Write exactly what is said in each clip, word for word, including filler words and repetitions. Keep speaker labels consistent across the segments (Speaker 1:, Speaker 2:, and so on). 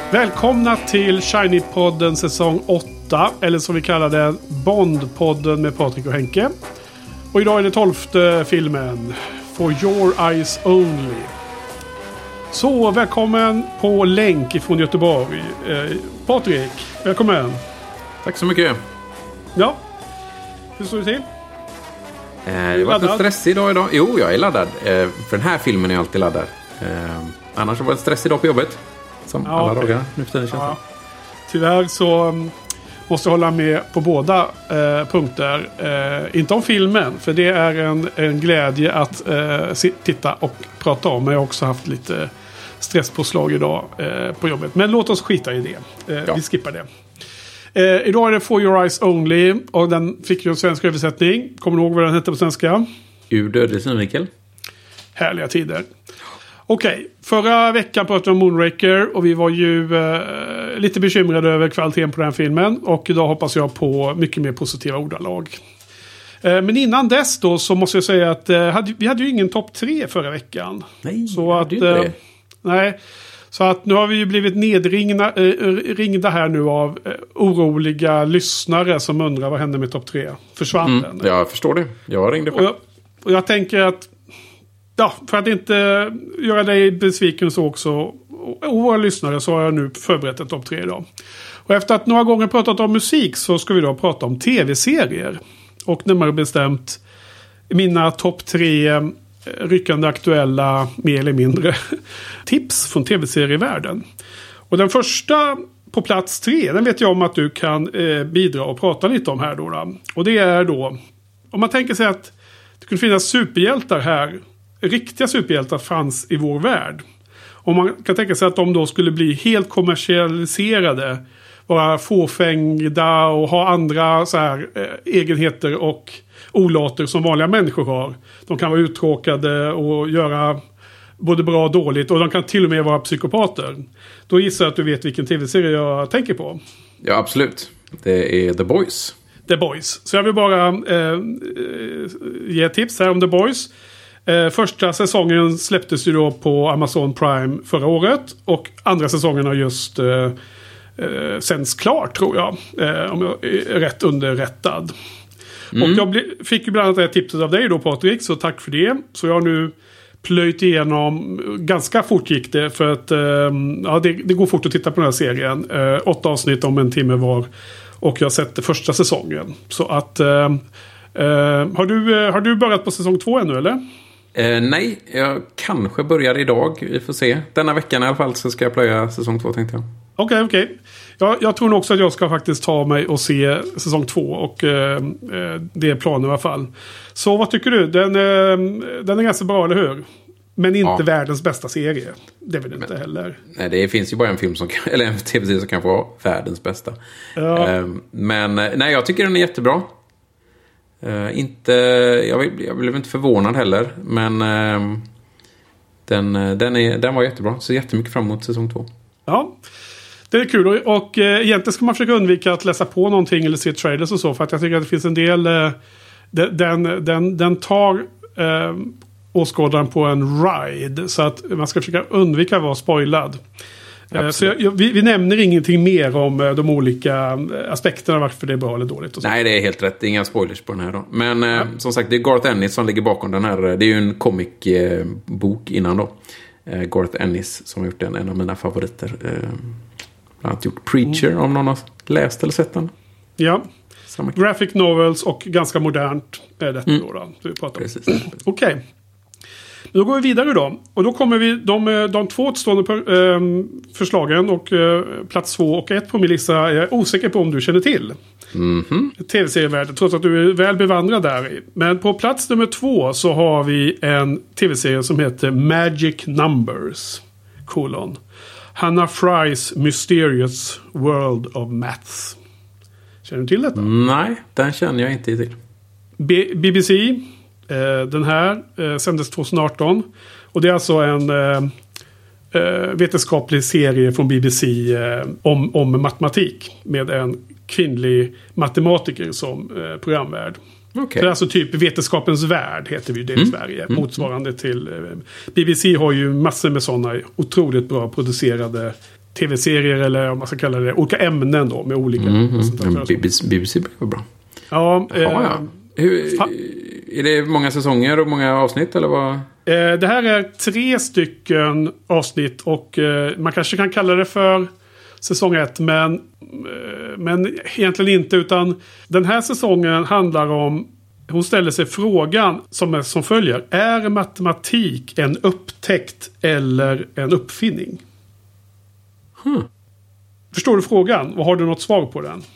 Speaker 1: Välkomna till Shiny-podden säsong åtta, eller som vi kallar det, Bond-podden med Patrik och Henke. Och idag är det tolfte filmen, For Your Eyes Only. Så välkommen på länk ifrån Göteborg. Eh, Patrik, välkommen.
Speaker 2: Tack så mycket.
Speaker 1: Ja, hur står det till?
Speaker 2: Eh, det var lite stressig idag idag. Jo, jag är laddad. Eh, för den här filmen är jag alltid laddad. Eh, annars var det en stressig dag på jobbet. Som ja, alla dagar nu för tiden känns
Speaker 1: ja. Tyvärr så um, måste jag hålla med på båda uh, punkter. Uh, inte om filmen, för det är en, en glädje att uh, se, titta och prata om. Men jag har också haft lite stresspåslag idag uh, på jobbet. Men låt oss skita i det. Uh, ja. Vi skippar det. Uh, idag är det For Your Eyes Only. Och den fick ju en svensk översättning. Kommer du ihåg vad den hette på svenska?
Speaker 2: Ur dödlig synvinkel.
Speaker 1: Härliga tider. Okej, okay. Förra veckan pratade vi om Moonraker och vi var ju eh, lite bekymrade över kvaliteten på den filmen. Och idag hoppas jag på mycket mer positiva ordalag. Eh, men innan dess då så måste jag säga att eh, hade, vi hade ju ingen topp tre förra veckan.
Speaker 2: Nej,
Speaker 1: så att,
Speaker 2: inte
Speaker 1: eh, nej, så att nu har vi ju blivit nedringda eh, ringda här nu av eh, oroliga lyssnare som undrar vad hände med topp tre. Försvann
Speaker 2: mm,
Speaker 1: den?
Speaker 2: Jag förstår det. Jag ringde
Speaker 1: och jag, och jag tänker att ja, för att inte göra dig besviken så också och våra lyssnare så har jag nu förberett ett topp tre idag. Och efter att några gånger pratat om musik så ska vi då prata om tv-serier. Och närmare bestämt mina topp tre ryckande aktuella, mer eller mindre, tips från tv-serievärlden. Och den första på plats tre, den vet jag om att du kan eh, bidra och prata lite om här då, då. Och det är då, om man tänker sig att det kunde finnas superhjältar här, riktiga superhjältar fanns i vår värld. Och man kan tänka sig att de då skulle bli helt kommersialiserade, vara fåfängda och ha andra så här, eh, egenheter och olater som vanliga människor har. De kan vara uttråkade och göra både bra och dåligt, och de kan till och med vara psykopater. Då gissar jag att du vet vilken tv-serie jag tänker på.
Speaker 2: Ja, absolut. Det är The Boys.
Speaker 1: The Boys. Så jag vill bara eh, ge tips här om The Boys. Eh, första säsongen släpptes ju då på Amazon Prime förra året. Och andra säsongen har just eh, eh, sänds klart, tror jag. Eh, om jag är rätt underrättad. Mm. Och jag bli, fick ju bland annat det här tipset av dig då, Patrik. Så tack för det. Så jag har nu plöjt igenom, ganska fort gick det. För att eh, ja, det, det går fort att titta på den här serien. Eh, åtta avsnitt om en timme var. Och jag har sett det första säsongen. Så att eh, eh, har, du, har du börjat på säsong två ännu, eller?
Speaker 2: Eh, nej, jag kanske börjar idag. Vi får se. Denna veckan i alla fall så ska jag plöja säsong två, tänkte jag. Okej,
Speaker 1: okay, okej. Okay. Ja, jag tror nog också att jag ska faktiskt ta mig och se säsong två. Och eh, det är planen i alla fall. Så vad tycker du? Den, eh, den är ganska bra, eller hur? Men inte ja. världens bästa serie. Det är väl inte Men, heller.
Speaker 2: Nej, det finns ju bara en film som kan, eller en tv-serie som kan få vara världens bästa. Ja. Eh, men nej, jag tycker den är jättebra. Uh, inte, jag, jag blev inte förvånad heller. Men uh, den, den, är, den var jättebra. Så jättemycket fram emot säsong två.
Speaker 1: Ja, det är kul. Och, och uh, egentligen ska man försöka undvika att läsa på någonting eller se trailers och så. För att jag tycker att det finns en del uh, den, den, den tar uh, åskådaren på en ride. Så att man ska försöka undvika att vara spoilad. Absolut. Så jag, jag, vi, vi nämner ingenting mer om de olika aspekterna, varför det är bra eller dåligt. Och så.
Speaker 2: Nej, det är helt rätt. Det är inga spoilers på den här då. Men ja. eh, som sagt, det är Garth Ennis som ligger bakom den här. Det är ju en comic-bok eh, innan då. Eh, Garth Ennis som har gjort den, en av mina favoriter. Eh, bland annat gjort Preacher, mm. om någon har läst eller sett den.
Speaker 1: Ja. Samma. Graphic novels och ganska modernt är detta mm. då. då vi pratar om. Okej. Okay. Då går vi vidare då. Och då kommer vi de, de två återstående eh, förslagen och eh, plats två och ett på min lista är jag osäker på om du känner till.
Speaker 2: Mm-hmm.
Speaker 1: Tv-serievärlden, trots att du är väl bevandrad där. Men på plats nummer två så har vi en tv-serie som heter Magic Numbers. Kolon. Hannah Frys Mysterious World of Maths. Känner du till detta?
Speaker 2: Nej, den känner jag inte till.
Speaker 1: B- B B C. Den här eh, sändes tjugo arton. Och det är alltså en eh, vetenskaplig serie från B B C eh, om, om matematik. Med en kvinnlig matematiker som eh, programvärd. Okay. Det är alltså typ Vetenskapens värld heter vi det i Sverige. Mm. Motsvarande till... Eh, B B C har ju massor med sådana otroligt bra producerade tv-serier eller om man ska kalla det, olika ämnen då med olika
Speaker 2: mm, mm. B B C, B B C var bra.
Speaker 1: Ja, eh,
Speaker 2: ja, ja. Hur, är det många säsonger och många avsnitt eller vad?
Speaker 1: Eh, det här är tre stycken avsnitt och eh, man kanske kan kalla det för säsong ett, men, eh, men egentligen inte, utan den här säsongen handlar om, hon ställer sig frågan som är som följer: är matematik en upptäckt eller en uppfinning?
Speaker 2: Hmm.
Speaker 1: Förstår du frågan? Och har du något svar på den?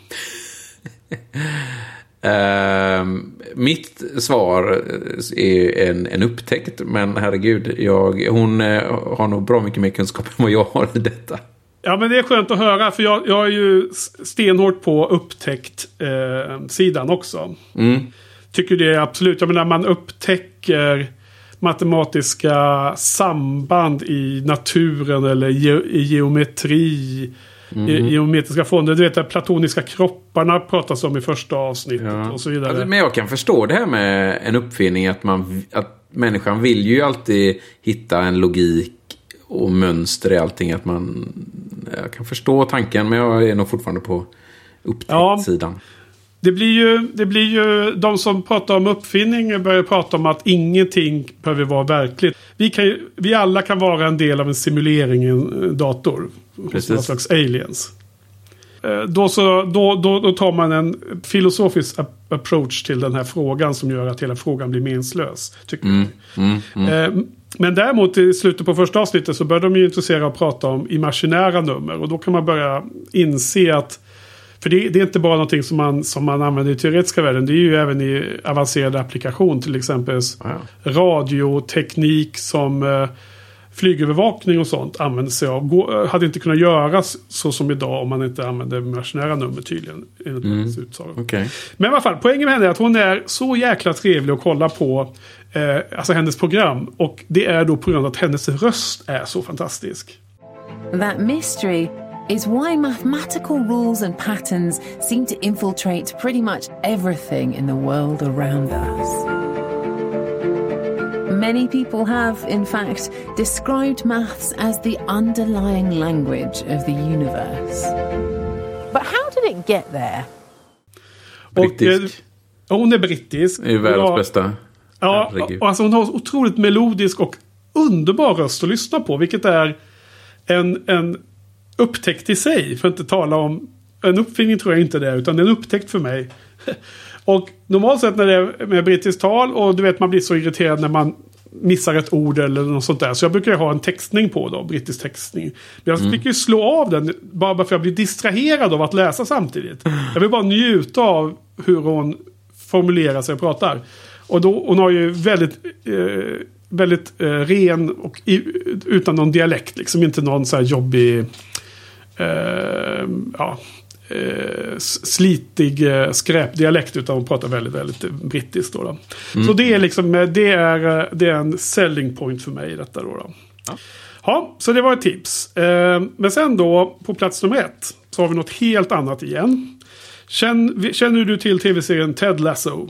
Speaker 2: Uh, mitt svar är en, en upptäckt, men herregud, jag, hon uh, har nog bra mycket mer kunskap än vad jag har i detta.
Speaker 1: Ja, men det är skönt att höra, för jag, jag är ju stenhårt på upptäckt eh, sidan också.
Speaker 2: Mm.
Speaker 1: Tycker det är absolut, jag menar, man upptäcker matematiska samband i naturen eller ge, i geometri, mm. i, i geometriska fonder. Du vet att platoniska kropparna pratas om i första avsnittet, ja. Och så vidare.
Speaker 2: Alltså, men jag kan förstå det här med en uppfinning, att, man, att människan vill ju alltid hitta en logik och mönster i allting. Att man, jag kan förstå tanken, men jag är nog fortfarande på upptäcktssidan. Ja.
Speaker 1: Det blir ju, det blir ju de som pratar om uppfinning börjar prata om att ingenting behöver vara verkligt. Vi, kan ju, vi alla kan vara en del av en simulering i en dator. Precis. Någon slags aliens. Då, så, då, då, då tar man en filosofisk approach till den här frågan som gör att hela frågan blir meningslös, tycker
Speaker 2: mm, mm, mm.
Speaker 1: Men däremot i slutet på första avsnittet så börjar de ju intressera att prata om imaginära nummer. Och då kan man börja inse att, för det, det är inte bara någonting som man, som man använder i teoretiska världen. Det är ju även i avancerad applikation. Till exempel
Speaker 2: wow.
Speaker 1: radioteknik som eh, flygövervakning och sånt använder sig av. Gå, hade inte kunnat göras så som idag om man inte använder imaginära nummer tydligen.
Speaker 2: Mm. Okay.
Speaker 1: Men i alla fall, poängen med henne är att hon är så jäkla trevlig att kolla på. Eh, alltså hennes program. Och det är då på grund av att hennes röst är så fantastisk.
Speaker 3: That mystery is why mathematical rules and patterns seem to infiltrate pretty much everything in the world around us. Many people have, in fact, described maths as the underlying language of the universe. But how did it get there?
Speaker 2: Brittisk.
Speaker 1: Och, eh, hon är brittisk.
Speaker 2: Det är världens ja, bästa.
Speaker 1: Ja, och alltså hon har otroligt melodisk och underbar röst att lyssna på. Vilket är en, en upptäckt i sig. För att inte tala om... En uppfinning tror jag inte det är, utan det är en upptäckt för mig. Och normalt sett när det är med brittiskt tal, och du vet man blir så irriterad när man missar ett ord eller något sånt där. Så jag brukar ha en textning på då, brittisk textning. Men jag mm. fick ju slå av den bara för att jag blir distraherad av att läsa samtidigt. Jag vill bara njuta av hur hon formulerar sig och pratar. Och då, hon har ju väldigt, eh, väldigt eh, ren och i, utan någon dialekt. Liksom inte någon så här jobbig eh, ja, eh, slitig eh, skräpdialekt, utan hon pratar väldigt, väldigt brittiskt då. då. Mm. Så det är liksom, det är, det är en selling point för mig i detta då. då. Ja. Ja, så det var ett tips. Eh, men sen då, på plats nummer ett, så har vi något helt annat igen. Känner, känner du till tv-serien Ted Lasso?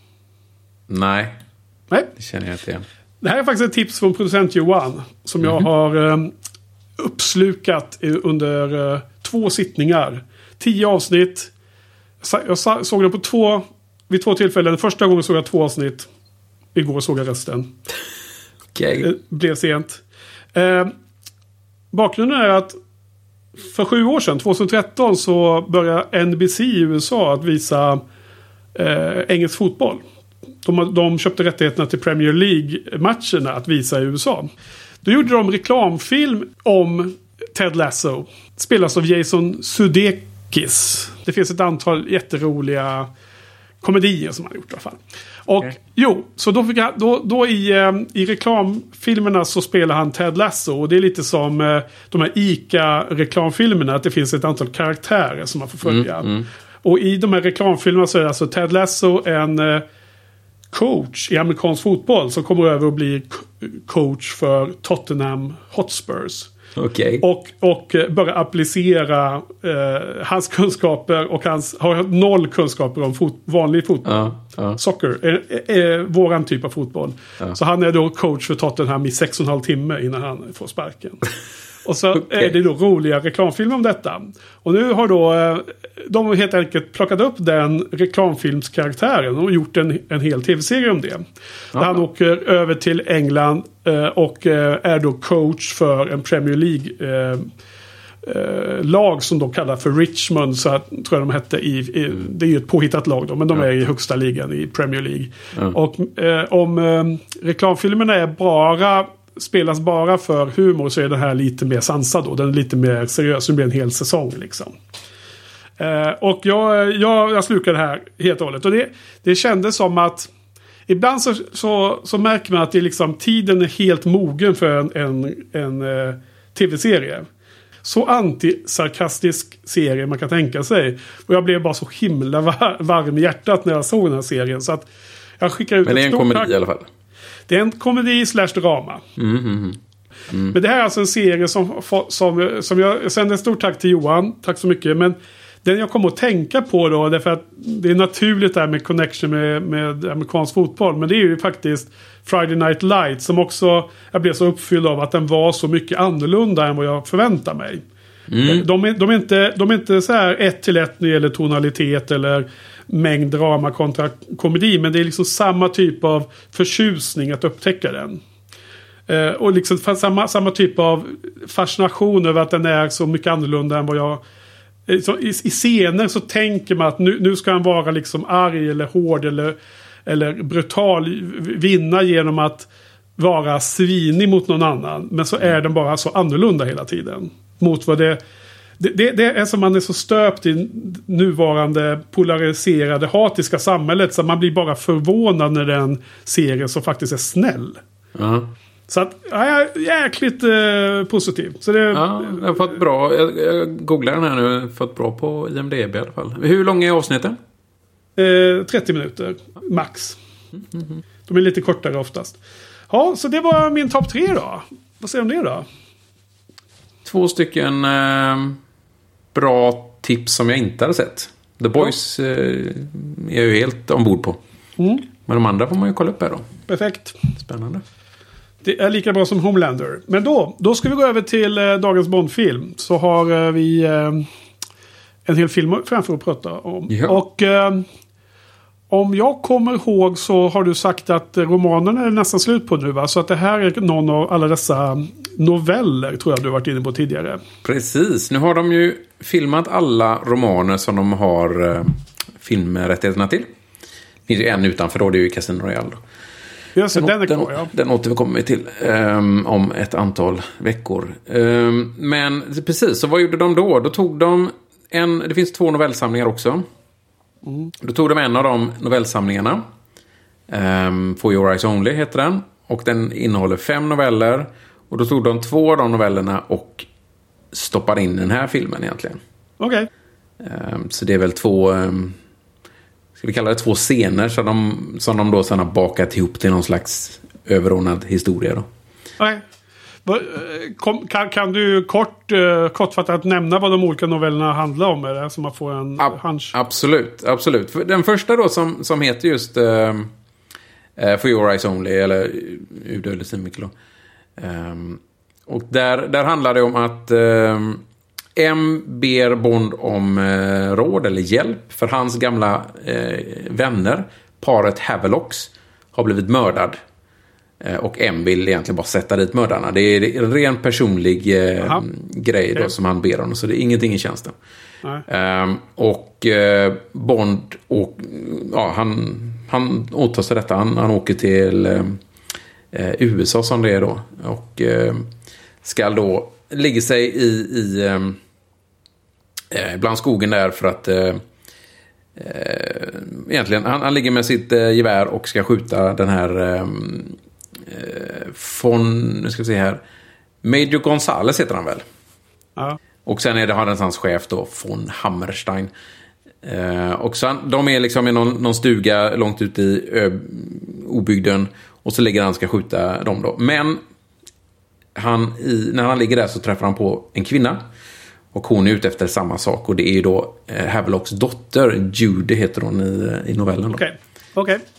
Speaker 2: Nej.
Speaker 1: Nej.
Speaker 2: Det känner jag inte igen. Det
Speaker 1: här är faktiskt ett tips från producent Johan som mm-hmm. jag har um, uppslukat under uh, två sittningar. Tio avsnitt. Jag såg det på två, vid två tillfällen. Första gången såg jag två avsnitt. Igår såg jag resten.
Speaker 2: Okej. Okay.
Speaker 1: Det blev sent. Uh, bakgrunden är att för sju år sedan, tjugohundratretton, så började N B C i U S A att visa uh, engelsk fotboll. De, de köpte rättigheterna till Premier League-matcherna att visa i U S A. Då gjorde de reklamfilm om Ted Lasso. Spelas av Jason Sudeikis. Det finns ett antal jätteroliga komedier som han gjort i alla fall. Och okay. jo, så då, fick jag, då, då i, i reklamfilmerna så spelar han Ted Lasso. Och det är lite som eh, de här ICA-reklamfilmerna, att det finns ett antal karaktärer som man får följa. Mm, mm. Och i de här reklamfilmerna så är alltså Ted Lasso en eh, coach i amerikansk fotboll som kommer över och blir coach för Tottenham Hotspurs.
Speaker 2: Okay.
Speaker 1: Och, och börjar applicera eh, hans kunskaper, och hans har noll kunskaper om fot, vanlig fotboll. Uh, uh. Soccer är, är, är våran typ av fotboll. Uh. Så han är då coach för Tottenham i sex och en halv timme innan han får sparken. Och så
Speaker 2: Okay.
Speaker 1: är det då roliga reklamfilmer om detta. Och nu har då eh, de har helt enkelt plockat upp den reklamfilmskaraktären och gjort en, en hel tv-serie om det. Där han åker över till England eh, och eh, är då coach för en Premier League eh, eh, lag som de kallar för Richmond, så att, tror jag de hette i, i det är ju ett påhittat lag då, men de är i högsta ligan i Premier League. Mm. Och eh, om eh, reklamfilmerna är bara spelas bara för humor, så är den här lite mer sansad då. Den är lite mer seriös. Det blir en hel säsong liksom. Eh, och jag, jag, jag slukar det här helt och hållet. Och det, det kändes som att ibland så, så, så märker man att det liksom, tiden är helt mogen för en, en, en eh, tv-serie. Så antisarkastisk serie man kan tänka sig. Och jag blev bara så himla var, varm i hjärtat när jag såg den här serien. Så att jag skickar ut.
Speaker 2: Men det är en komedi
Speaker 1: tack.
Speaker 2: i alla fall.
Speaker 1: Det är en komedi slash drama.
Speaker 2: Mm, mm, mm.
Speaker 1: Men det här är alltså en serie som, som, som jag sänder ett stort tack till Johan. Tack så mycket. Men den jag kommer att tänka på då, därför att det är naturligt där med connection med, med amerikansk fotboll. Men det är ju faktiskt Friday Night Lights, som också jag blev så uppfylld av att den var så mycket annorlunda än vad jag förväntade mig. Mm. De, är, de, är inte, de är inte så här ett till ett när det gäller tonalitet eller mängd drama kontra komedi, men det är liksom samma typ av förtjusning att upptäcka den. Eh, och liksom samma, samma typ av fascination över att den är så mycket annorlunda än vad jag... Så i, i scener så tänker man att nu, nu ska han vara liksom arg eller hård eller, eller brutal, vinna genom att vara svinig mot någon annan. Men så är den bara så annorlunda hela tiden. Mot vad det... Det, det, det är som man är så stöpt i nuvarande polariserade hatiska samhället, så man blir bara förvånad när den serien som faktiskt är snäll.
Speaker 2: Uh-huh.
Speaker 1: Så att, ja, jag är jäkligt eh, positiv. Så det,
Speaker 2: ja, jag har fått bra, jag, jag googlar den här nu, fått bra på I M D B i alla fall. Hur långa är avsnitten?
Speaker 1: Eh, trettio minuter, max. Mm-hmm. De är lite kortare oftast. Ja, så det var min topp tre då. Vad säger du om det då?
Speaker 2: Två stycken eh, bra tips som jag inte hade sett. The Boys eh, är jag ju helt ombord på. Mm. Men de andra får man ju kolla upp här då.
Speaker 1: Perfekt.
Speaker 2: Spännande.
Speaker 1: Det är lika bra som Homelander. Men då, då ska vi gå över till eh, dagens Bond-film. Så har eh, vi eh, en hel film framför att prata om. Ja. Och eh, om jag kommer ihåg så har du sagt att romanen är nästan slut på nu, va? Så att det här är någon av alla dessa noveller, tror jag du har varit inne på tidigare.
Speaker 2: Precis. Nu har de ju filmat alla romaner som de har eh, filmrättigheterna till. Det finns ju en utanför då, det är ju Casino Royale då.
Speaker 1: Just det, den,
Speaker 2: den,
Speaker 1: är kvar, ja.
Speaker 2: Den återkommer vi till um, om ett antal veckor. Um, men precis, så vad gjorde de då? Då tog de en, det finns två novellsamlingar också. Mm. Då tog de en av de novellsamlingarna. Um, For Your Eyes Only heter den. Och den innehåller fem noveller. Och då tog de två av de novellerna och stoppade in den här filmen egentligen.
Speaker 1: Okej.
Speaker 2: Okay. Um, så det är väl två... Um, ska vi kalla det två scener som de, som de då sedan har bakat ihop till någon slags överordnad historia då.
Speaker 1: Nej. Kan, kan du kort, kortfattat nämna vad de olika novellerna handlar om? Är det så man får en
Speaker 2: Ab-
Speaker 1: hunch?
Speaker 2: Absolut, absolut. För den första då som, som heter just uh, For Your Eyes Only, eller Udödlig Simiklo. Um, och där, där handlar det om att uh, M ber Bond om uh, råd eller hjälp för hans gamla uh, vänner, paret Havelocks, har blivit mördad. Och M vill egentligen bara sätta dit mördarna. Det är en ren personlig eh, grej då, okay. som han ber om. Så det är ingenting i tjänsten. Um, och eh, Bond och, ja, han, han åtar sig detta. Han, han åker till eh, U S A som det är då. Och eh, ska då ligga sig i, i eh, bland skogen där för att eh, eh, egentligen, han, han ligger med sitt eh, gevär och ska skjuta den här eh, Von, nu ska vi se här, Major Gonzales heter han väl. Ja. Och sen är det han hans chef då, von Hammerstein. Eh, och sen, de är liksom i någon, någon stuga långt ute i ö, obygden. Och så ligger han och ska skjuta dem då. Men han i, när han ligger där så träffar han på en kvinna. Och hon är ute efter samma sak. Och det är ju då eh, Havelocks dotter, Judy heter hon i, i novellen.
Speaker 1: Okej, okay. okej. Okay.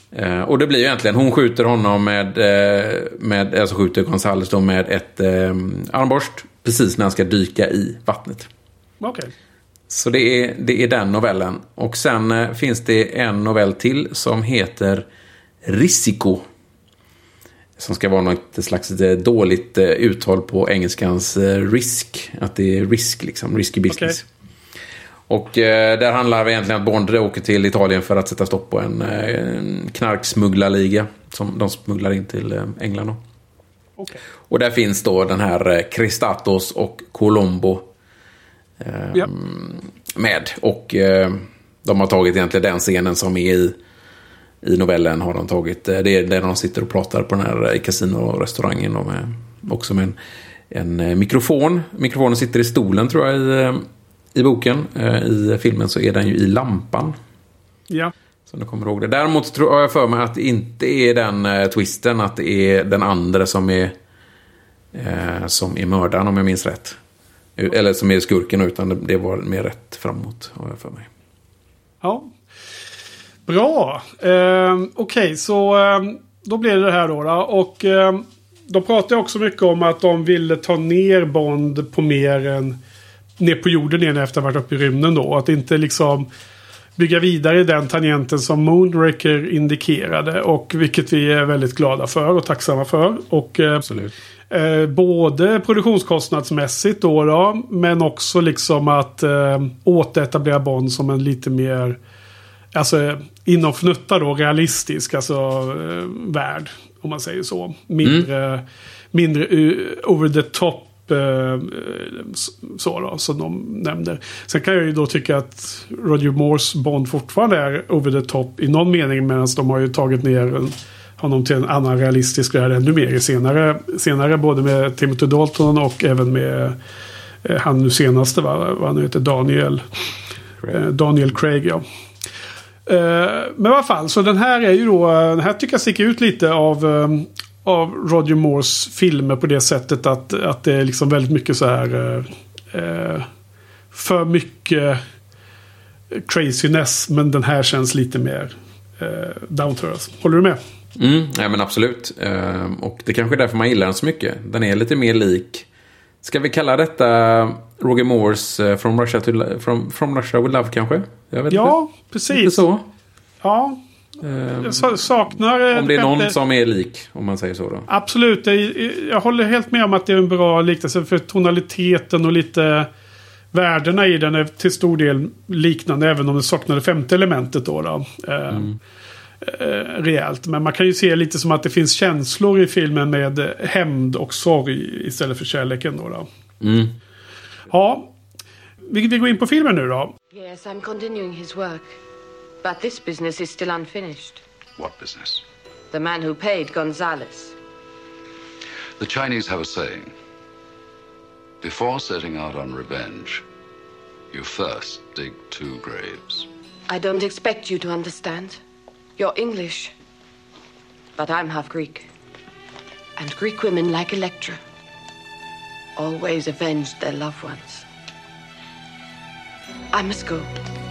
Speaker 2: Eh, och det blir ju egentligen, hon skjuter honom med, eh, med alltså skjuter Gonzales då med ett eh, armborst precis när han ska dyka i vattnet.
Speaker 1: Okej. Okay.
Speaker 2: Så det är, det är den novellen. Och sen eh, finns det en novell till som heter Risiko. Som ska vara något slags dåligt eh, uttal på engelskans eh, risk. Att det är risk liksom, risky business. Okay. Och eh, där handlar det egentligen att Bond åker till Italien för att sätta stopp på en, eh, en knarksmugglarliga som de smugglar in till eh, England då.
Speaker 1: Okay.
Speaker 2: Och där finns då den här eh, Kristatos och Colombo eh, yep. med. Och eh, de har tagit egentligen den scenen som är i, i novellen har de tagit. Det är där de sitter och pratar på den här kasino-restaurangen och med, också med en, en mikrofon. Mikrofonen sitter i stolen tror jag i... I boken, i filmen så är den ju i lampan.
Speaker 1: Ja.
Speaker 2: Så du kommer ihåg det. Däremot tror jag för mig att det inte är den uh, twisten, att det är den andra som är uh, som är mördaren om jag minns rätt. Eller som är skurken, utan det, det var mer rätt framåt har jag för mig.
Speaker 1: Ja. Bra. Uh, Okej, okay, så uh, då blir det det här då. då. Och uh, de pratar också mycket om att de ville ta ner Bond på mer än ner på jorden igen efter att ha varit uppe i rymden då. Att inte liksom bygga vidare i den tangenten som Moonraker indikerade. Och vilket vi är väldigt glada för och tacksamma för. Och
Speaker 2: Absolut.
Speaker 1: Eh, både produktionskostnadsmässigt då, då men också liksom att eh, återetablera Bond som en lite mer alltså inom fnutta då realistisk alltså eh, värld om man säger så. Mindre, mm. mindre uh, over the top så då, som de nämner. Sen kan jag ju då tycka att Roger Moores Bond fortfarande är over the top i någon mening, medan de har ju tagit ner honom till en annan realistisk värld ännu mer i senare, senare både med Timothy Dalton och även med eh, han nu senaste va, vad han heter Daniel eh, Daniel Craig ja. Eh, men i alla fall, så den här är ju då, den här tycker jag sticker ut lite av eh, av Roger Moores filmer på det sättet att, att det är liksom väldigt mycket så här eh, för mycket craziness, men den här känns lite mer eh, down to earth. Håller du med?
Speaker 2: Mm, ja men absolut. Uh, och det kanske är därför man gillar den så mycket. Den är lite mer lik, ska vi kalla detta Roger Moores uh, From Russia to Lo- from, from Russia with Love kanske? Jag vet
Speaker 1: ja,
Speaker 2: inte.
Speaker 1: precis.
Speaker 2: Inte så.
Speaker 1: Ja.
Speaker 2: Um,
Speaker 1: jag saknar
Speaker 2: om det är någon bättre... som är lik, om man säger så då.
Speaker 1: Absolut, jag, jag håller helt med om att det är en bra liknelse, för tonaliteten och lite värdena i den är till stor del liknande, även om det saknar det femte elementet då, då. Mm. Eh, eh, rejält, men man kan ju se lite som att det finns känslor i filmen med hämnd och sorg istället för kärleken då, då.
Speaker 2: Mm.
Speaker 1: Ja, vi, vi går in på filmen nu då.
Speaker 4: Yes, I'm continuing his work. But this business is still unfinished.
Speaker 5: What business?
Speaker 4: The man who paid Gonzales.
Speaker 5: The Chinese have a saying. Before setting out on revenge, you first dig two graves.
Speaker 4: I don't expect you to understand. You're English. But I'm half Greek. And Greek women, like Electra, always avenged their loved ones. I must go.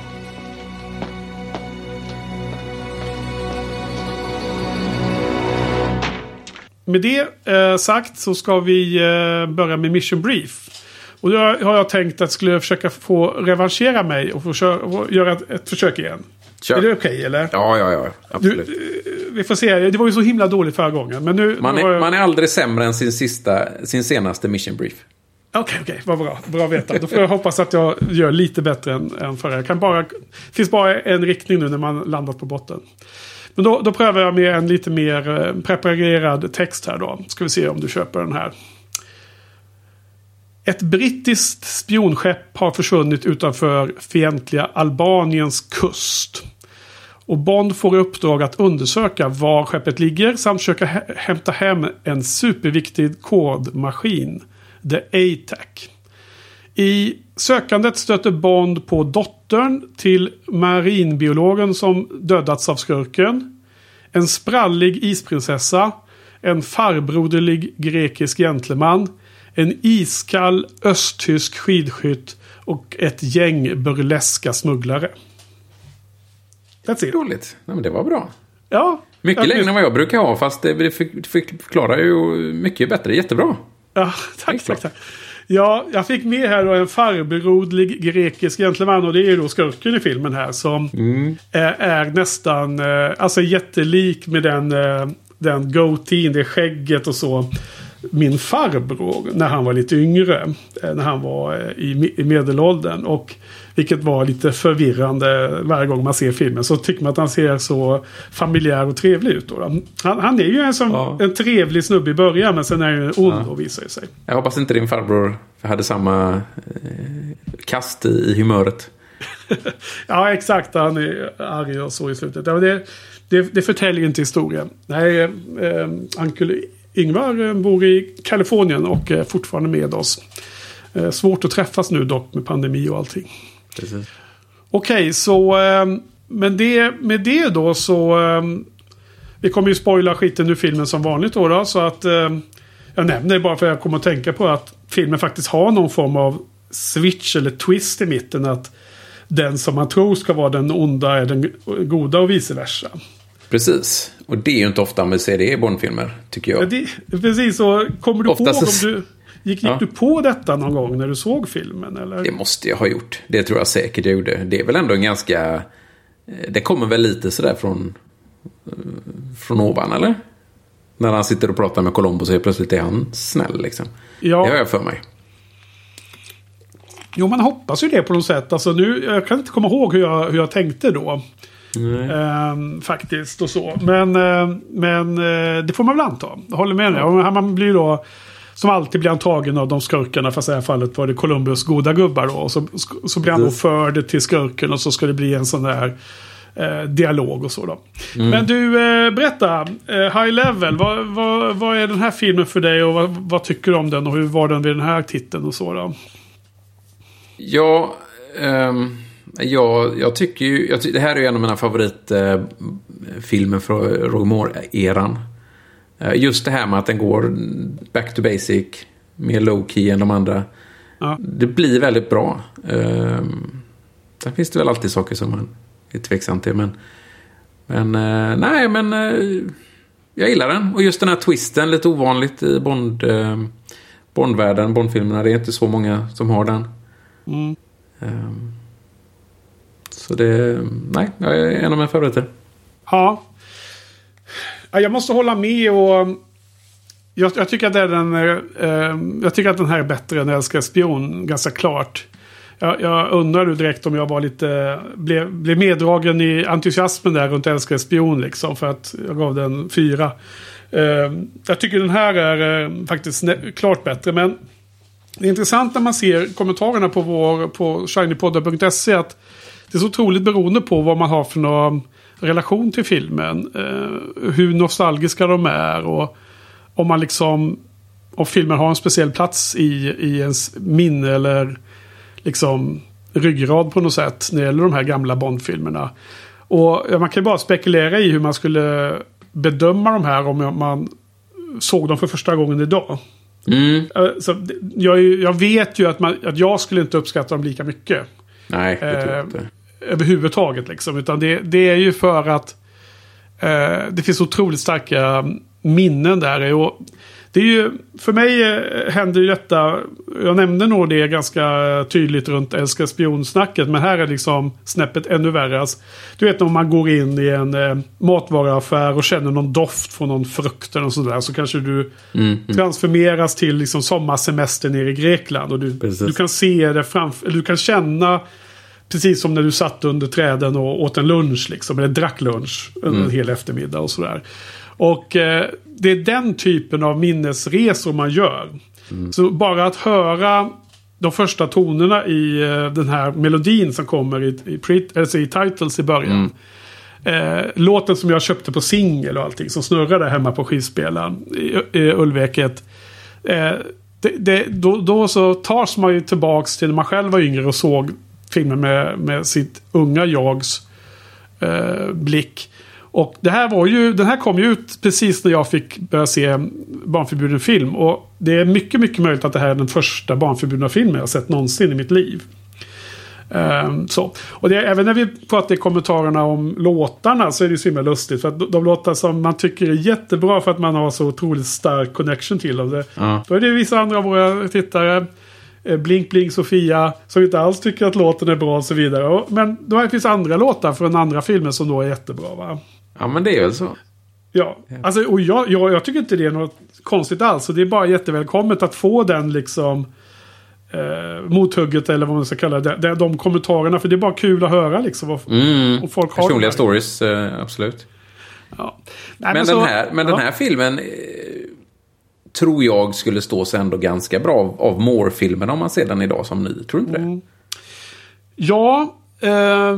Speaker 1: Med det eh, sagt så ska vi eh, börja med Mission Brief. Och då har jag tänkt att skulle jag försöka få revanschera mig och få kö- göra ett, ett försök igen. Kör. Är det okej okay, eller?
Speaker 2: Ja, ja, ja. Absolut.
Speaker 1: Du, vi får se. Det var ju så himla dåligt förra gången. Men nu,
Speaker 2: man, är,
Speaker 1: jag...
Speaker 2: man är aldrig sämre än sin, sista, sin senaste Mission Brief.
Speaker 1: Okej, okay, okej. Okay. Vad bra. Bra att veta. Då får jag hoppas att jag gör lite bättre än, än förra. Jag kan bara, det finns bara en riktning nu när man landat på botten. Men då, då prövar jag med en lite mer preparerad text här då. Ska vi se om du köper den här. Ett brittiskt spionskepp har försvunnit utanför fientliga Albaniens kust. Och Bond får i uppdrag att undersöka var skeppet ligger samt försöka hä- hämta hem en superviktig kodmaskin. The A-Tac. I sökandet stöter Bond på dottern till marinbiologen som dödats av skurken. En sprallig isprinsessa. En farbroderlig grekisk gentleman. En iskall östtysk skidskytt. Och ett gäng burleska smugglare. That's it.
Speaker 2: Roligt. Nej, men det var bra.
Speaker 1: Ja,
Speaker 2: Mycket längre än vad jag brukar ha, fast det förklarar ju mycket bättre. Jättebra.
Speaker 1: Ja, tack, tack, tack. Ja, jag fick med här då en farberodlig grekisk gentleman, och det är ju då skurken i filmen här som mm. är, är nästan alltså jättelik med den, den goatee, det skägget och så. Min farbror när han var lite yngre, när han var i, i medelåldern, och vilket var lite förvirrande varje gång man ser filmen, så tycker man att han ser så familjär och trevlig ut då. Han, han är ju en, som, ja. en trevlig snubbe i början, men sen är han ju ond ja. och visar sig.
Speaker 2: Jag hoppas inte din farbror hade samma eh, kast i, i humöret.
Speaker 1: Ja, exakt. Han är arg och så i slutet. Ja, det, det, det förtäljer inte historien. Nej, eh, Uncle Ingvar bor i Kalifornien och är fortfarande med oss. Eh, svårt att träffas nu dock med pandemi och allting. Precis. Okej, okay, så eh, men det, med det då så eh, vi kommer ju spoila skiten ur filmen som vanligt då, då så att eh, jag nämner det bara för att jag kommer att tänka på att filmen faktiskt har någon form av switch eller twist i mitten, att den som man tror ska vara den onda är den goda och vice versa.
Speaker 2: Precis, och det är ju inte ofta man ser det i Bondfilmer, tycker jag.
Speaker 1: Ja, det, precis, så kommer du Oftast ihåg om du gick, gick ja. du på detta någon gång när du såg filmen? Eller?
Speaker 2: Det måste jag ha gjort, det tror jag säkert jag gjorde. Det är väl ändå en ganska, det kommer väl lite sådär från från ovan, eller? När han sitter och pratar med Colombo så är plötsligt är han snäll liksom. Ja. Det har jag för mig.
Speaker 1: Jo, man hoppas ju det på något sätt. Alltså nu, jag kan inte komma ihåg hur jag, hur jag tänkte då. Ehm, faktiskt och så. Men, eh, men eh, det får man väl anta. Jag håller med dig. Ja. Man blir då, som alltid blir han tagen av de skurkarna. Fast i det här fallet var det Columbus goda gubbar då. Och så, så blir han då förd till skurken. Och så ska det bli en sån där eh, dialog och så då. Mm. Men du, eh, berätta. Eh, High Level. Vad, vad, vad är den här filmen för dig? Och vad, vad tycker du om den? Och hur var den vid den här titeln och så då?
Speaker 2: Ja, um, ja, jag tycker ju... Jag ty- det här är ju en av mina favoritfilmer uh, från Roger Moore-eran. Uh, just det här med att den går back to basic, mer low-key än de andra. Ja. Det blir väldigt bra. Uh, sen finns det väl alltid saker som man är tveksam till. Men, men uh, nej, men uh, jag gillar den. Och just den här twisten, lite ovanligt i Bond, uh, Bondvärlden, Bondfilmerna. Det är inte så många som har den. Mm. Um, så det, nej, jag är en av mina favoriter.
Speaker 1: Ja. Jag måste hålla med, och jag, jag tycker att det är den eh, jag tycker att den här är bättre än Älskar spion, ganska klart. Jag, jag undrar nu direkt om jag var lite blev, blev meddragen i entusiasmen där runt Älskar spion liksom, för att jag gav den fyra. Eh, jag tycker den här är eh, faktiskt klart bättre, men det är intressant när man ser kommentarerna på vår på shinypodden punkt se att det är så otroligt beroende på vad man har för någon relation till filmen. Eh, hur nostalgiska de är, och om man liksom om filmen har en speciell plats i, i ens minne eller liksom ryggrad på något sätt när det gäller de här gamla Bondfilmerna. Och ja, man kan ju bara spekulera i hur man skulle bedöma de här om man såg dem för första gången idag. Mm. Så jag, jag vet ju att, man, att jag skulle inte uppskatta dem lika mycket.
Speaker 2: Nej, det tror jag inte.
Speaker 1: Eh, överhuvudtaget liksom. Utan det, det är ju för att eh, det finns otroligt starka minnen där. Och det är ju, för mig eh, händer ju detta, jag nämnde nog det ganska tydligt runt Älskar spionsnacket, men här är liksom snäppet ännu värre. Alltså, du vet om man går in i en eh, matvaruaffär och känner någon doft från någon frukt eller sådär, så kanske du mm, mm. transformeras till liksom sommarsemester nere i Grekland, och du, du kan se det framför, du kan känna precis som när du satt under träden och åt en lunch liksom, eller drack lunch mm. en hel eftermiddag och sådär. Och eh, det är den typen av minnesresor man gör. Mm. Så bara att höra de första tonerna i eh, den här melodin som kommer i, i, pre- alltså i titles i början. Mm. Eh, låten som jag köpte på singel och allting som snurrade hemma på skivspelaren i, i Ulveket. Eh, det, det, då, då så tas man ju tillbaks till när man själv var yngre och såg filmen med, med sitt unga jags eh, blick. Och det här var ju, den här kom ju ut precis när jag fick börja se barnförbjuden film. Och det är mycket, mycket möjligt att det här är den första barnförbjudna filmen jag har sett någonsin i mitt liv. Um, så. Och det, även när vi pratar i kommentarerna om låtarna så är det så himla lustigt. För att de, de låtar som man tycker är jättebra för att man har så otroligt stark connection till dem. Det,
Speaker 2: ja.
Speaker 1: Då är det vissa andra av våra tittare, eh, Blink Blink Sofia, som inte alls tycker att låten är bra och så vidare. Och, men då finns andra låtar från andra filmer som då är jättebra, va?
Speaker 2: Ja, men det är väl så.
Speaker 1: Ja, alltså, och jag, jag, jag tycker inte det är något konstigt alls. Och det är bara jättevälkommet att få den liksom eh, mothugget eller vad man ska kalla det, det. De kommentarerna, för det är bara kul att höra liksom. Och,
Speaker 2: mm,
Speaker 1: och folk
Speaker 2: personliga
Speaker 1: har
Speaker 2: stories, eh, absolut.
Speaker 1: Ja. Nej,
Speaker 2: men
Speaker 1: men,
Speaker 2: den,
Speaker 1: så,
Speaker 2: här, men
Speaker 1: ja.
Speaker 2: den här filmen eh, tror jag skulle stå sig ändå ganska bra av, av Moore-filmerna om man ser den idag som ny. Tror du inte
Speaker 1: mm.
Speaker 2: det?
Speaker 1: Ja, eh,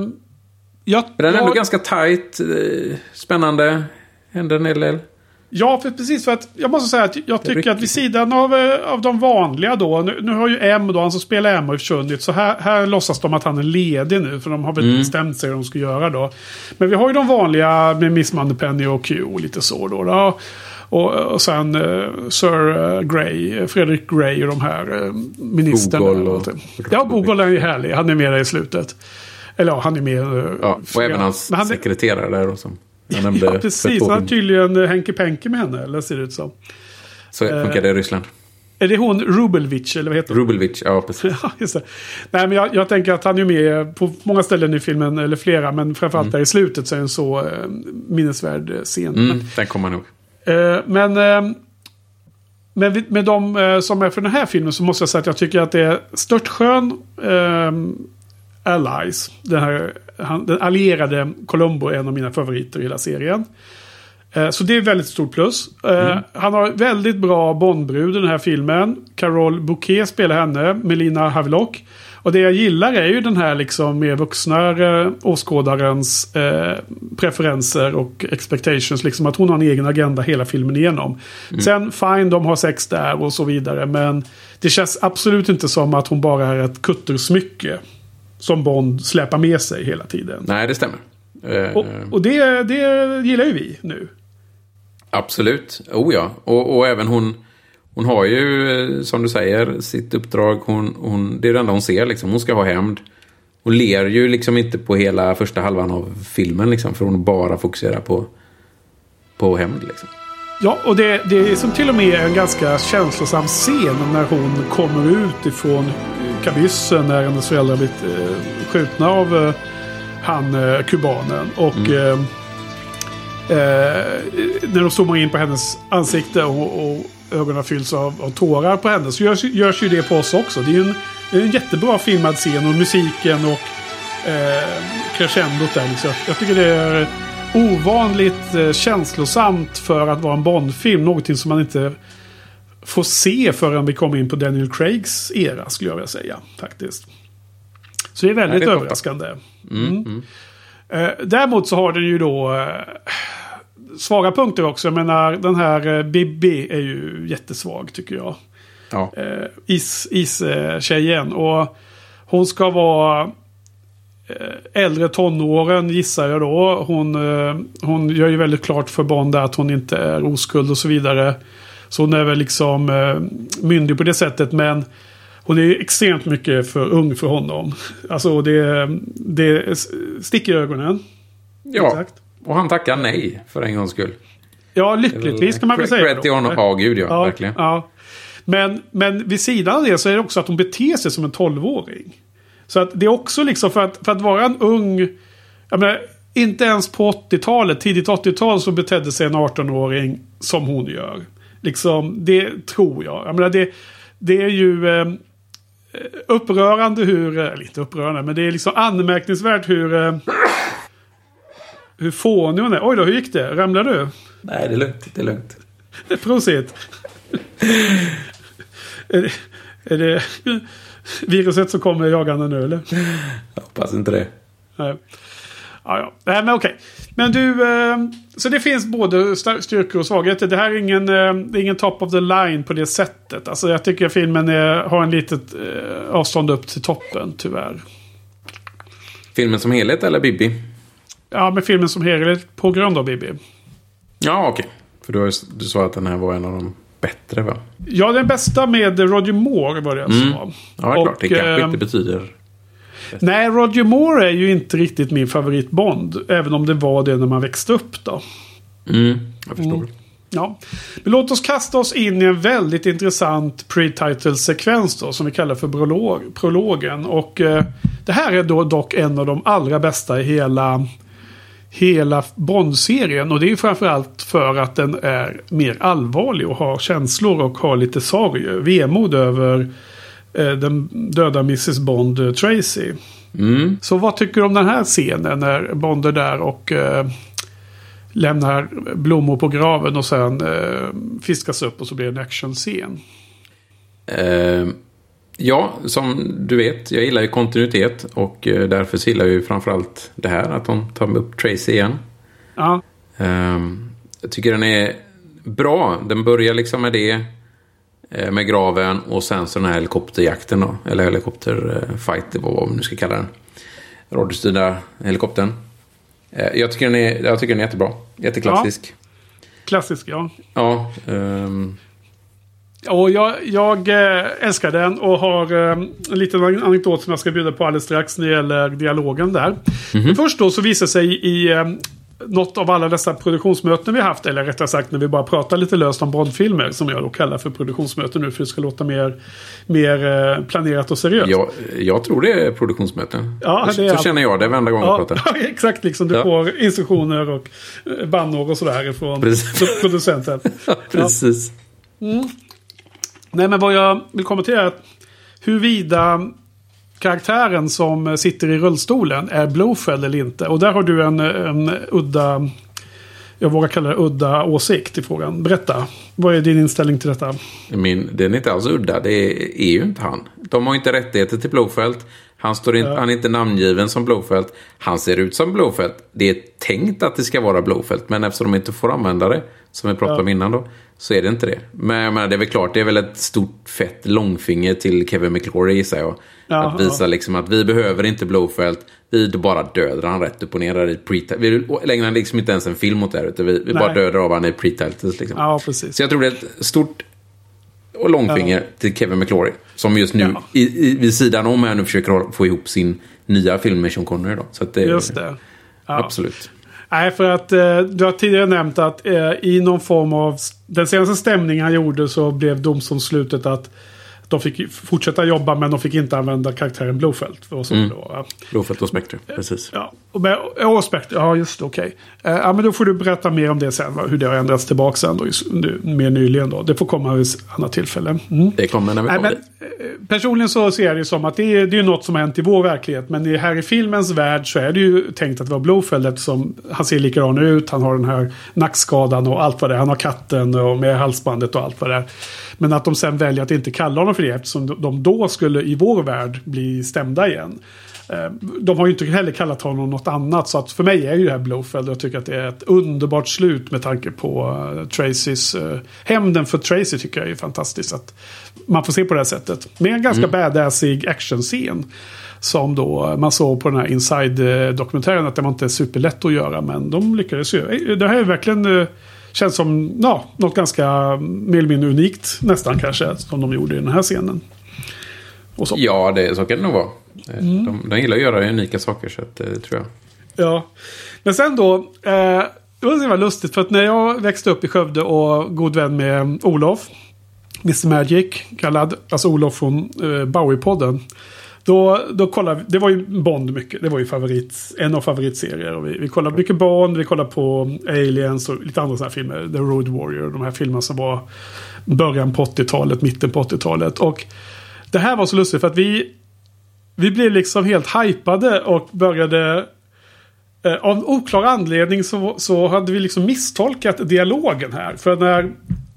Speaker 1: jag,
Speaker 2: den är
Speaker 1: jag,
Speaker 2: ändå ganska tight, eh, spännande. Händer en hel del.
Speaker 1: Ja, för precis, för att jag måste säga att jag tycker att vid sidan av, av de vanliga då, nu, nu har ju M då, han som spelar M har försvunnit, så här, här låtsas de att han är ledig nu, för de har väl mm. bestämt sig hur de ska göra då. Men vi har ju de vanliga med Miss Moneypenny och Q och lite så då. då. Och, och sen uh, Sir uh, Grey, Fredrik Grey och de här uh, ministern.
Speaker 2: Google och,
Speaker 1: ja, Google är ju härlig, han är med i slutet. Eller ja, han är med. Uh,
Speaker 2: ja, och även hans han sekreterare är... där och som...
Speaker 1: Ja, precis. Han har tydligen Henke Penke med henne, eller ser det ut som.
Speaker 2: Så funkar det i Ryssland.
Speaker 1: Är det hon Rubelvich, eller vad heter hon?
Speaker 2: Rubelvich, ja, precis.
Speaker 1: Ja, just det. Nej, men jag, jag tänker att han är med på många ställen i filmen, eller flera, men framförallt mm. där i slutet så är det en så eh, minnesvärd scen.
Speaker 2: Mm, den kommer nog.
Speaker 1: Eh, men eh, men med de eh, som är för den här filmen så måste jag säga att jag tycker att det är störtskön eh, Allies. Den här Han, den allierade Columbo är en av mina favoriter i hela serien. Eh, så det är väldigt stort plus. Eh, mm. Han har väldigt bra Bondbrud i den här filmen. Carole Bouquet spelar henne. Melina Havelock. Och det jag gillar är ju den här liksom mer vuxna eh, åskådarens eh, preferenser och expectations. Liksom att hon har en egen agenda hela filmen igenom. Mm. Sen fine, de har sex där och så vidare. Men det känns absolut inte som att hon bara är ett kuttersmycke som Bond släpar med sig hela tiden.
Speaker 2: Nej, det stämmer. Uh,
Speaker 1: och och det, det gillar ju vi nu.
Speaker 2: Absolut. Oh ja. Och, och även hon hon har ju, som du säger, sitt uppdrag. Hon, hon, det är det enda hon ser. Liksom. Hon ska ha hämnd. Hon ler ju liksom inte på hela första halvan av filmen. Liksom, för hon bara fokuserar på, på hämnd. Liksom. Ja,
Speaker 1: och det, det är som till och med en ganska känslosam scen när hon kommer ut ifrån kabyssen när hennes föräldrar blivit eh, skjutna av eh, han eh, kubanen. Och mm. eh, eh, när de zoomar in på hennes ansikte och, och ögonen fylls av, av tårar på henne så görs, görs ju det på oss också. Det är ju en, en jättebra filmad scen och musiken och eh, crescendot där. Liksom. Jag tycker det är ovanligt eh, känslosamt för att vara en Bond-film. Någonting som man inte får se förrän vi kommer in på Daniel Craigs era, skulle jag vilja säga. Faktiskt. Så det är väldigt Nej, det är överraskande. Mm. Mm. Eh, däremot så har den ju då eh, svaga punkter också. Jag menar, den här eh, Bibi är ju jättesvag tycker jag.
Speaker 2: Ja.
Speaker 1: Eh, is, is eh, tjejen. Och hon ska vara äldre tonåren gissar jag då. Hon, hon gör ju väldigt klart för Bond att hon inte är oskuld och så vidare. Så hon är väl liksom myndig på det sättet. Men hon är extremt mycket för ung för honom. Alltså det, det sticker i ögonen.
Speaker 2: Ja,
Speaker 1: exakt.
Speaker 2: Och han tackar nej för en gångs skull.
Speaker 1: Ja, lyckligtvis kan man väl säga.
Speaker 2: Cred till honom. Ja, gud ja,
Speaker 1: ja
Speaker 2: verkligen.
Speaker 1: Ja. Men, men vid sidan av det så är det också att hon beter sig som en tolvåring. Så att det är också liksom för att, för att vara en ung... Jag menar, inte ens på åttiotalet, tidigt åttiotal så betedde sig en artonåring som hon gör. Liksom, det tror jag. Jag menar, det, det är ju eh, upprörande hur... Eller inte upprörande, men det är liksom anmärkningsvärt hur... Eh, hur fånig hon är. Oj då, hur gick det? Ramlade du?
Speaker 2: Nej, det är lugnt. Det är lugnt.
Speaker 1: Prosit. är det... Är det viruset som kommer jagande nu, eller?
Speaker 2: Jag hoppas inte det.
Speaker 1: Nej. Ja, ja. Nej, men okej. Men du, eh, så det finns både styrkor och svagheter. Det här är ingen, eh, det är ingen top of the line på det sättet. Alltså jag tycker filmen är, har en litet eh, avstånd upp till toppen, tyvärr.
Speaker 2: Filmen som helhet eller Bibi?
Speaker 1: Ja, men filmen som helhet på grund av Bibi.
Speaker 2: Ja, okej. Okay. För du, du sa att den här var en av de bättre, va? Ja,
Speaker 1: den bästa med Roger Moore var det jag
Speaker 2: mm.
Speaker 1: sa.
Speaker 2: Ja, och, klart. Det kanske äh, inte betyder...
Speaker 1: Nej, Roger Moore är ju inte riktigt min favorit Bond. Även om det var det när man växte upp då.
Speaker 2: Mm, jag förstår. Mm.
Speaker 1: Ja. Men låt oss kasta oss in i en väldigt intressant pre-title-sekvens då. Som vi kallar för prolog, prologen. Och eh, det här är då dock en av de allra bästa i hela... Hela Bond-serien. Och det är ju framförallt för att den är mer allvarlig och har känslor och har lite sorg. Vemod över eh, den döda missus Bond, eh, Tracy.
Speaker 2: Mm.
Speaker 1: Så vad tycker du om den här scenen när Bond är där och eh, lämnar blommor på graven och sen eh, fiskas upp och så blir det en actionscen?
Speaker 2: Uh. Ja, som du vet, jag gillar ju kontinuitet och därför så gillar jag ju framförallt det här, att de tar upp Tracy igen.
Speaker 1: Ja.
Speaker 2: Um, jag tycker den är bra. Den börjar liksom med det, med graven och sen så den här helikopterjakten då, eller helikopterfight, vad man nu ska kalla den. Radiostyrda helikoptern. Uh, jag tycker den är, jag tycker den är jättebra. Jätteklassisk.
Speaker 1: Ja. Klassisk, ja.
Speaker 2: Ja, um,
Speaker 1: Och jag, jag äh, älskar den och har äh, en liten anekdot som jag ska bjuda på alldeles strax när det gäller dialogen där. Mm-hmm. Men först då så visar sig i äh, något av alla dessa produktionsmöten vi har haft, eller rättare sagt när vi bara pratar lite löst om Bondfilmer, som jag då kallar för produktionsmöten nu för det ska låta mer, mer äh, planerat och seriöst.
Speaker 2: Jag, jag tror det är produktionsmöten.
Speaker 1: Ja, det
Speaker 2: så
Speaker 1: är
Speaker 2: så känner jag det varenda gång jag
Speaker 1: ja,
Speaker 2: pratar.
Speaker 1: Ja, exakt, liksom du ja. får instruktioner och äh, bannor och sådär från producenten.
Speaker 2: Precis.
Speaker 1: Ja. Mm. Nej, men vad jag vill kommentera är att huruvida karaktären som sitter i rullstolen är Blofeld eller inte. Och där har du en, en udda, jag vågar kalla det udda åsikt i frågan. Berätta, vad är din inställning till detta?
Speaker 2: Min, den är inte alls udda, det är, är ju inte han. De har inte rättigheter till Blofeld. Han, står in, ja. han är inte namngiven som Blofeld. Han ser ut som Blofeld. Det är tänkt att det ska vara Blofeld, men eftersom de inte får använda det, som vi pratade ja. om innan då, så är det inte det. Men, men det är väl klart, det är väl ett stort fett långfinger till Kevin McClory, gissar jag. Ja, att visa ja. liksom att vi behöver inte Blofeld. Vi bara dödar han rätt upp och ner i pre-titles. Vi lägger liksom inte ens en film mot det här, utan vi, vi bara dödar av han i pre-titles. Liksom.
Speaker 1: Ja, precis.
Speaker 2: Så jag tror det är ett stort och långfinger ja. till Kevin McClory, som just nu ja. i, i, vid sidan om här nu försöker få ihop sin nya film med Sean Connery då. Så att det,
Speaker 1: just det. Ja.
Speaker 2: Absolut.
Speaker 1: Nej, för att eh, du har tidigare nämnt att eh, i någon form av den senaste stämningen han gjorde så blev domstolsslutet att de fick fortsätta jobba, men de fick inte använda karaktären Blofeld. Mm. Ja.
Speaker 2: Blofeld och Spectre, precis.
Speaker 1: Ja, och, med, och Spectre, ja just det, okej. Okay. Uh, ja, men då får du berätta mer om det sen, va? Hur det har ändrats tillbaka sen då, just, nu, mer nyligen då. Det får komma vid ett annat tillfälle. Mm.
Speaker 2: Det kommer när vi kommer. Nej,
Speaker 1: men, personligen så ser jag det som att det är, det är något som har hänt i vår verklighet, men här i filmens värld så är det ju tänkt att vara Blofeld, eftersom han ser likadan ut, han har den här nackskadan och allt vad det är, han har katten och med halsbandet och allt vad det är. Men att de sen väljer att inte kalla honom för det, eftersom de då skulle i vår värld bli stämda igen. De har ju inte heller kallat honom något annat, så att för mig är ju det här Blofeld, och jag tycker att det är ett underbart slut med tanke på Tracys uh, hämnden för Tracy tycker jag är fantastiskt att man får se på det här sättet. Med en ganska mm. badassig actionscen som då man såg på den här Inside-dokumentären, att det var inte superlätt att göra, men de lyckades ju. Det här är verkligen uh, känns som ja, något ganska mer eller mindre unikt nästan kanske, som de gjorde i den här scenen. Och så.
Speaker 2: Ja, det, så kan det nog vara. Mm. De, de gillar att göra unika saker, så att, det tror jag.
Speaker 1: Ja, men sen då eh, det var lustigt, för att när jag växte upp i Skövde och god vän med Olof, mister Magic kallad, alltså Olof från eh, Bowie-podden, Då, då kollade, det var ju Bond mycket. Det var ju favorit, en av favoritserier. Och vi, vi kollade mycket Bond, vi kollade på Aliens och lite andra sådana här filmer. The Road Warrior, de här filmerna som var början på åttiotalet, mitten på åttiotalet. Och det här var så lustigt för att vi vi blev liksom helt hypade och började eh, av oklar anledning så, så hade vi liksom misstolkat dialogen här. För när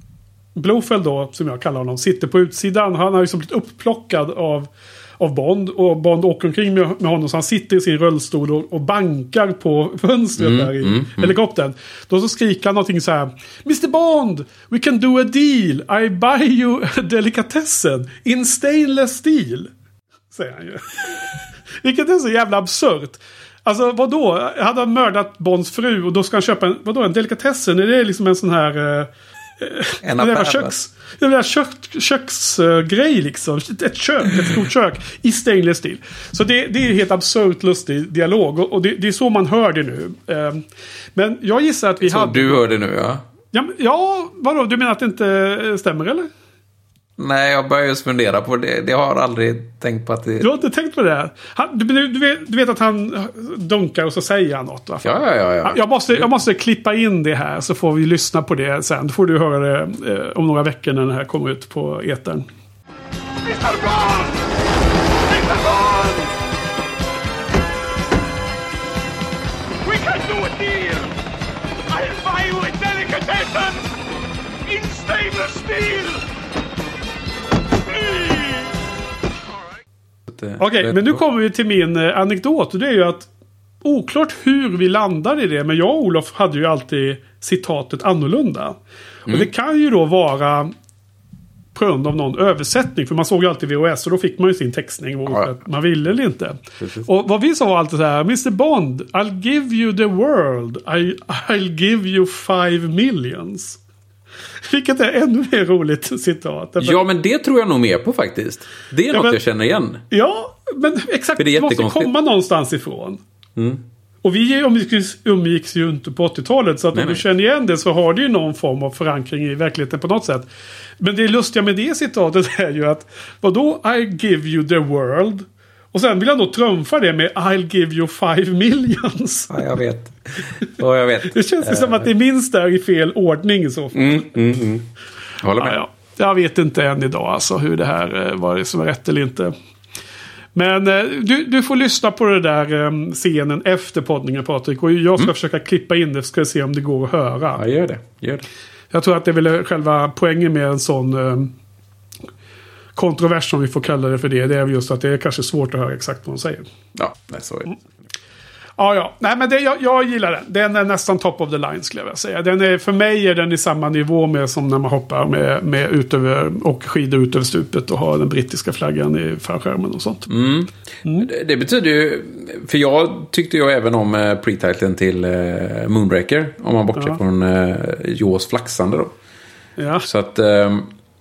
Speaker 1: Blofeld då, som jag kallar honom, sitter på utsidan, han har liksom blivit upplockad av av Bond, och Bond åker omkring med, med honom, så han sitter i sin rullstol och, och bankar på fönstret mm, där i mm, helikoptern. Då så skriker han någonting så här: mister Bond, we can do a deal. I buy you a delicatessen in stainless steel. Säger han ju. Vilket är så jävla absurt. Alltså vadå? Hade han mördat Bonds fru och då ska han köpa en, vadå, en delikatessen? Är det liksom en sån här... Eh,
Speaker 2: En
Speaker 1: det där
Speaker 2: affär.
Speaker 1: köks, det där kök, köksgrej liksom. Ett kök, ett stort kök i stainless steel. Så det, det är helt absurt lustig dialog. Och, och det, det är så man hör det nu. Um, men jag gissar att vi
Speaker 2: Så
Speaker 1: hade...
Speaker 2: du hör det nu, ja?
Speaker 1: Ja, ja, vadå? Du menar att det inte stämmer, eller?
Speaker 2: Nej, jag börjar just fundera på det. Det har aldrig tänkt på att det...
Speaker 1: Du har inte tänkt på det? Han, du, du, vet, du vet att han dunkar och så säger han något, va?
Speaker 2: Ja, ja, ja. ja.
Speaker 1: Jag, måste, jag måste klippa in det här så får vi lyssna på det sen. Då får du höra det eh, om några veckor när det här kommer ut på etern.
Speaker 6: mister Bond! mister Bond! We can do a deal! I'll buy you a delicatessen in stainless steel!
Speaker 1: Okej, okay, men nu kommer vi till min eh, anekdot. Och det är ju att oklart hur vi landar i det. Men jag och Olof hade ju alltid citatet annorlunda. Mm. Och det kan ju då vara på grund av någon översättning. För man såg ju alltid V H S och då fick man ju sin textning. Ja. Man ville eller inte. Precis. Och vad vi sa var alltid så här: mister Bond, I'll give you the world. I, I'll give you five millions. Vilket är ännu mer roligt citat.
Speaker 2: Ja, men det tror jag nog mer på faktiskt. Det är ja, något men, jag känner igen.
Speaker 1: Ja, men exakt. Det måste komma någonstans ifrån.
Speaker 2: Mm.
Speaker 1: Och vi umgicks, umgicks ju inte på åttiotalet. Så att nej, om nej. du känner igen det så har det ju någon form av förankring i verkligheten på något sätt. Men det lustiga med det citatet är ju att vadå I give you the world? Och sen vill jag då trumfa det med I'll give you five millions.
Speaker 2: Ja, jag vet. Ja, jag vet.
Speaker 1: Det känns uh, som att det minst är i fel ordning i så fall.
Speaker 2: Mm, mm, mm. Jag håller med.
Speaker 1: Ja, ja. Jag vet inte än idag alltså hur det här var det som är rätt eller inte. Men eh, du, du får lyssna på det där eh, scenen efter poddningen, Patrik. Och jag ska mm. försöka klippa in det. Ska se om det går att höra.
Speaker 2: Ja, gör det. Gör det.
Speaker 1: Jag tror att det är väl själva poängen med en sån eh, kontrovers, om vi får kalla det för det. Det är just att det är kanske svårt att höra exakt vad de säger.
Speaker 2: Ja, nej, så är det. Mm.
Speaker 1: Ja, ja. Nej, men det, jag, jag gillar den. Den är nästan top of the line, skulle jag vilja säga. Den är, för mig är den i samma nivå med som när man hoppar med, med utöver, och skidor ut över stupet och har den brittiska flaggan i fallskärmen och sånt.
Speaker 2: Mm. Mm. Det, det betyder ju... För jag tyckte ju även om eh, pre-titeln till eh, Moonraker. Om man bortser ja. från eh, Jaws flaxande då.
Speaker 1: Ja.
Speaker 2: Så att... Eh,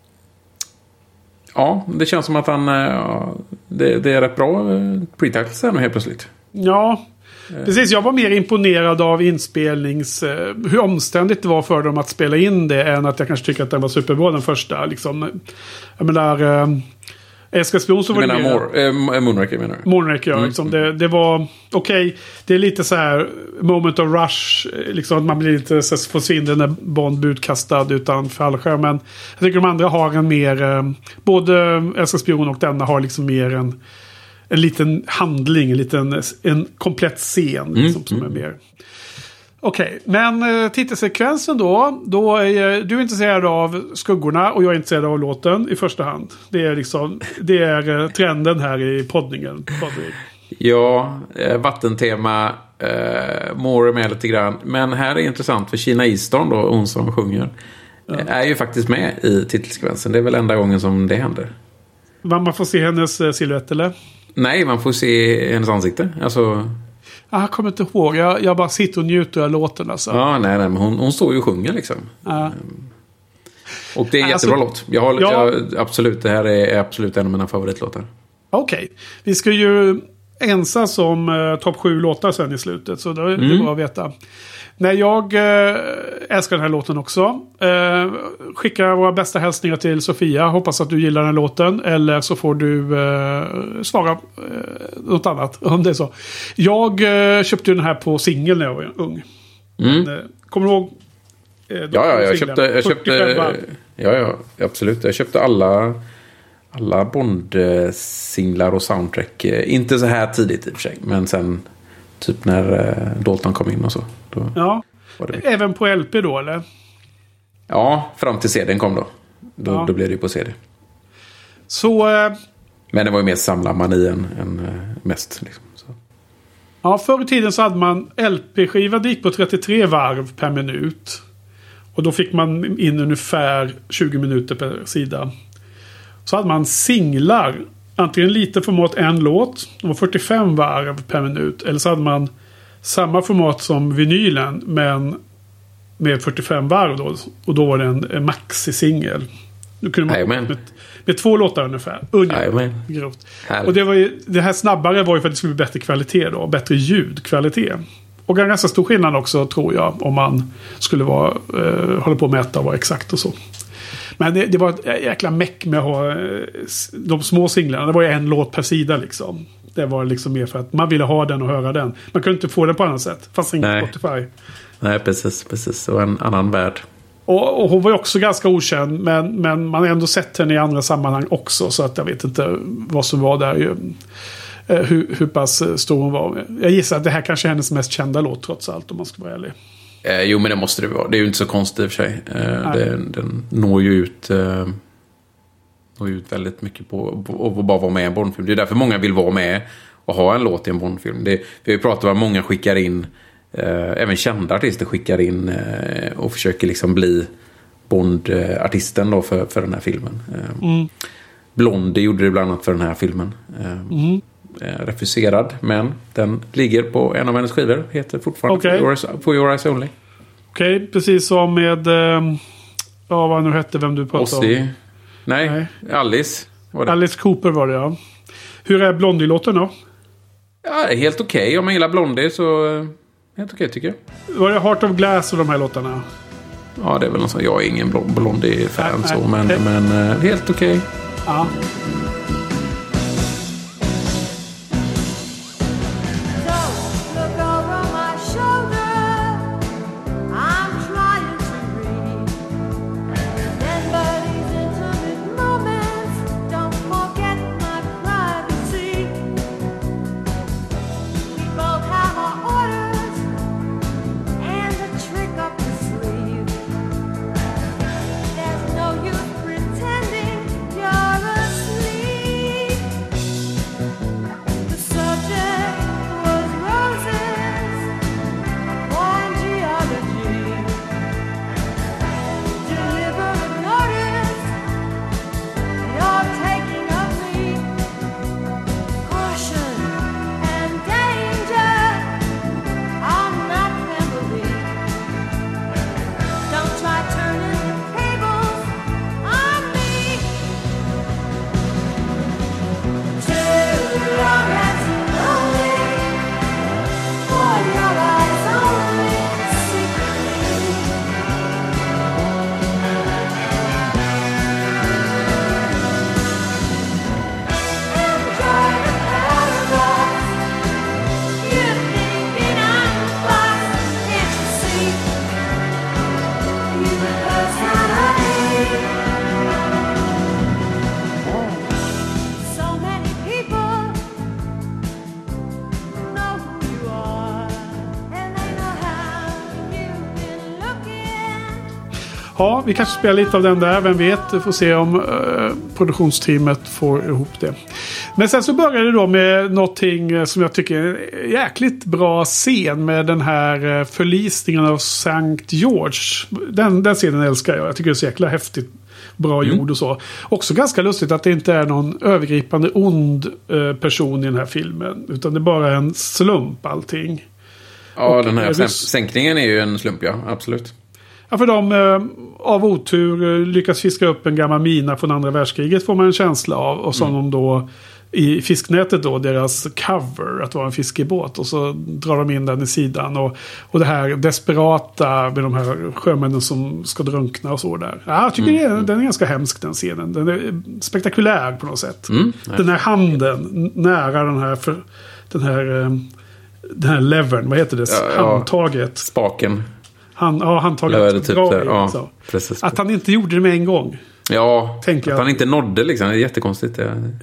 Speaker 2: ja, det känns som att han... Eh, det, det är rätt bra eh, pre-titles här nu helt plötsligt.
Speaker 1: Ja, precis. Jag var mer imponerad av inspelnings... Eh, hur omständigt det var för dem att spela in det än att jag kanske tycker att den var superbra den första. Liksom. Jag menar... Eh, Eskilsbron så var
Speaker 2: du
Speaker 1: det
Speaker 2: menar mer... Eh, Moonraker menar du?
Speaker 1: Moonraker, ja. Mm. Liksom. Det, det var... Okej, okay, det är lite så här moment of rush. Liksom att man blir lite så försvinner när Bond blir utkastad utan fallskärm. Men jag tycker de andra har en mer... Eh, både Eskilsbron och denna har liksom mer en... En liten handling, en, liten, en komplett scen mm, liksom, som mm. är mer... Okej, okay, men eh, titelsekvensen då. Då är du intresserad av skuggorna och jag är intresserad av låten i första hand. Det är liksom, det är eh, trenden här i poddningen. Poddning.
Speaker 2: Ja, eh, vattentema, eh, more med lite grann. Men här är intressant för Sheena Easton då, hon som sjunger, ja. är ju faktiskt med i titelsekvensen. Det är väl enda gången som det händer.
Speaker 1: Man får se hennes eh, silhuett, eller?
Speaker 2: Nej, man får se hennes ansikte. Alltså...
Speaker 1: Jag kommer inte ihåg. Jag, jag bara sitter och njuter av låten. Alltså.
Speaker 2: Ja, nej, nej. Men hon, hon står ju och sjunger liksom.
Speaker 1: Ja.
Speaker 2: Och det är en
Speaker 1: alltså,
Speaker 2: jättebra låt. Jag har,
Speaker 1: ja.
Speaker 2: jag, absolut, det här är absolut en av mina favoritlåtar.
Speaker 1: Okej. Okay. Vi ska ju ensa som uh, topp sju låtar sen i slutet. Så det är
Speaker 2: mm.
Speaker 1: bra att veta. Nej, jag äh, älskar den här låten också. Äh, skickar våra bästa hälsningar till Sofia. Hoppas att du gillar den låten. Eller så får du äh, svara äh, något annat om det är så. Jag äh, köpte den här på singel när jag var ung.
Speaker 2: Mm.
Speaker 1: Men, äh, kommer du ihåg? Äh,
Speaker 2: ja, ja, jag köpte... Jag köpte ja, ja, absolut. Jag köpte alla... Alla Bond-singlar och soundtrack. Inte så här tidigt i och för sig. Men sen... Typ när uh, Dalton kom in och så. Då
Speaker 1: ja, även på L P då, eller?
Speaker 2: Ja, fram till C D:n kom då. Då,
Speaker 1: ja.
Speaker 2: då blev det ju på C D.
Speaker 1: Så... Uh,
Speaker 2: Men det var ju mer samlarmani än, än uh, mest. Liksom, så.
Speaker 1: Ja, förr i tiden så hade man L P-skiva. Det gick på trettiotre varv per minut. Och då fick man in ungefär tjugo minuter per sida. Så hade man singlar... Antingen lite format en låt. Det var fyrtiofem varv per minut. Eller så hade man samma format som vinylen. Men med fyrtiofem varv då. Och då var det en, en maxi-singel. Nu kunde man med, med två låtar ungefär. Ungefär. Grovt. Och det, var ju, det här snabbare var ju för att det skulle bli bättre kvalitet då. Bättre ljudkvalitet. Och en ganska stor skillnad också tror jag. Om man skulle vara, eh, hålla på att mäta och vara exakt och så. Men det, det var ett jäkla meck med att ha eh, de små singlarna. Det var ju en låt per sida liksom. Det var liksom mer för att man ville ha den och höra den. Man kunde inte få den på annat sätt. Fast inte Spotify.
Speaker 2: Nej, precis. precis. Det var en annan värld.
Speaker 1: Och, och hon var ju också ganska okänd. Men, men man har ändå sett henne i andra sammanhang också. Så att jag vet inte vad som var där. Hur, hur pass stor hon var. Jag gissar att det här kanske är hennes mest kända låt trots allt. Om man ska vara ärlig.
Speaker 2: Eh, jo, men det måste det vara. Det är ju inte så konstigt i och för sig. Eh, det, den når ju ut... Eh, når ut väldigt mycket på, på att bara vara med i en Bondfilm. Det är därför många vill vara med och ha en låt i en Bondfilm. Det, vi har ju pratat om att många skickar in... Eh, även kända artister skickar in eh, och försöker liksom bli Bond-artisten då för, för den här filmen. Eh, mm. Blondie gjorde det bland annat för den här filmen. Eh, mm. eh, refuserad, men den ligger på en av hennes skivor. Heter fortfarande
Speaker 1: okay.
Speaker 2: For, Your, For Your Eyes Only.
Speaker 1: Okej, okay, precis som med... Eh, ja, vad nu hette, vem du pratade
Speaker 2: Ossie.
Speaker 1: om.
Speaker 2: Nej, Nej, Alice. Var det.
Speaker 1: Alice Cooper var det, ja. Hur är Blondie-låten då?
Speaker 2: Ja, helt okej. Okay. Om man gillar Blondie så... Helt okej okay, tycker jag.
Speaker 1: Var det Heart of Glass och de här låtarna?
Speaker 2: Ja, det är väl något sånt. Jag är ingen Blondie-fan så, men,
Speaker 1: nej.
Speaker 2: men uh, helt okej. Okay.
Speaker 1: Ja. Ja, vi kanske spelar lite av den där. Vem vet, vi får se om uh, produktionsteamet får ihop det. Men sen så börjar det då med någonting som jag tycker är jäkligt bra scen med den här förlisningen av Sankt George. Den, den scenen älskar jag. Jag tycker det är så jäkla häftigt. Bra mm. gjord och så. Också ganska lustigt att det inte är någon övergripande ond uh, person i den här filmen. Utan det är bara en slump allting.
Speaker 2: Ja,
Speaker 1: och
Speaker 2: den här säm- sänkningen är ju en slump, ja. Absolut.
Speaker 1: Ja, för de eh, av otur eh, lyckas fiska upp en gammal mina från andra världskriget får man en känsla av. Och som mm. de då i fisknätet då, deras cover, att vara en fiskebåt. Och så drar de in den i sidan. Och, och det här desperata med de här sjömännen som ska drunkna och så där. Ja, jag tycker mm. det, den är ganska hemsk den scenen. Den är spektakulär på något sätt. Mm. Den här handen nära den här, för, den här, eh, den här levern, vad heter det?
Speaker 2: Ja,
Speaker 1: handtaget.
Speaker 2: Ja, spaken.
Speaker 1: Han, ja, han tagit
Speaker 2: typ
Speaker 1: bra
Speaker 2: där.
Speaker 1: in,
Speaker 2: Ja, precis.
Speaker 1: Att han inte gjorde det med en gång.
Speaker 2: Ja,
Speaker 1: tänker
Speaker 2: att
Speaker 1: jag.
Speaker 2: han inte nådde liksom. Det är jättekonstigt.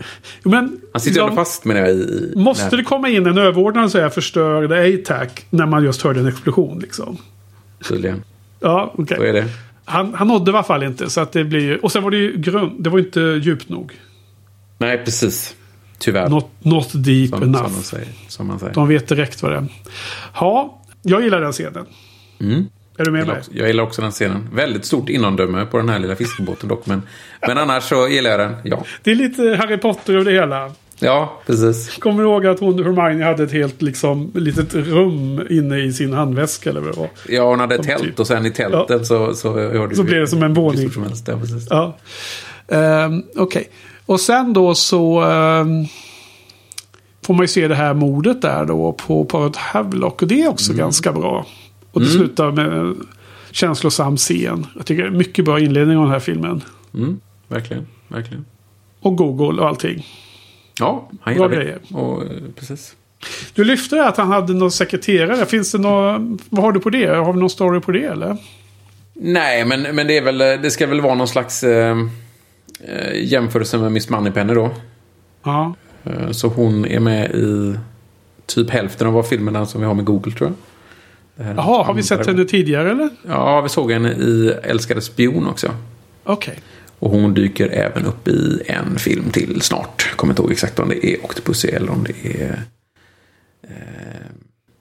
Speaker 1: Men,
Speaker 2: han sitter ju ändå fast med det i...
Speaker 1: Måste det komma in en överordnad och säga förstör the A-tac när man just hörde en explosion liksom?
Speaker 2: Tydligen.
Speaker 1: Ja, okej. Okay.
Speaker 2: Så är det.
Speaker 1: Han, han nådde i alla fall inte. Så att det blir, och sen var det ju grund. Det var inte djupt nog.
Speaker 2: Nej, precis. Tyvärr.
Speaker 1: Not, not deep
Speaker 2: som,
Speaker 1: enough.
Speaker 2: Som man säger, som man säger.
Speaker 1: De vet direkt vad det är. Ja, jag gillar den scenen.
Speaker 2: Mm.
Speaker 1: Är du med
Speaker 2: jag
Speaker 1: mig?
Speaker 2: Också, jag gillar också den scenen. Väldigt stort innandöme på den här lilla fiskebåten dock. Men, men annars så gillar jag den, ja.
Speaker 1: Det är lite Harry Potter och det hela.
Speaker 2: Ja, precis.
Speaker 1: Kommer du ihåg att hon, Hermione hade ett helt liksom, litet rum inne i sin handväska eller vad det var?
Speaker 2: Ja, hon hade ett tält typ. Och sen i tältet ja. så, så, hörde
Speaker 1: så blev det som en våning.
Speaker 2: Ja, precis.
Speaker 1: Ja. Um, Okej. Okay. Och sen då så um, får man ju se det här mordet där då på paret Havelock. Och det är också mm. ganska bra. Och det mm. slutar med en känslosam scen. Jag tycker det är mycket bra inledning av den här filmen.
Speaker 2: Mm. Verkligen, verkligen.
Speaker 1: Och Google och allting.
Speaker 2: Ja, han gillar det. Och, precis.
Speaker 1: Du lyfte att han hade någon sekreterare. Finns det någon... Vad har du på det? Har vi någon story på det eller?
Speaker 2: Nej, men, men det är väl... Det ska väl vara någon slags eh, jämförelse med Miss Moneypenny då.
Speaker 1: Ja.
Speaker 2: Eh, så hon är med i typ hälften av vad filmerna som vi har med Google, tror jag.
Speaker 1: Jaha, har vi sett henne tidigare eller?
Speaker 2: Ja, vi såg henne i Älskade spion också.
Speaker 1: Okej. Okay. Och
Speaker 2: hon dyker även upp i en film till snart. Kommer inte ihåg exakt om det är Octopussy eller om det är eh,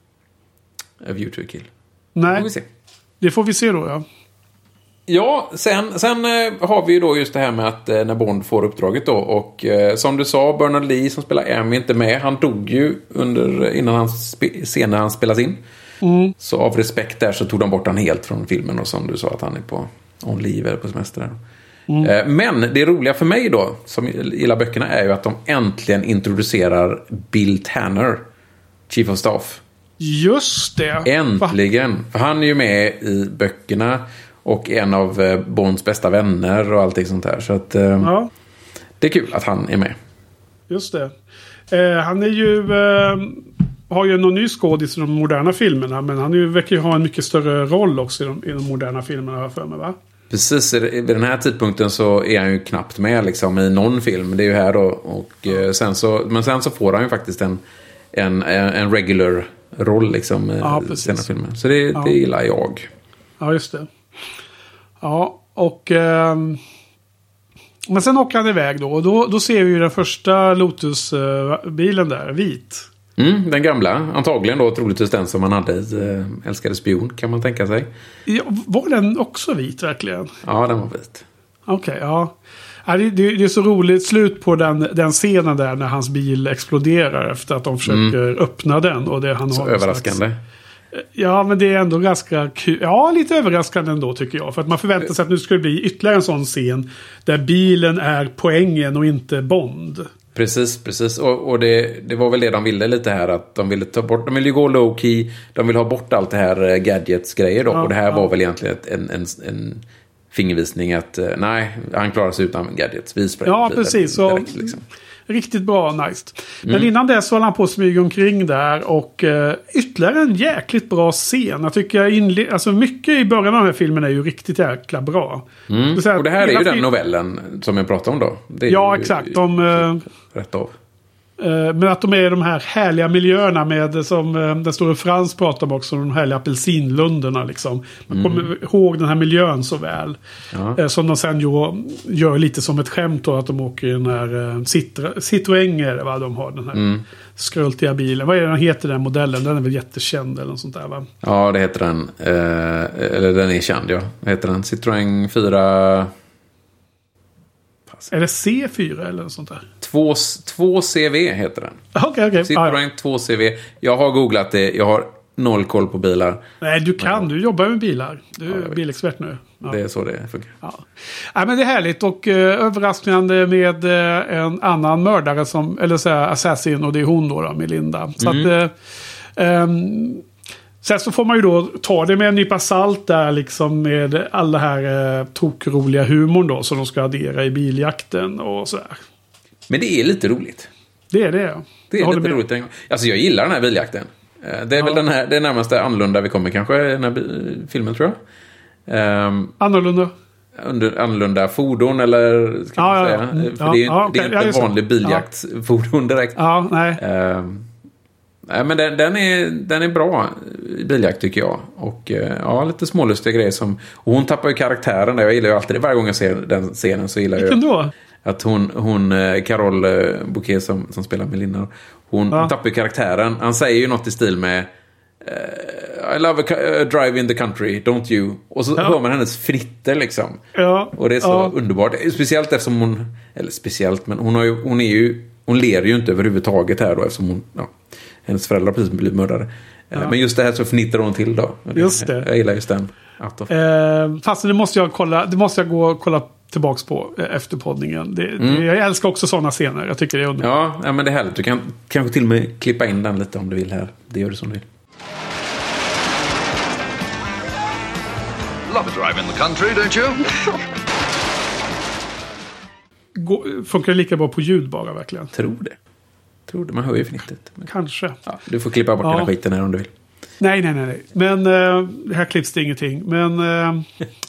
Speaker 2: A View to a Kill.
Speaker 1: Nej,
Speaker 2: får vi se.
Speaker 1: Det får vi se då, ja.
Speaker 2: Ja, sen, sen eh, har vi ju då just det här med att eh, när Bond får uppdraget då. Och eh, som du sa, Bernard Lee som spelar M är inte med. Han dog ju under, innan han spe, senare han spelas in.
Speaker 1: Mm.
Speaker 2: Så av respekt där så tog de bort han helt från filmen. Och som du sa att han är på on leave eller på semester där. Mm. Men det roliga för mig då, som gillar böckerna, är ju att de äntligen introducerar Bill Tanner, Chief of Staff.
Speaker 1: Just det.
Speaker 2: Äntligen. Va? För han är ju med i böckerna och en av Bonds bästa vänner och allting sånt där. Så att ja. Det är kul att han är med.
Speaker 1: Just det. Eh, han är ju... Eh, har ju någon ny skådis i de moderna filmerna, men han är ju, verkar ju ha en mycket större roll också i de, i de moderna filmerna, här för mig, va?
Speaker 2: Precis, vid den här tidpunkten så är han ju knappt med liksom i någon film. Det är ju här då. Och, ja. sen så, men sen så får han ju faktiskt en, en, en regular roll liksom
Speaker 1: ja,
Speaker 2: i senare filmer. Så det, ja. det gillar jag.
Speaker 1: Ja, just det. Ja, och... Eh, men sen åker han iväg då. Och då, då ser vi ju den första Lotus-bilen där, vit.
Speaker 2: Mm, den gamla. Antagligen då troligtvis den som man hade i äh, Älskade spion, kan man tänka sig.
Speaker 1: Ja, var den också vit verkligen?
Speaker 2: Ja, den var vit.
Speaker 1: Okej, okay, ja. ja det, det, det är så roligt slut på den, den scenen där när hans bil exploderar efter att de försöker mm. öppna den. Och det, han
Speaker 2: så
Speaker 1: har
Speaker 2: överraskande.
Speaker 1: Slags, ja, men det är ändå ganska kul. Ja, lite överraskande ändå tycker jag. För att man förväntar sig att nu ska det bli ytterligare en sån scen där bilen är poängen och inte Bond.
Speaker 2: Precis, precis. Och, och det, det var väl det de ville lite här. Att de ville ta bort, de ville ju gå low key. De ville ha bort allt det här gadgets-grejer då. Ja, och det här ja. var väl egentligen ett, en, en, en fingervisning att nej, han klarar sig utan gadgets. Vi spränger
Speaker 1: ja, precis. Direkt, så, liksom. Riktigt bra, nice. Men mm. innan det så håller han på att smyga omkring där. Och uh, ytterligare en jäkligt bra scen. Jag tycker inle- alltså mycket i början av den här filmen är ju riktigt jäkla bra.
Speaker 2: Mm. Och det här är ju den film- novellen som jag pratade om då. Det är
Speaker 1: ja,
Speaker 2: ju,
Speaker 1: exakt. De, uh,
Speaker 2: rätt av.
Speaker 1: Men att de är de här härliga miljöerna med, som den stora Frans pratar om också, de härliga apelsinlunderna liksom. Man kommer mm. ihåg den här miljön så väl. Ja. Som de sen ju gör lite som ett skämt då, att de åker i den här Citra- Citroën, va? De har den här mm. skröltiga bilen. Vad är den heter den modellen? Den är väl jättekänd eller något sånt där, va?
Speaker 2: Ja, det heter den. Eh, eller den är känd, ja. Vad heter den? Citroën fyra...
Speaker 1: Är det C fyra eller något sånt där?
Speaker 2: två C V heter den.
Speaker 1: Okej, okay, okej. Okay.
Speaker 2: Citroën två C V. Jag har googlat det. Jag har noll koll på bilar.
Speaker 1: Nej, du kan. Men... Du jobbar med bilar. Du är ja, bilexpert nu.
Speaker 2: Ja. Det är så det funkar.
Speaker 1: Ja. Ja, men det är härligt och uh, överraskande med uh, en annan mördare som, eller så här, assassin, och det är hon då, då Melinda. Så mm. att... Uh, um, Sen så får man ju då ta det med en nypa salt där liksom med alla här eh, tokroliga humorn då som de ska addera i biljakten och sådär.
Speaker 2: Men det är lite roligt.
Speaker 1: Det är det, ja.
Speaker 2: Det är lite roligt. Alltså jag gillar den här biljakten. Det är ja. väl den här, det är närmaste annorlunda vi kommer kanske i den här filmen, tror jag. Um,
Speaker 1: annorlunda?
Speaker 2: Under, annorlunda fordon eller ska man
Speaker 1: ja,
Speaker 2: säga.
Speaker 1: Ja,
Speaker 2: För
Speaker 1: ja,
Speaker 2: det är,
Speaker 1: ja,
Speaker 2: det är
Speaker 1: okay,
Speaker 2: inte ja, vanlig biljaktsfordon direkt.
Speaker 1: Ja, nej.
Speaker 2: Um, Nej, men den, den, är, den är bra i biljakt tycker jag. Och ja, lite smålustiga grejer som... Och hon tappar ju karaktären där. Jag gillar ju alltid det. Varje gång jag ser den scenen så gillar jag...
Speaker 1: Vilken då?
Speaker 2: Att hon, hon Carol Bouquet som, som spelar Melinda. Hon, ja. hon tappar ju karaktären. Han säger ju något i stil med... Uh, I love a, a drive in the country, don't you? Och så ja. hör man hennes fritter liksom.
Speaker 1: Ja.
Speaker 2: Och det är så
Speaker 1: ja.
Speaker 2: underbart. Speciellt eftersom hon... Eller speciellt, men hon, har ju, hon är ju hon ler ju inte överhuvudtaget här då, eftersom hon, ja, hennes föräldrar precis blivit mördade. Ja. Men just det här så fnittrar hon till då.
Speaker 1: Just det.
Speaker 2: Jag gillar just den.
Speaker 1: Eh, fast det måste jag kolla, det måste jag gå och kolla tillbaks på efter poddningen. Det, mm. det, jag älskar också sådana scener. Jag tycker det är underbart.
Speaker 2: Ja, ja, men det är härligt. Du kan kanske till och med klippa in den lite om du vill här. Det gör du som du vill.
Speaker 5: Love a drive in the country, don't you?
Speaker 1: Gå, funkar det lika bra på ljud bara, verkligen?
Speaker 2: Tror det. Tror det. Man hör ju fnittet. Men...
Speaker 1: Kanske.
Speaker 2: Ja, du får klippa bort ja. den här skiten här om du vill.
Speaker 1: Nej, nej, nej. nej. Men uh, här klipps det ingenting. Men... Uh,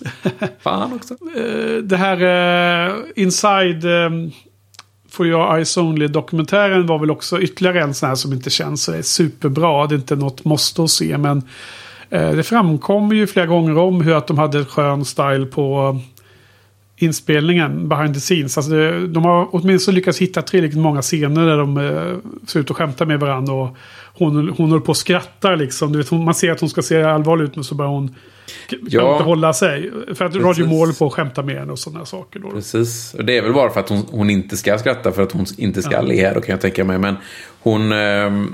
Speaker 2: Fan också.
Speaker 1: Uh, det här uh, Inside um, For Your Eyes Only-dokumentären var väl också ytterligare en sån här som inte känns så superbra. Det är inte något måste att se, men uh, det framkommer ju flera gånger om hur att de hade skön style på uh, inspelningen behind the scenes. Alltså det, de har åtminstone lyckats hitta tillräckligt många scener där de uh, ser ut att skämta med varandra och Hon, hon håller på att skratta liksom. Du vet, hon, man ser att hon ska se allvarlig ut, men så börjar hon ja, inte hålla sig. För att Radio Mål på att skämta med henne och sådana saker. Då.
Speaker 2: Precis. Och det är väl bara för att hon, hon inte ska skratta, för att hon inte ska ja. le här, då kan jag tänka mig. Men hon... Ähm,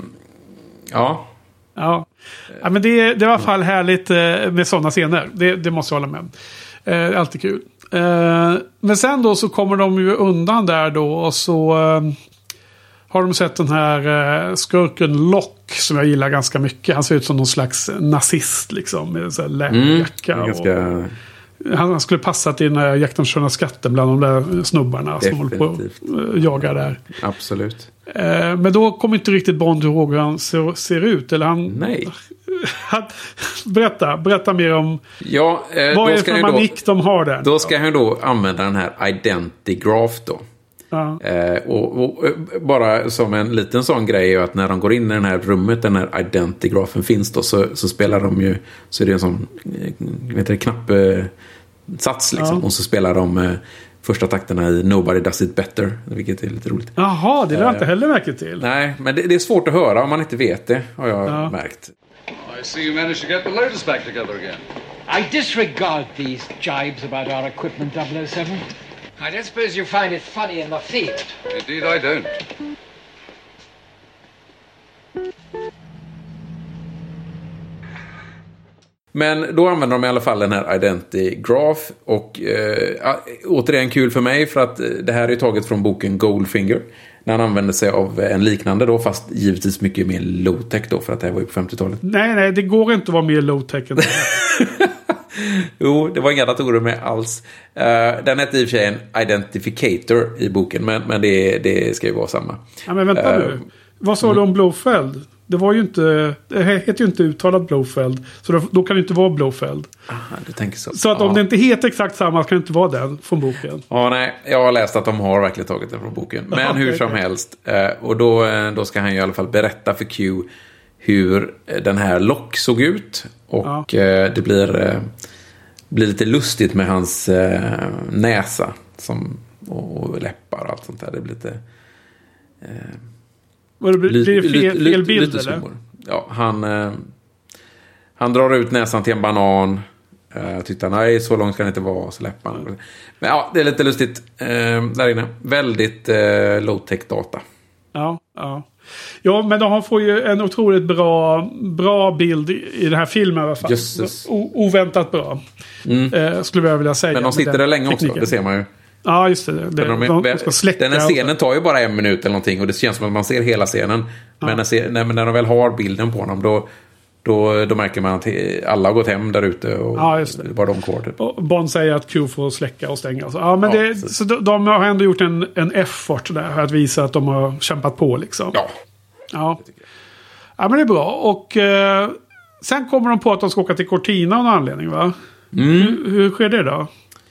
Speaker 2: ja.
Speaker 1: Ja. ja, men det, det var i alla fall härligt eh, med sådana scener. Det, det måste jag hålla med. Eh, alltid kul. Eh, men sen då så kommer de ju undan där då, och så... Eh, har de sett den här eh, skurken Lock som jag gillar ganska mycket. Han ser ut som någon slags nazist liksom. Med så här läderjacka.
Speaker 2: Mm, ganska...
Speaker 1: han, han skulle passa till den här Jakten sköna skatten bland de där snubbarna. Definitivt. Som håller på att äh, jaga där.
Speaker 2: Absolut.
Speaker 1: Eh, men då kommer inte riktigt Bond ihåg hur han ser, ser ut. Eller han...
Speaker 2: Nej.
Speaker 1: han, berätta, berätta mer om...
Speaker 2: Ja, eh,
Speaker 1: vad är det för manik de har där?
Speaker 2: Då ska han då använda den här Identity Graph då.
Speaker 1: Ja.
Speaker 2: Eh, och, och bara som en liten sån grej är att när de går in i det här rummet, den här identigrafen finns då, så, så spelar de ju, så är det en sån vet du, knapp eh, sats liksom, ja. Och så spelar de eh, första takterna i Nobody Does It Better, vilket är lite roligt.
Speaker 1: Jaha, det har jag inte heller märkt till.
Speaker 2: Nej, men det, det är svårt att höra om man inte vet det, har jag ja. märkt.
Speaker 5: I see you managed to get the lotus back together again.
Speaker 7: I disregard these jibes about our equipment, double oh seven. I don't suppose you find it funny in the field.
Speaker 5: Indeed I don't.
Speaker 2: Men då använder de i alla fall den här Identity Graph. Och eh, återigen kul för mig, för att det här är taget från boken Goldfinger. När han använder sig av en liknande då, fast givetvis mycket mer low-tech då, för att det här var ju på femtiotalet.
Speaker 1: Nej, nej, det går inte att vara mer low-tech än det här.
Speaker 2: Jo, det var inga datorer med alls. Uh, den hette i och för sig en identificator i boken, men, men det, det ska ju vara samma.
Speaker 1: Ja, men vänta uh, nu. Vad sa mm. du om Blofeld? Det var ju inte, det heter ju inte uttalat Blofeld, så då, då kan det inte vara Blofeld.
Speaker 2: Aha, du tänker så.
Speaker 1: Så att
Speaker 2: ja.
Speaker 1: om det inte heter exakt samma kan det inte vara den från boken.
Speaker 2: Ja, nej. Jag har läst att de har verkligen tagit den från boken. Men okay, hur som okay. helst. Uh, och då, då ska han ju i alla fall berätta för Q hur den här Lock såg ut. Och ja. uh, det blir... Uh, blir lite lustigt med hans eh, näsa som, och, och läppar och allt sånt där. Det blir lite... Eh,
Speaker 1: Var det, blir det fel,
Speaker 2: lite,
Speaker 1: fel bild
Speaker 2: lite
Speaker 1: eller?
Speaker 2: Smår. Ja, han, eh, han drar ut näsan till en banan. Eh, tyckte han, nej, så långt kan det inte vara. Så läppar. Mm. Men ja, det är lite lustigt eh, där inne. Väldigt eh, low-tech data.
Speaker 1: Ja, ja. Ja, men de får ju en otroligt bra, bra bild i, i den här filmen i alla fall. O, oväntat bra. Mm. Eh, skulle jag vilja säga.
Speaker 2: Men de sitter där länge tekniken. Också, det ser man ju.
Speaker 1: Ja, just det. det
Speaker 2: de, är, de ska släcka. Den här scenen tar ju bara en minut eller någonting, och det känns som att man ser hela scenen. Ja. Men när, när, när de väl har bilden på honom, då, då, då märker man att alla har gått hem där ute och ja, just det. Det är bara de kvar. Typ.
Speaker 1: Och Bond säger att Q får släcka och stänga. Så, ja, men ja, det, så de, de har ändå gjort en, en effort där för att visa att de har kämpat på liksom.
Speaker 2: Ja.
Speaker 1: Ja. Ja, men det är bra. Och eh, sen kommer de på att de ska åka till Cortina av någon anledning, va? Mm. Hur, hur sker det då?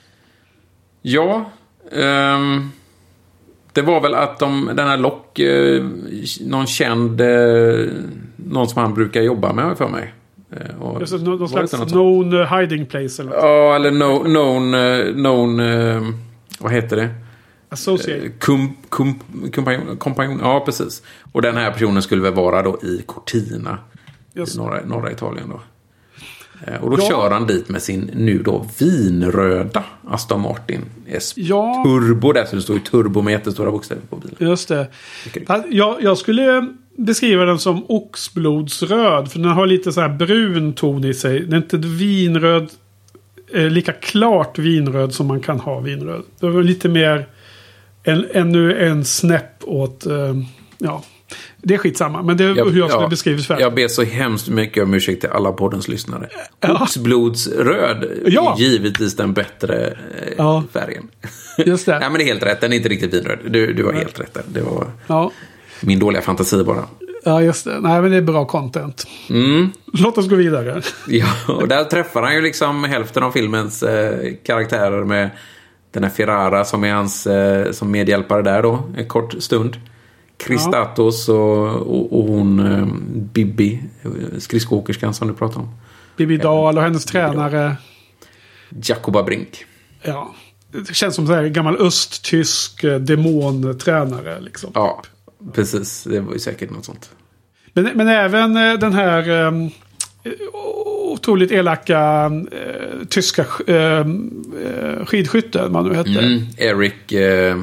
Speaker 2: Ja, um, det var väl att de, den här Lock, uh, någon känd, uh, någon som han brukar jobba med för mig. Uh, och
Speaker 1: Just, någon, någon slags known uh, hiding place eller något.
Speaker 2: Ja, eller no, known, uh, known uh, vad heter det?
Speaker 1: Associate.
Speaker 2: Kum, kum, kompanjon, kompanjon, ja, precis. Och den här personen skulle väl vara då i Cortina, i norra, norra Italien då. Och då ja. kör han dit med sin nu då vinröda Aston Martin S. Ja. Turbo där, så det står ju turbo med jättestora bokstäver på bilen.
Speaker 1: Just det. Jag, jag skulle beskriva den som oxblodsröd, för den har lite så här brun ton i sig. Den är inte vinröd, eh, lika klart vinröd som man kan ha vinröd. Det var lite mer en, ännu en snäpp åt eh, ja. Det är skitsamma, men det är jag, hur jag skulle ja, beskrivas för.
Speaker 2: Jag ber så hemskt mycket om ursäkt till alla poddens lyssnare. Ja. Oxblodsröd ja. är givetvis den bättre eh, ja. färgen.
Speaker 1: Just det.
Speaker 2: Nej, men det är helt rätt. Den är inte riktigt vinröd. Du, du har ja. helt rätt där. Det var ja. min dåliga fantasi bara.
Speaker 1: Ja, just det. Nej, men det är bra content.
Speaker 2: Mm.
Speaker 1: Låt oss gå vidare.
Speaker 2: Ja, och där träffar han ju liksom hälften av filmens eh, karaktärer med den här Ferrara som är hans eh, som medhjälpare där då. En kort stund. Kristatos och, och, och hon eh, Bibi, skridskoåkerskan som du pratar om.
Speaker 1: Bibi Dahl och hennes Bibi tränare Dahl.
Speaker 2: Jakoba Brink.
Speaker 1: Ja, det känns som en gammal östtysk demontränare liksom.
Speaker 2: Ja, precis. Det var ju säkert något sånt.
Speaker 1: Men, men även den här um, otroligt elaka uh, tyska uh, skidskytten man nu heter.
Speaker 2: Mm, Erik uh...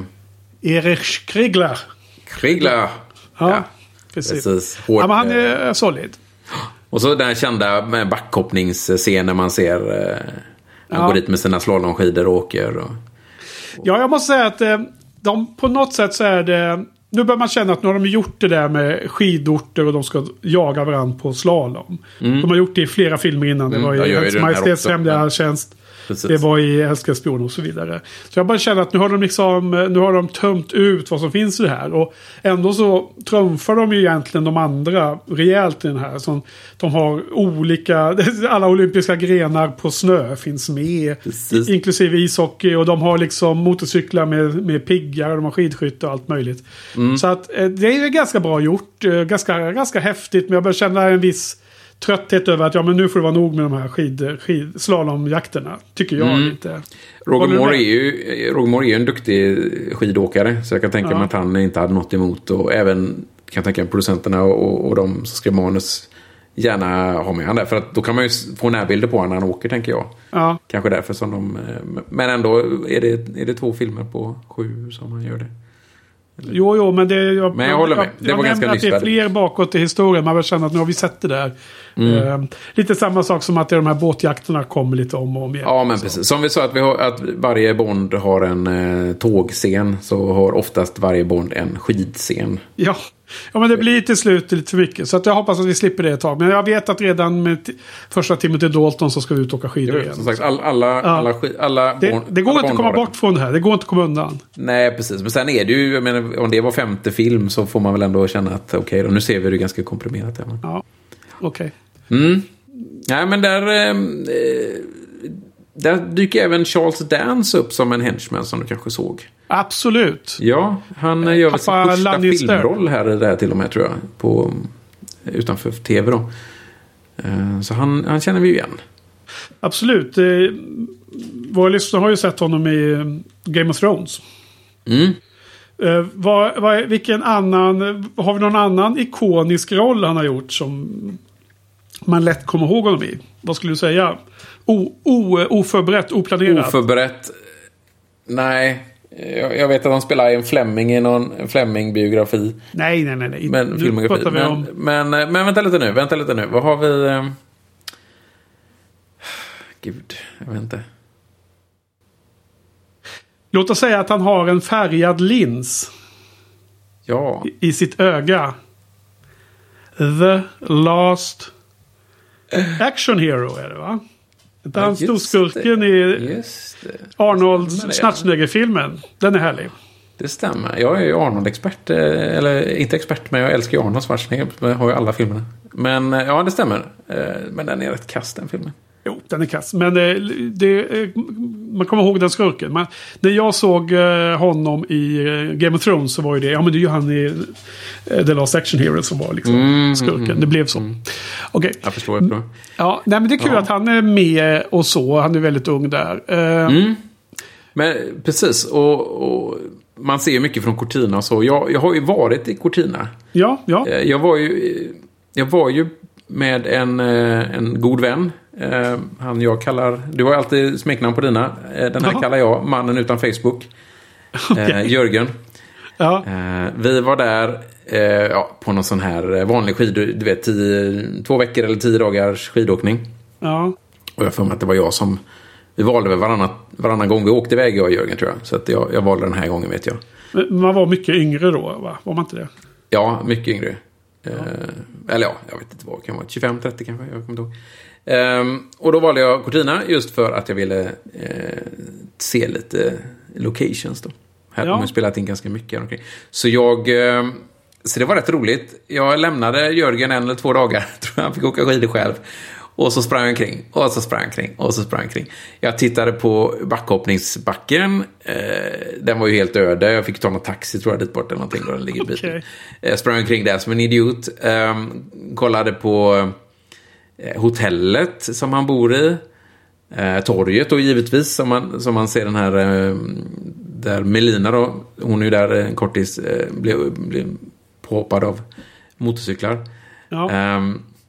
Speaker 1: Erich Kriegler.
Speaker 2: Kriegler. Ja,
Speaker 1: ja, precis. precis. Hårt, ja, men han är solid.
Speaker 2: Och så den här kända backhoppningsscenen man ser eh, han ja. går dit med sina slalomskidor och åker. Och, och...
Speaker 1: Ja, jag måste säga att eh, de på något sätt så är det... Nu börjar man känna att nu har de gjort det där med skidorter och de ska jaga varandra på slalom. Mm. De har gjort det i flera filmer innan. Det var i Hans Majestäts hemliga tjänst. Precis. Det var i Älskar spion och så vidare. Så jag bara känner att nu har de liksom nu har de tömt ut vad som finns i det här. Och ändå så trumfar de ju egentligen de andra rejält i den här. Som de har olika, alla olympiska grenar på snö finns med. Precis. Inklusive ishockey. Och de har liksom motorcyklar med, med piggar. Och de har skidskytte och allt möjligt. Mm. Så att det är ganska bra gjort. Ganska, ganska häftigt. Men jag börjar känna en viss trötthet över att ja, men nu får det vara nog med de här skid, skid, slalomjakterna. Tycker jag mm. lite.
Speaker 2: Roger Moore är ju Roger Moore är ju en duktig skidåkare. Så jag kan tänka ja. mig att han inte hade något emot. Och även kan tänka mig producenterna och, och de som skrev manus gärna ha med han där. För att då kan man ju få närbilder på honom när han åker, tänker jag. Ja. Kanske därför som de... Men ändå är det, är det två filmer på sju som han gör det. Eller?
Speaker 1: Jo, jo, men det... Jag,
Speaker 2: men jag håller med.
Speaker 1: Det jag, var jag ganska att det är fler bakåt i historien. Man vill känna att nu har vi sett det där. Mm. Eh, lite samma sak som att de här båtjakterna kommer lite om och om igen.
Speaker 2: Ja, men
Speaker 1: så.
Speaker 2: Precis. Som vi sa att, vi har, att varje Bond har en eh, tågscen, så har oftast varje Bond en skidscen.
Speaker 1: Ja. Ja, men det blir till slut lite för mycket. Så att jag hoppas att vi slipper det ett tag. Men jag vet att redan med t- första Timothy Dalton så ska vi ut och åka skidor
Speaker 2: vet,
Speaker 1: igen.
Speaker 2: Som sagt, all, alla, ja. alla, alla
Speaker 1: det, Bond, det går alla inte att komma bort från det här. Det går inte att komma undan.
Speaker 2: Nej, precis. Men sen är det ju, jag menar, om det var femte film så får man väl ändå känna att okej, okay, nu ser vi det ganska komprimerat. Här.
Speaker 1: Ja, okej.
Speaker 2: Okay. Mm. Nej, men där... Eh, där dyker även Charles Dance upp som en henchman som du kanske såg.
Speaker 1: Absolut.
Speaker 2: Ja, han gör väl sin första filmroll här, där till och med, tror jag. På, utanför tv då. Så han, han känner vi ju igen.
Speaker 1: Absolut. Våra lyssnare har ju sett honom i Game of Thrones.
Speaker 2: Mm.
Speaker 1: Vad, vad, vilken annan... Har vi någon annan ikonisk roll han har gjort som man lätt kommer ihåg honom i? Vad skulle du säga? O, o, oförberett, oplanerat.
Speaker 2: Oförberett. Nej. Jag, jag vet att han spelar i en Fleming i någon Fleming-biografi.
Speaker 1: Nej, nej, nej. nej.
Speaker 2: Men, nu pratar vi om... Men, men, men vänta lite nu. Vänta lite nu. Vad har vi... Eh... Gud, jag vet inte.
Speaker 1: Låt oss säga att han har en färgad lins.
Speaker 2: Ja.
Speaker 1: I, i sitt öga. The Last Action Hero är det, va? Det är han ja, storskurken i Arnold Schwarzenegger-filmen. Den är härlig.
Speaker 2: Det stämmer. Jag är ju Arnold-expert. Eller inte expert, men jag älskar ju Arnold Schwarzenegger. Jag har ju alla filmerna. Men ja, det stämmer. Men den är rätt kass, den filmen.
Speaker 1: Jo, den är kass. Men det, det, man kommer ihåg den skurken. Men när jag såg honom i Game of Thrones så var ju det... Ja, men det är ju han i The Last Action Hero som var liksom mm, skurken. Mm, det blev så. Mm. Okej. Okay.
Speaker 2: Jag förstår. Jag förstår.
Speaker 1: Ja, nej, men det är kul ja. att han är med och så. Han är väldigt ung där.
Speaker 2: Mm. Men precis. Och, och man ser ju mycket från Cortina och så. Jag, jag har ju varit i Cortina.
Speaker 1: Ja, ja.
Speaker 2: Jag var ju... Jag var ju med en, en god vän Eh, han jag kallar... Du har alltid smeknamn på dina. Eh, den här
Speaker 1: Aha.
Speaker 2: kallar jag mannen utan Facebook.
Speaker 1: Okay.
Speaker 2: Eh, Jörgen.
Speaker 1: Ja.
Speaker 2: Eh, vi var där eh, ja, på någon sån här vanlig skid... Du vet, tio, två veckor eller tio dagars skidåkning.
Speaker 1: Ja.
Speaker 2: Och jag får mig att det var jag som... Vi valde väl varannan, varannan gång vi åkte iväg, jag och Jörgen, tror jag. Så att jag, jag valde den här gången, vet jag.
Speaker 1: Men man var mycket yngre då, va? Var man inte det?
Speaker 2: Ja, mycket yngre.
Speaker 1: Ja.
Speaker 2: Eh, eller ja, jag vet inte vad. Kan vara tjugofem trettio kanske, jag kommer inte ihåg. Eh, och då valde jag Cortina just för att jag ville eh, se lite locations då. Här
Speaker 1: Ja.
Speaker 2: har man spelat in ganska mycket. Okay. Så jag... Eh, så det var rätt roligt. Jag lämnade Jörgen en eller två dagar. Tror jag han fick åka skidor själv. Och så sprang han kring. Och så sprang han kring. Och så sprang han kring. Jag tittade på backhoppningsbacken. Eh, den var ju helt öde. Jag fick ta någon taxi, tror jag, dit bort eller någonting. Då den ligger biten.
Speaker 1: Okay.
Speaker 2: Jag sprang omkring där som en idiot. Eh, kollade på eh, hotellet som han bor i. Eh, torget och givetvis som man, som man ser den här eh, där Melina då. Hon är ju där en kortis. Eh, blev, blev påhoppad av motorcyklar.
Speaker 1: Ja.
Speaker 2: Eh,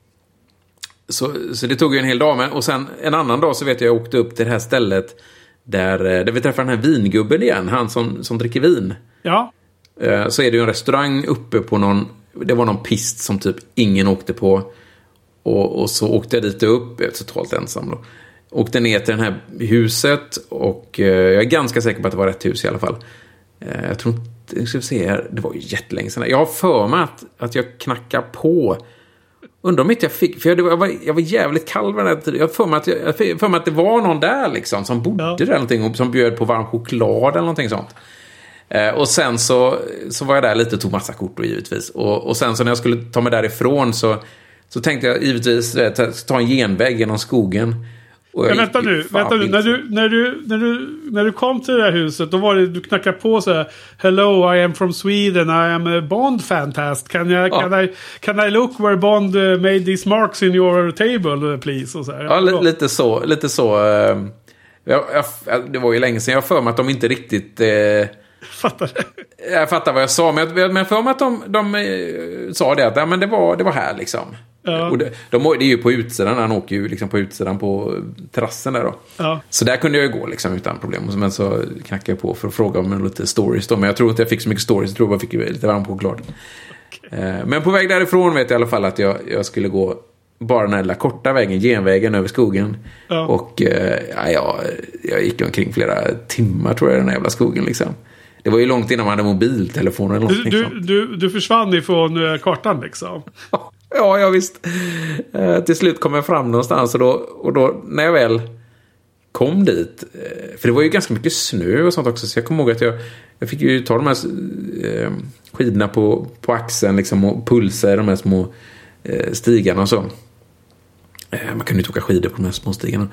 Speaker 2: Så, så det tog ju en hel dag. Men, och sen en annan dag så vet jag jag åkte upp till det här stället där, där vi träffade den här vingubben igen. Han som, som dricker vin.
Speaker 1: Ja.
Speaker 2: Eh, så är det ju en restaurang uppe på någon... Det var någon pist som typ ingen åkte på. Och, och så åkte jag dit upp. Jag är totalt ensam då. Åkte ner till det här huset. Och eh, jag är ganska säker på att det var rätt hus i alla fall. Eh, jag tror inte... Jag ska se här. Det var ju jättelänge sedan. Jag har för mig att, att jag knackar på... Undrar om inte jag fick... För jag, jag, var, jag var jävligt kall med det. Jag för mig att, jag för mig att det var någon där liksom som bodde
Speaker 1: ja.
Speaker 2: där någonting. Som bjöd på varm choklad eller någonting sånt. Eh, och sen så, så var jag där lite och tog massa kort då, givetvis. Och, och sen så när jag skulle ta mig därifrån så, så tänkte jag givetvis vet, ta en genväg genom skogen. Och
Speaker 1: Men vänta nu, vänta nu. När du, när, du, när, du, när du kom till det här huset, då var det, du knackade på så här: Hello, I am from Sweden, I am a Bond fantast. Can, jag,
Speaker 2: ja.
Speaker 1: can, I, can I look where Bond made these marks in your table, please? Och så här.
Speaker 2: Ja, li- lite så. Lite så uh, jag, jag, det var ju länge sedan. Jag för mig att de inte riktigt... Uh,
Speaker 1: fattar det.
Speaker 2: Jag fattar vad jag sa. Men jag, men jag för mig att de, de uh, sa det. Att ja, men det, var, det var här liksom.
Speaker 1: Ja.
Speaker 2: Och det, de, det är ju på utsidan. Han åker ju liksom på utsidan på terrassen där då.
Speaker 1: Ja.
Speaker 2: Så där kunde jag ju gå liksom utan problem. Men så knackade jag på för att fråga om lite stories då. Men jag tror inte jag fick så mycket stories. Jag tror jag bara fick lite varm choklad. Okay. Uh, men på väg därifrån vet jag i alla fall att jag, jag skulle gå bara den här lilla korta vägen, genvägen över skogen. Ja. Och uh, ja, jag, jag gick omkring flera timmar tror jag i den här jävla skogen liksom. Det var ju långt innan man hade mobiltelefoner eller någonting.
Speaker 1: Du, du, du, du försvann ifrån kartan liksom.
Speaker 2: Ja, ja visst. Uh, till slut kom jag fram någonstans och då, och då när jag väl kom dit, uh, för det var ju ganska mycket snö och sånt också, så jag kommer ihåg att jag, jag fick ju ta de här uh, skidorna på, på axeln liksom, och pulsa i de här små uh, stigarna och så. Man kunde inte åka skidor på de här små stigarna.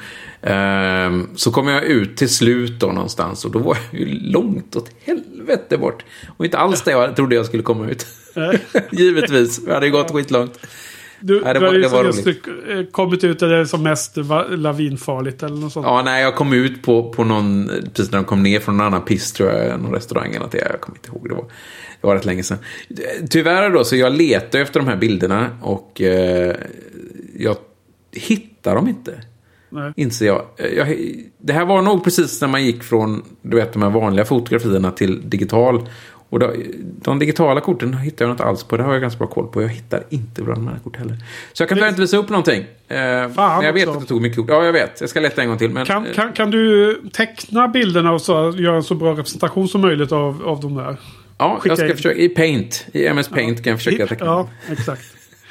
Speaker 2: Um, så kom jag ut till slut då någonstans. Och då var jag ju långt åt helvete bort. Och inte alls det jag trodde jag skulle komma ut. Givetvis. Jag hade ju gått skitlångt.
Speaker 1: Du,
Speaker 2: nej, det
Speaker 1: du
Speaker 2: var,
Speaker 1: har ju
Speaker 2: det var roligt.
Speaker 1: just kommit ut där det är som mest lavinfarligt eller något sånt.
Speaker 2: Ja, nej, jag kom ut på, på någon... Precis när de kom ner från någon annan pist, tror jag. Någon restaurang eller något. Jag kommer inte ihåg. Det var, det var rätt länge sedan. Tyvärr då, så jag letar efter de här bilderna. Och eh, jag hittar dem inte. Nej. Inser jag. jag. Det här var nog precis när man gick från, du vet, de här vanliga fotografierna till digital. Och då, de digitala korten hittar jag inte alls på. Det har jag ganska bra koll på. Jag hittar inte bland de här kort heller. Så jag kan tyvärr inte visa upp någonting. Eh, men jag vet också att det tog mycket kort. Ja, jag vet. Jag ska leta en gång till. Men,
Speaker 1: kan, kan, kan du teckna bilderna och så göra en så bra representation som möjligt av, av de där?
Speaker 2: Ja,
Speaker 1: Skicka
Speaker 2: jag ska
Speaker 1: in.
Speaker 2: försöka. I Paint. I M S Paint
Speaker 1: ja.
Speaker 2: kan jag försöka teckna.
Speaker 1: Ja, exakt.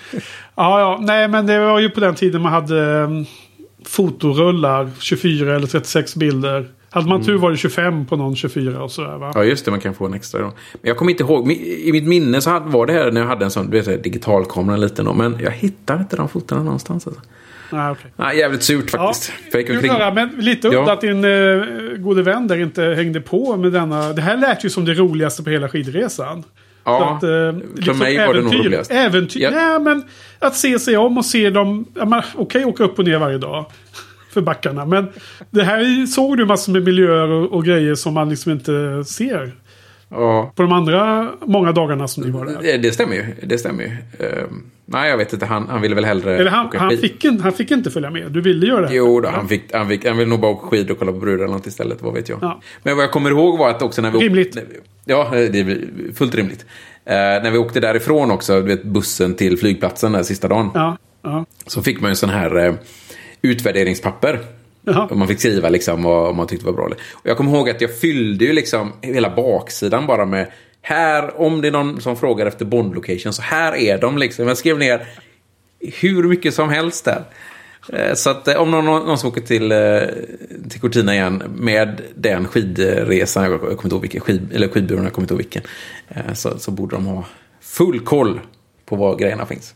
Speaker 1: Ja, ja, nej, men det var ju på den tiden man hade um, fotorullar, tjugofyra eller trettiosex bilder. Hade man mm. tur var det tjugofem på någon tjugofyra och sådär, va?
Speaker 2: Ja, just det, man kan få en extra då. Men jag kommer inte ihåg, i mitt minne så var det här när jag hade en sån, du vet, digital kamera liten då, men jag hittar inte de fotorna någonstans alltså.
Speaker 1: Nej, okej.
Speaker 2: Nej, jävligt surt faktiskt.
Speaker 1: Ja, jag kring... höra, men lite udda ja. att din uh, gode vän där inte hängde på med denna. Det här lät ju som det roligaste på hela skidresan.
Speaker 2: Ja,
Speaker 1: att, uh,
Speaker 2: liksom för mig var det nog roligast.
Speaker 1: Äventyr, ja. Nej, men att se sig om och se dem. Ja, okej, okay, åka upp och ner varje dag för backarna. Men det här såg du massor med miljöer och, och grejer som man liksom inte ser.
Speaker 2: Ja.
Speaker 1: På de andra många dagarna som ni var där.
Speaker 2: Det, det stämmer ju. Det stämmer ju. Um, Nej, jag vet inte. Han, han ville väl hellre
Speaker 1: Eller han,
Speaker 2: åka
Speaker 1: han,
Speaker 2: skid.
Speaker 1: fick in, han fick inte följa med. Du ville göra det.
Speaker 2: Jo, då, han, fick, han, fick, han ville nog bara åka skid och kolla på brudar eller något istället. Vad vet jag. Ja. Men vad jag kommer ihåg var att också när vi
Speaker 1: rimligt.
Speaker 2: åkte... Ja, det är fullt rimligt. Eh, när vi åkte därifrån också, du vet, bussen till flygplatsen den sista dagen.
Speaker 1: Ja, ja.
Speaker 2: Så fick man ju sån här eh, utvärderingspapper. Och man fick skriva liksom vad man tyckte var bra. Och jag kommer ihåg att jag fyllde ju liksom hela baksidan bara med här, om det är någon som frågar efter Bond location, så här är de liksom. Jag skrev ner hur mycket som helst där. Så att om någon, någon som åker till, till Cortina igen med den skidresan, jag kommer inte ihåg vilken skid, eller skidbyrån, jag kommer inte ihåg vilken, så, så borde de ha full koll på var grejerna finns.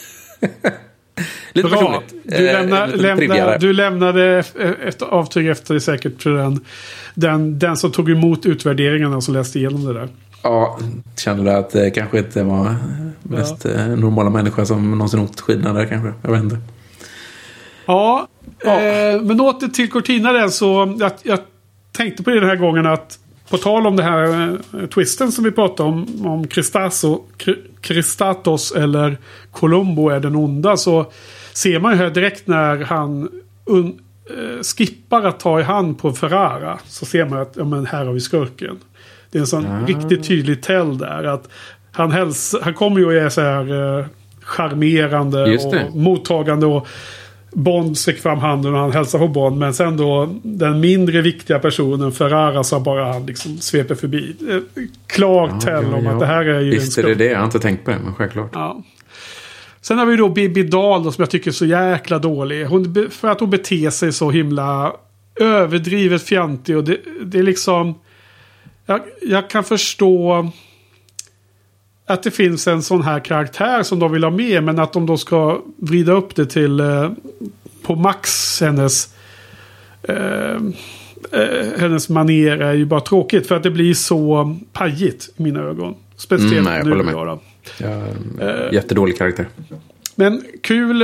Speaker 2: Lite
Speaker 1: bra. Du, lämna, eh, lämna, du lämnade ett avtryck efter säkert för den, den, den som tog emot utvärderingarna och som läste igenom det där.
Speaker 2: Ja, kände att det kanske inte var mest ja. normala människor som någonsin åkt skidorna där kanske. Jag vet inte.
Speaker 1: Ja, ja. Eh, men åter till Cortina där, så jag, jag tänkte på det den här gången att på tal om det här eh, twisten som vi pratade om, om Kristaso, Kristatos eller Colombo är den onda, så ser man ju här direkt när han un, eh, skippar att ta i hand på Ferrara, så ser man att ja, men här har vi skurken. Det är en sån ah. riktigt tydlig tell där att han, häls, han kommer ju och är så här eh, charmerande och mottagande, och Bond sträcker fram handen och han hälsar på Bond, men sen då den mindre viktiga personen Ferrara, så bara han liksom sveper förbi. Klart ja, tell ja, om ja. att det här är ju
Speaker 2: visst
Speaker 1: en
Speaker 2: är det det, jag har inte tänkt på det, men självklart.
Speaker 1: Ja. Sen har vi då Bibi Dahl då, som jag tycker är så jäkla dålig. Hon, för att hon beter sig så himla överdrivet fjantig, och det, det är liksom jag, jag kan förstå att det finns en sån här karaktär som de vill ha med, men att de då ska vrida upp det till eh, på max hennes eh, eh, hennes manér är ju bara tråkigt, för att det blir så pajigt i mina ögon. Speciellt mm, nej, jag nu. Med.
Speaker 2: Ja, eh, jättedålig karaktär.
Speaker 1: Men kul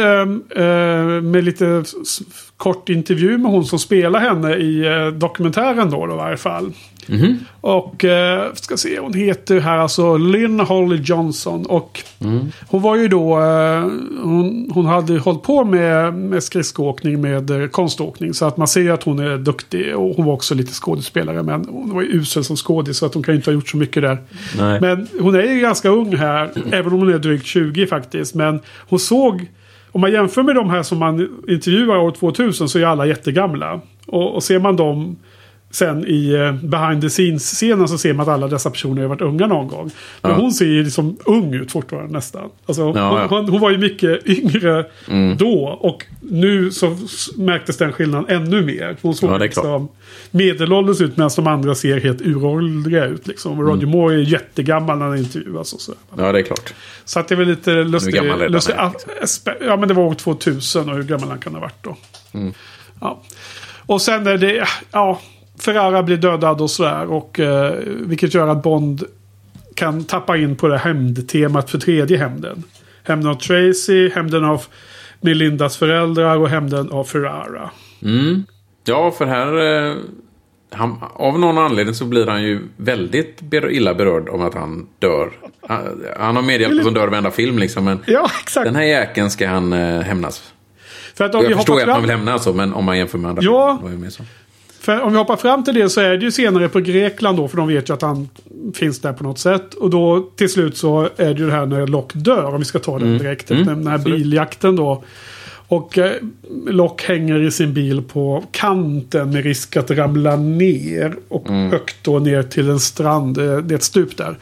Speaker 1: eh, med lite kort intervju med hon som spelar henne i eh, dokumentären då, då i varje fall. Mm-hmm. Och eh, ska se, hon heter här alltså Lynn Holly Johnson, och mm. hon var ju då eh, hon, hon hade hållit på med, med skridskoåkning, med eh, konståkning, så att man ser att hon är duktig, och hon var också lite skådespelare, men hon var ju usel som skådis, så att hon kan inte ha gjort så mycket där. Nej. Men hon är ju ganska ung här, även om hon är drygt tjugo faktiskt, men hon såg, om man jämför med de här som man intervjuar år tvåtusen, så är alla jättegamla, och, och ser man dem sen i uh, behind the scenes-scenen, så ser man att alla dessa personer har varit unga någon gång. Men ja. hon ser ju liksom ung ut fortfarande nästan. Alltså, ja, hon, ja. Hon, hon var ju mycket yngre mm. då, och nu så märktes den skillnaden ännu mer. Hon såg ja, liksom medelålders ut, medan de andra ser helt uråldriga ut. Liksom. Mm. Roger Moore är jättegammal när han intervjuas. Och så.
Speaker 2: Ja, det är klart.
Speaker 1: Så att det är väl lite lustigt. Lustig, liksom. Ja, men det var år tvåtusen, och hur gammal han kan ha varit då. Mm. Ja. Och sen är det, ja, Ferrara blir dödad och sådär, och eh, vilket gör att Bond kan tappa in på det hämndtemat för tredje hämnden. Hämnden av Tracy, hämnden av Melindas föräldrar och hämnden av Ferrara.
Speaker 2: Mm. Ja, för här eh, han, av någon anledning så blir han ju väldigt ber- illa berörd om att han dör. Han, han har medhjälpt att han dör i varenda film liksom, men
Speaker 1: ja, exakt.
Speaker 2: Den här jäkeln ska han eh, hämnas.
Speaker 1: För att om jag vi
Speaker 2: förstår
Speaker 1: fram...
Speaker 2: att man vill hämna alltså, men om man jämför med andra
Speaker 1: ja.
Speaker 2: film, var ju så.
Speaker 1: För om vi hoppar fram till det, så är det ju senare på Grekland då, för de vet ju att han finns där på något sätt. Och då till slut så är det ju det här när Locke dör, om vi ska ta den mm. direkt. Mm. Den här biljakten då. Och eh, Locke hänger i sin bil på kanten med risk att ramla ner. Och mm. högt då ner till en strand. Det är ett stup där.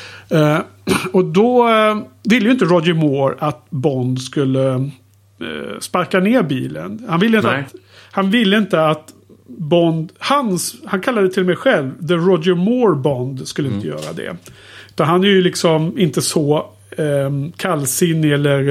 Speaker 1: Eh, och då eh, ville ju inte Roger Moore att Bond skulle eh, sparka ner bilen. Han ville inte, att, han ville inte att Bond, hans, han kallade det till och med själv The Roger Moore Bond skulle inte mm. göra det. Utan han är ju liksom inte så eh, kallsinnig eller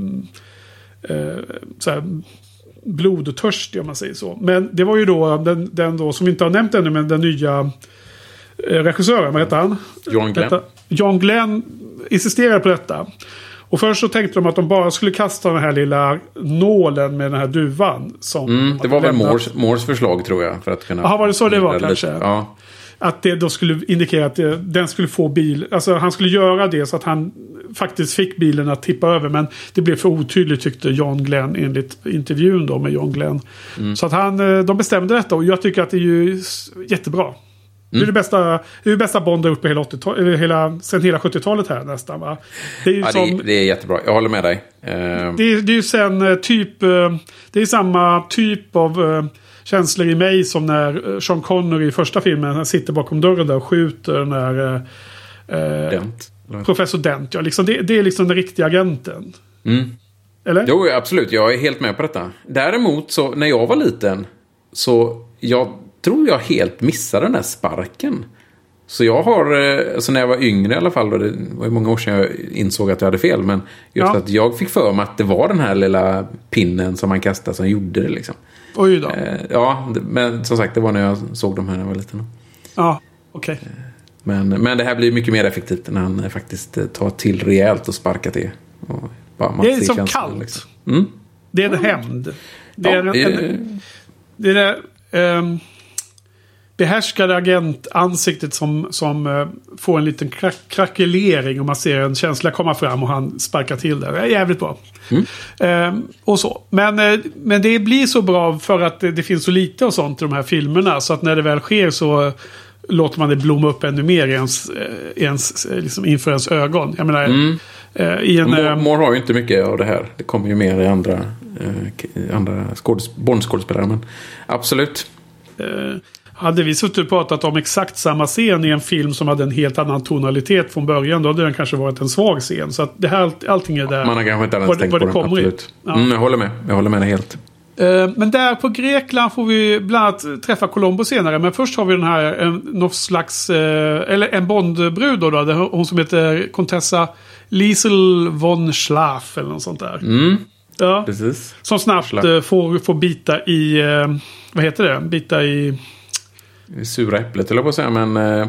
Speaker 1: eh, så här, blodtörstig, om man säger så. Men det var ju då den, den då som vi inte har nämnt ännu, men den nya eh, regissören, vad heter han?
Speaker 2: John Glenn.
Speaker 1: Detta, John Glenn insisterade på detta. Och först så tänkte de att de bara skulle kasta den här lilla nålen med den här duvan. Som
Speaker 2: mm, det var väl Moores, Moores förslag, tror jag. För att kunna
Speaker 1: Aha, var det så det var kanske?
Speaker 2: Ja.
Speaker 1: att det då skulle indikera att det, den skulle få bil. Alltså han skulle göra det så att han faktiskt fick bilen att tippa över. Men det blev för otydligt tyckte John Glenn enligt intervjun då med John Glenn. Mm. Så att han, de bestämde detta och jag tycker att det är ju jättebra. Mm. Det är det bästa, det är det bästa Bond har gjort på hela åttiotalet, hela, sen hela sjuttiotalet här nästan va. Det är ju
Speaker 2: ja,
Speaker 1: som,
Speaker 2: det, är, det är jättebra, jag håller med dig. Uh...
Speaker 1: Det, är, det är ju sen typ, det är samma typ av känslor i mig som när Sean Connery i första filmen han sitter bakom dörren där och skjuter den där eh,
Speaker 2: Dent.
Speaker 1: Professor Dent. Ja, liksom, det, det är liksom den riktiga agenten.
Speaker 2: Mm.
Speaker 1: Eller?
Speaker 2: Jo, absolut. Jag är helt med på detta. Däremot så när jag var liten så jag tror jag helt missade den där sparken. Så jag har, alltså när jag var yngre i alla fall, då det var ju många år sedan jag insåg att jag hade fel, men just ja. att jag fick för mig att det var den här lilla pinnen som man kastade som gjorde det liksom.
Speaker 1: Oj då.
Speaker 2: Eh, ja, men som sagt, det var när jag såg dem här när jag var liten.
Speaker 1: Ja, okej. Okay.
Speaker 2: Men, men det här blir mycket mer effektivt när han faktiskt tar till rejält och sparkar till. Och bara, man
Speaker 1: det är
Speaker 2: ser
Speaker 1: som
Speaker 2: känslan,
Speaker 1: kallt.
Speaker 2: Liksom. Mm.
Speaker 1: Det är en hämnd. Det
Speaker 2: ja,
Speaker 1: är en,
Speaker 2: det är,
Speaker 1: en, det är det, um, behärskade agentansiktet som, som uh, får en liten krak- krackelering och man ser en känsla komma fram och han sparkar till det. Det är jävligt bra. Mm. Um, och så. Men, uh, men det blir så bra för att det, det finns så lite och sånt i de här filmerna så att när det väl sker så uh, låter man det blomma upp ännu mer i ens, uh, ens, uh, liksom inför ens ögon. Jag menar,
Speaker 2: mm.
Speaker 1: uh, i en...
Speaker 2: Moore, Moore har ju inte mycket av det här. Det kommer ju mer i andra, uh, andra skådes- Bond-skådespelare, men absolut.
Speaker 1: Uh, Hade vi suttit och pratat om exakt samma scen i en film som hade en helt annan tonalitet från början, då hade den kanske varit en svag scen. Så att det här, allting är där.
Speaker 2: Man har kanske inte ens tänkt på den, absolut. Ja. Mm, jag håller med, jag håller med dig helt.
Speaker 1: Uh, men där på Grekland får vi bland annat träffa Colombo senare. Men först har vi den här, en, någon slags, uh, eller en Bondbrud då, då. Hon som heter Contessa Liesel von Schlaf eller något sånt där.
Speaker 2: Mm.
Speaker 1: Ja.
Speaker 2: Precis.
Speaker 1: Som snabbt uh, får, får bita i, uh, vad heter det? Bita i...
Speaker 2: sura äpplet eller på att säga, men uh,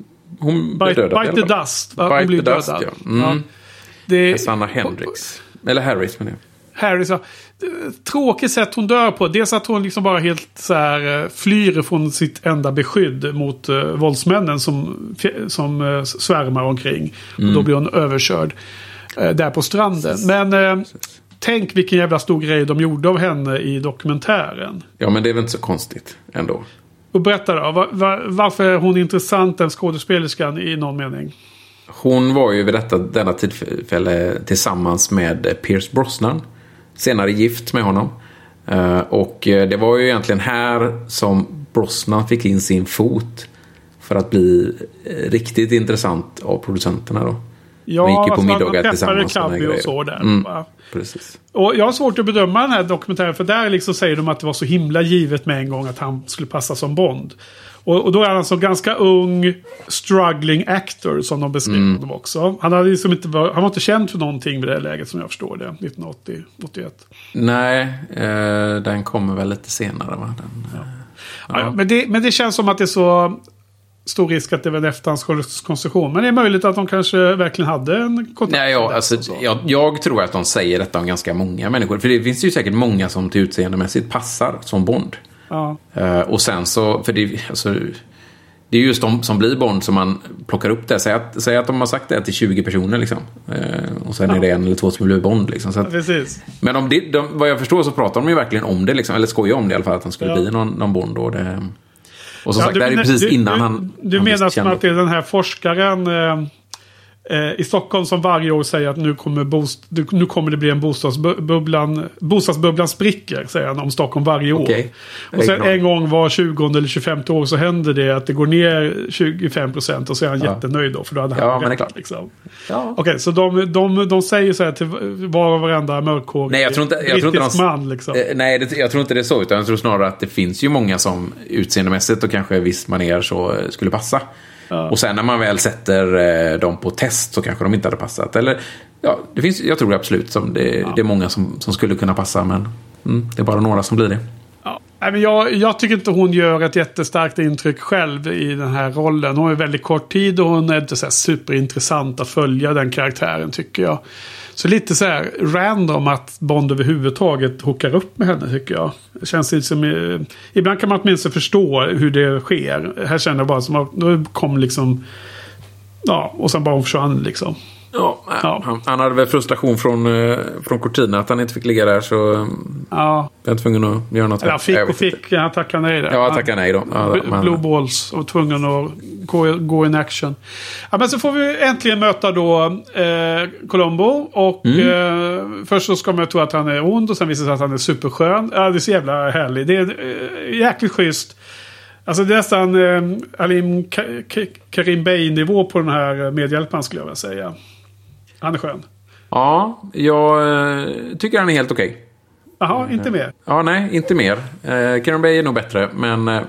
Speaker 2: hon blir dödad.
Speaker 1: Bite the dust. Va?
Speaker 2: Bite
Speaker 1: Hon blir
Speaker 2: the dust,
Speaker 1: dödad.
Speaker 2: ja. Mm.
Speaker 1: Ja. Det...
Speaker 2: Sanna Hendricks. Eller Harris, men det.
Speaker 1: Harris, ja. Tråkigt sätt hon dör på. Dels att hon liksom bara helt så här flyr från sitt enda beskydd mot uh, våldsmännen som, som uh, svärmar omkring. Mm. Och då blir hon överkörd uh, där på stranden. Men uh, tänk vilken jävla stor grej de gjorde av henne i dokumentären.
Speaker 2: Ja, men det är väl inte så konstigt ändå.
Speaker 1: Och berätta då, var, var, varför är hon intressant, den skådespelerskan, i någon mening?
Speaker 2: Hon var ju vid detta, denna tillfälle tillsammans med Pierce Brosnan. Senare gift med honom. Uh, och det var ju egentligen här som Brosnan fick in sin fot för att bli riktigt intressant av producenterna då.
Speaker 1: Ja,
Speaker 2: man gick ju på
Speaker 1: alltså
Speaker 2: middagar tillsammans.
Speaker 1: Och, och så där.
Speaker 2: Mm, precis.
Speaker 1: Och jag har svårt att bedöma den här dokumentären, för där liksom säger de att det var så himla givet med en gång att han skulle passa som Bond. Och, och då är han så ganska ung struggling actor som de beskriver mm. honom också. Han, hade liksom inte, han var inte känd för någonting vid det läget som jag förstår det, nittonhundraåttio åttioett.
Speaker 2: Nej, eh, den kommer väl lite senare va? Den,
Speaker 1: ja.
Speaker 2: Eh,
Speaker 1: ja. Ja, men, det, men det känns som att det är så stor risk att det var en efterhandskonstruktion. Men det är möjligt att de kanske verkligen hade en kontakt.
Speaker 2: Nej, ja, alltså, jag, jag tror att de säger detta om ganska många människor. För det finns ju säkert många som till utseendemässigt passar som Bond.
Speaker 1: Ja.
Speaker 2: Uh, och sen så, för det, alltså, det är just de som blir Bond som man plockar upp det. Säg att, säg att de har sagt det till tjugo personer liksom. Uh, och sen ja. är det en eller två som blir Bond liksom. Så att,
Speaker 1: ja, precis.
Speaker 2: Men om det, de, vad jag förstår så pratar de ju verkligen om det liksom. Eller skojar om det i alla fall, att han skulle ja. bli någon, någon Bond då. Det, och som ja, sagt,
Speaker 1: du,
Speaker 2: det är ju precis
Speaker 1: du,
Speaker 2: innan
Speaker 1: du,
Speaker 2: han...
Speaker 1: Du
Speaker 2: han
Speaker 1: menar som att det är den här forskaren eh, eh, i Stockholm som varje år säger att nu kommer, bost, nu kommer det bli en bostadsbubblan, bostadsbubblan spricker, säger han om Stockholm varje år. Okay. Och sen en gång var tjugonde eller tjugofemte år så händer det att det går ner tjugofem procent och så är han ja. jättenöjd då, för då hade han
Speaker 2: ja, men det är klart.
Speaker 1: Liksom.
Speaker 2: Ja.
Speaker 1: Okej, okay, så de, de, de säger så här till var och varenda mörkhårig
Speaker 2: nej, jag tror inte, jag tror inte de,
Speaker 1: man liksom.
Speaker 2: Eh, nej, det, jag tror inte det är så, utan jag tror snarare att det finns ju många som utseendemässigt och kanske viss manér så skulle passa. Ja. Och sen när man väl sätter eh, dem på test så kanske de inte hade passat. Eller, ja, det finns, jag tror det absolut som det, ja. det är många som, som skulle kunna passa, men mm, det är bara några som blir det.
Speaker 1: Ja. Nej, men jag, jag tycker inte hon gör ett jättestarkt intryck själv i den här rollen. Hon är väldigt kort tid och hon är inte så här superintressant att följa den karaktären, tycker jag. Så lite så här random att Bond överhuvudtaget hookar upp med henne, tycker jag. Det känns lite som... Eh, ibland kan man åtminstone förstå hur det sker. Här känner jag bara som att då kom liksom... Ja, och sen bara hon försvann liksom.
Speaker 2: Ja, ja. Han, han hade väl frustration från, eh, från Cortina att han inte fick ligga där, så
Speaker 1: ja.
Speaker 2: Jag är tvungen att göra något.
Speaker 1: Ja, fick och fick, han tackade nej där.
Speaker 2: Ja, han tackade nej då. Ja,
Speaker 1: B-
Speaker 2: men...
Speaker 1: Blue Balls och tvungen att gå, gå in action. Ja, men så får vi äntligen möta då eh, Columbo. Och mm. eh, först så ska man tro att han är ond och sen visar det sig att han är superskön. Ja, det är så jävla härligt. Det är eh, jäkligt schysst. Alltså det är nästan eh, Alim Ka- Ka- Karim Bey-nivå på den här medhjälparen, skulle jag vilja säga. Han är skön.
Speaker 2: Ja, jag eh, tycker han är helt okej. Okay.
Speaker 1: Jaha, inte mer?
Speaker 2: Ja, nej, inte mer. Eh, Karim Bey är nog bättre, men eh,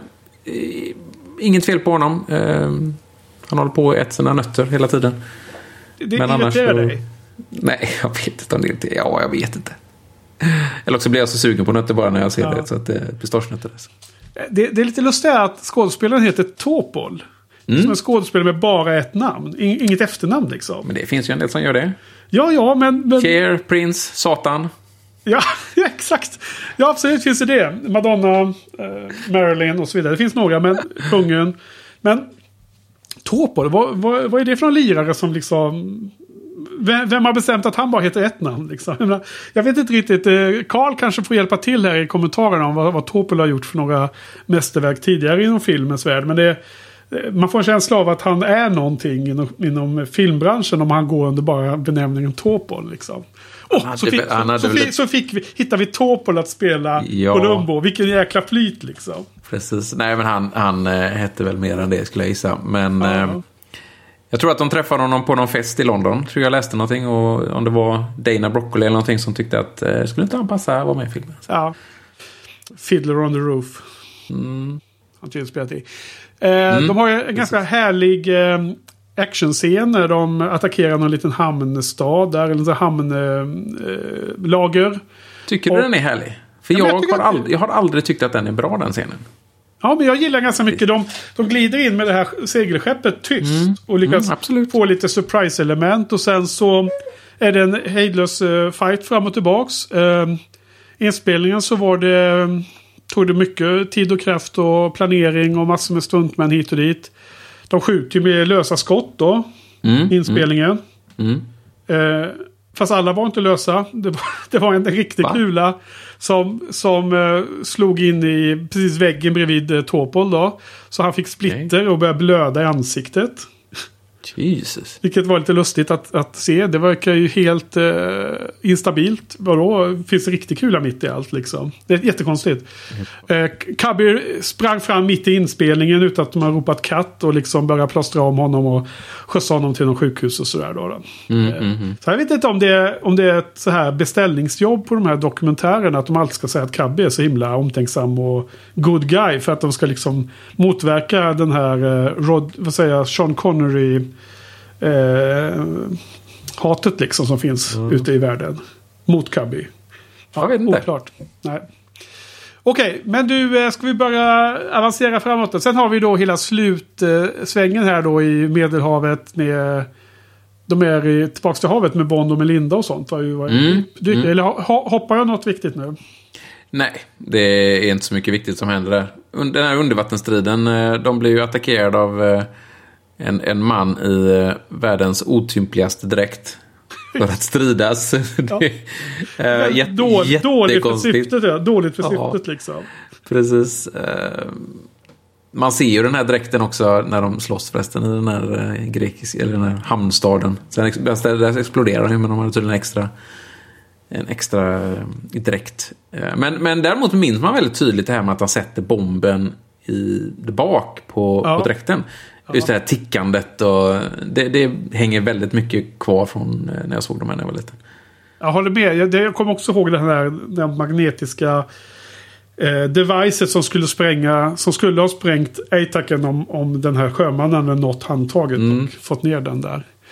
Speaker 2: inget fel på honom. Eh, han håller på att äta sina nötter hela tiden.
Speaker 1: Det men irriterar så... dig?
Speaker 2: Nej, jag vet inte om det inte... Ja, jag vet inte. Eller också blir jag så sugen på nötter bara när jag ser ja. det. Så att det är pistagenötter.
Speaker 1: Det, det är lite lustigt att skådespelaren heter Topol. Mm. Som en skådespelare med bara ett namn. Inget efternamn liksom.
Speaker 2: Men det finns ju en del som gör det.
Speaker 1: Ja, ja, men... men...
Speaker 2: Cher, Prince, Satan.
Speaker 1: Ja, ja, exakt. Ja, absolut finns det det. Madonna, eh, Marilyn och så vidare. Det finns några, men kungen. Men Topol, vad, vad, vad är det för en lirare som liksom... Vem, vem har bestämt att han bara heter ett namn? Liksom? Jag vet inte riktigt. Carl kanske får hjälpa till här i kommentarerna om vad, vad Topol har gjort för några mästerverk tidigare inom filmens värld. Men det, man får en känsla av att han är någonting inom, inom filmbranschen om han går under bara benämningen Topol. Liksom. Oh, så, fick, så, så, fick, så fick vi, hittade vi Topol att spela ja. Columbo. Vilken jäkla flyt liksom.
Speaker 2: Precis. Nej, men han, han äh, hette väl mer än det, skulle jag gissa. Men... Ja. Äh, Jag tror att de träffade honom på någon fest i London. Tror jag läste någonting. Och om det var Dana Broccoli eller någonting som tyckte att eh, skulle inte han passa att vara med i filmen. Så.
Speaker 1: Ja. Fiddler on the Roof.
Speaker 2: Mm.
Speaker 1: Han tydligen spelat i. Eh, mm. De har ju en ganska härlig eh, actionscen när de attackerar någon liten hamnstad. Där, eller en hamnlager. Eh,
Speaker 2: Tycker du och, den är härlig? För jag, jag, har aldrig, jag har aldrig tyckt att den är bra, den scenen.
Speaker 1: Ja, men jag gillar ganska mycket. De, de glider in med det här segelskeppet tyst. Mm. Och lyckas mm, få lite surprise-element. Och sen så är det en hejdlös uh, fight fram och tillbaks. Uh, inspelningen så var det... Tog det mycket tid och kraft och planering och massor med stuntmän hit och dit. De skjuter ju med lösa skott då. Mm, inspelningen.
Speaker 2: Mm, mm.
Speaker 1: Uh, fast alla var inte lösa. Det var, det var en riktig Va? kula som, som uh, slog in i precis väggen bredvid uh, Topol då. Så han fick splitter okay. och började blöda i ansiktet.
Speaker 2: Jesus.
Speaker 1: Vilket var lite lustigt att, att se. Det verkar ju helt uh, instabilt. Vadå? Finns det riktigt kula mitt i allt liksom. Det är jättekonstigt. Mm. Uh, Cubby sprang fram mitt i inspelningen utan att de har ropat katt och liksom började plåstra om honom och skjutsa honom till någon sjukhus och sådär då. då.
Speaker 2: Mm,
Speaker 1: uh,
Speaker 2: mm, mm.
Speaker 1: Så jag vet inte om det, om det är ett så här beställningsjobb på de här dokumentärerna att de alltid ska säga att Cubby är så himla omtänksam och good guy för att de ska liksom motverka den här uh, Rod, vad säger jag, Sean Connery Eh, hatet liksom som finns mm. ute i världen mot Cubby.
Speaker 2: Ja, jag vet inte.
Speaker 1: Oklart. Nej. Okej, okay, men du, ska vi börja avancera framåt? Sen har vi då hela slutsvängen här då i Medelhavet med de är i, tillbaka till havet med Bond och Melinda och sånt. Var ju, var ju,
Speaker 2: mm.
Speaker 1: du,
Speaker 2: mm.
Speaker 1: Eller hoppar jag något viktigt nu?
Speaker 2: Nej, det är inte så mycket viktigt som händer där. Den här undervattensstriden, de blir ju attackerade av En, en man i uh, världens otympligaste dräkt för att stridas.
Speaker 1: Ja.
Speaker 2: det, uh, jätte,
Speaker 1: Dål, dåligt för syftet, ja. Dåligt för
Speaker 2: ja,
Speaker 1: syftet liksom.
Speaker 2: Precis. Uh, man ser ju den här dräkten också när de slåss förresten i den här uh, grekiska, eller den här hamnstaden. Sen ex, där exploderar de, men de har tydligen extra en extra uh, dräkt. Uh, men, men däremot minns man väldigt tydligt det här med att han sätter bomben i bak på, ja. på dräkten. Just det här tickandet och det, det hänger väldigt mycket kvar från när jag såg dem när jag var liten.
Speaker 1: Jag håller med. Jag, jag kommer också ihåg den här den magnetiska eh, devicet som skulle spränga, som skulle ha sprängt A-tacken om, om den här sjömannen hade nått handtaget mm. och fått ner den där.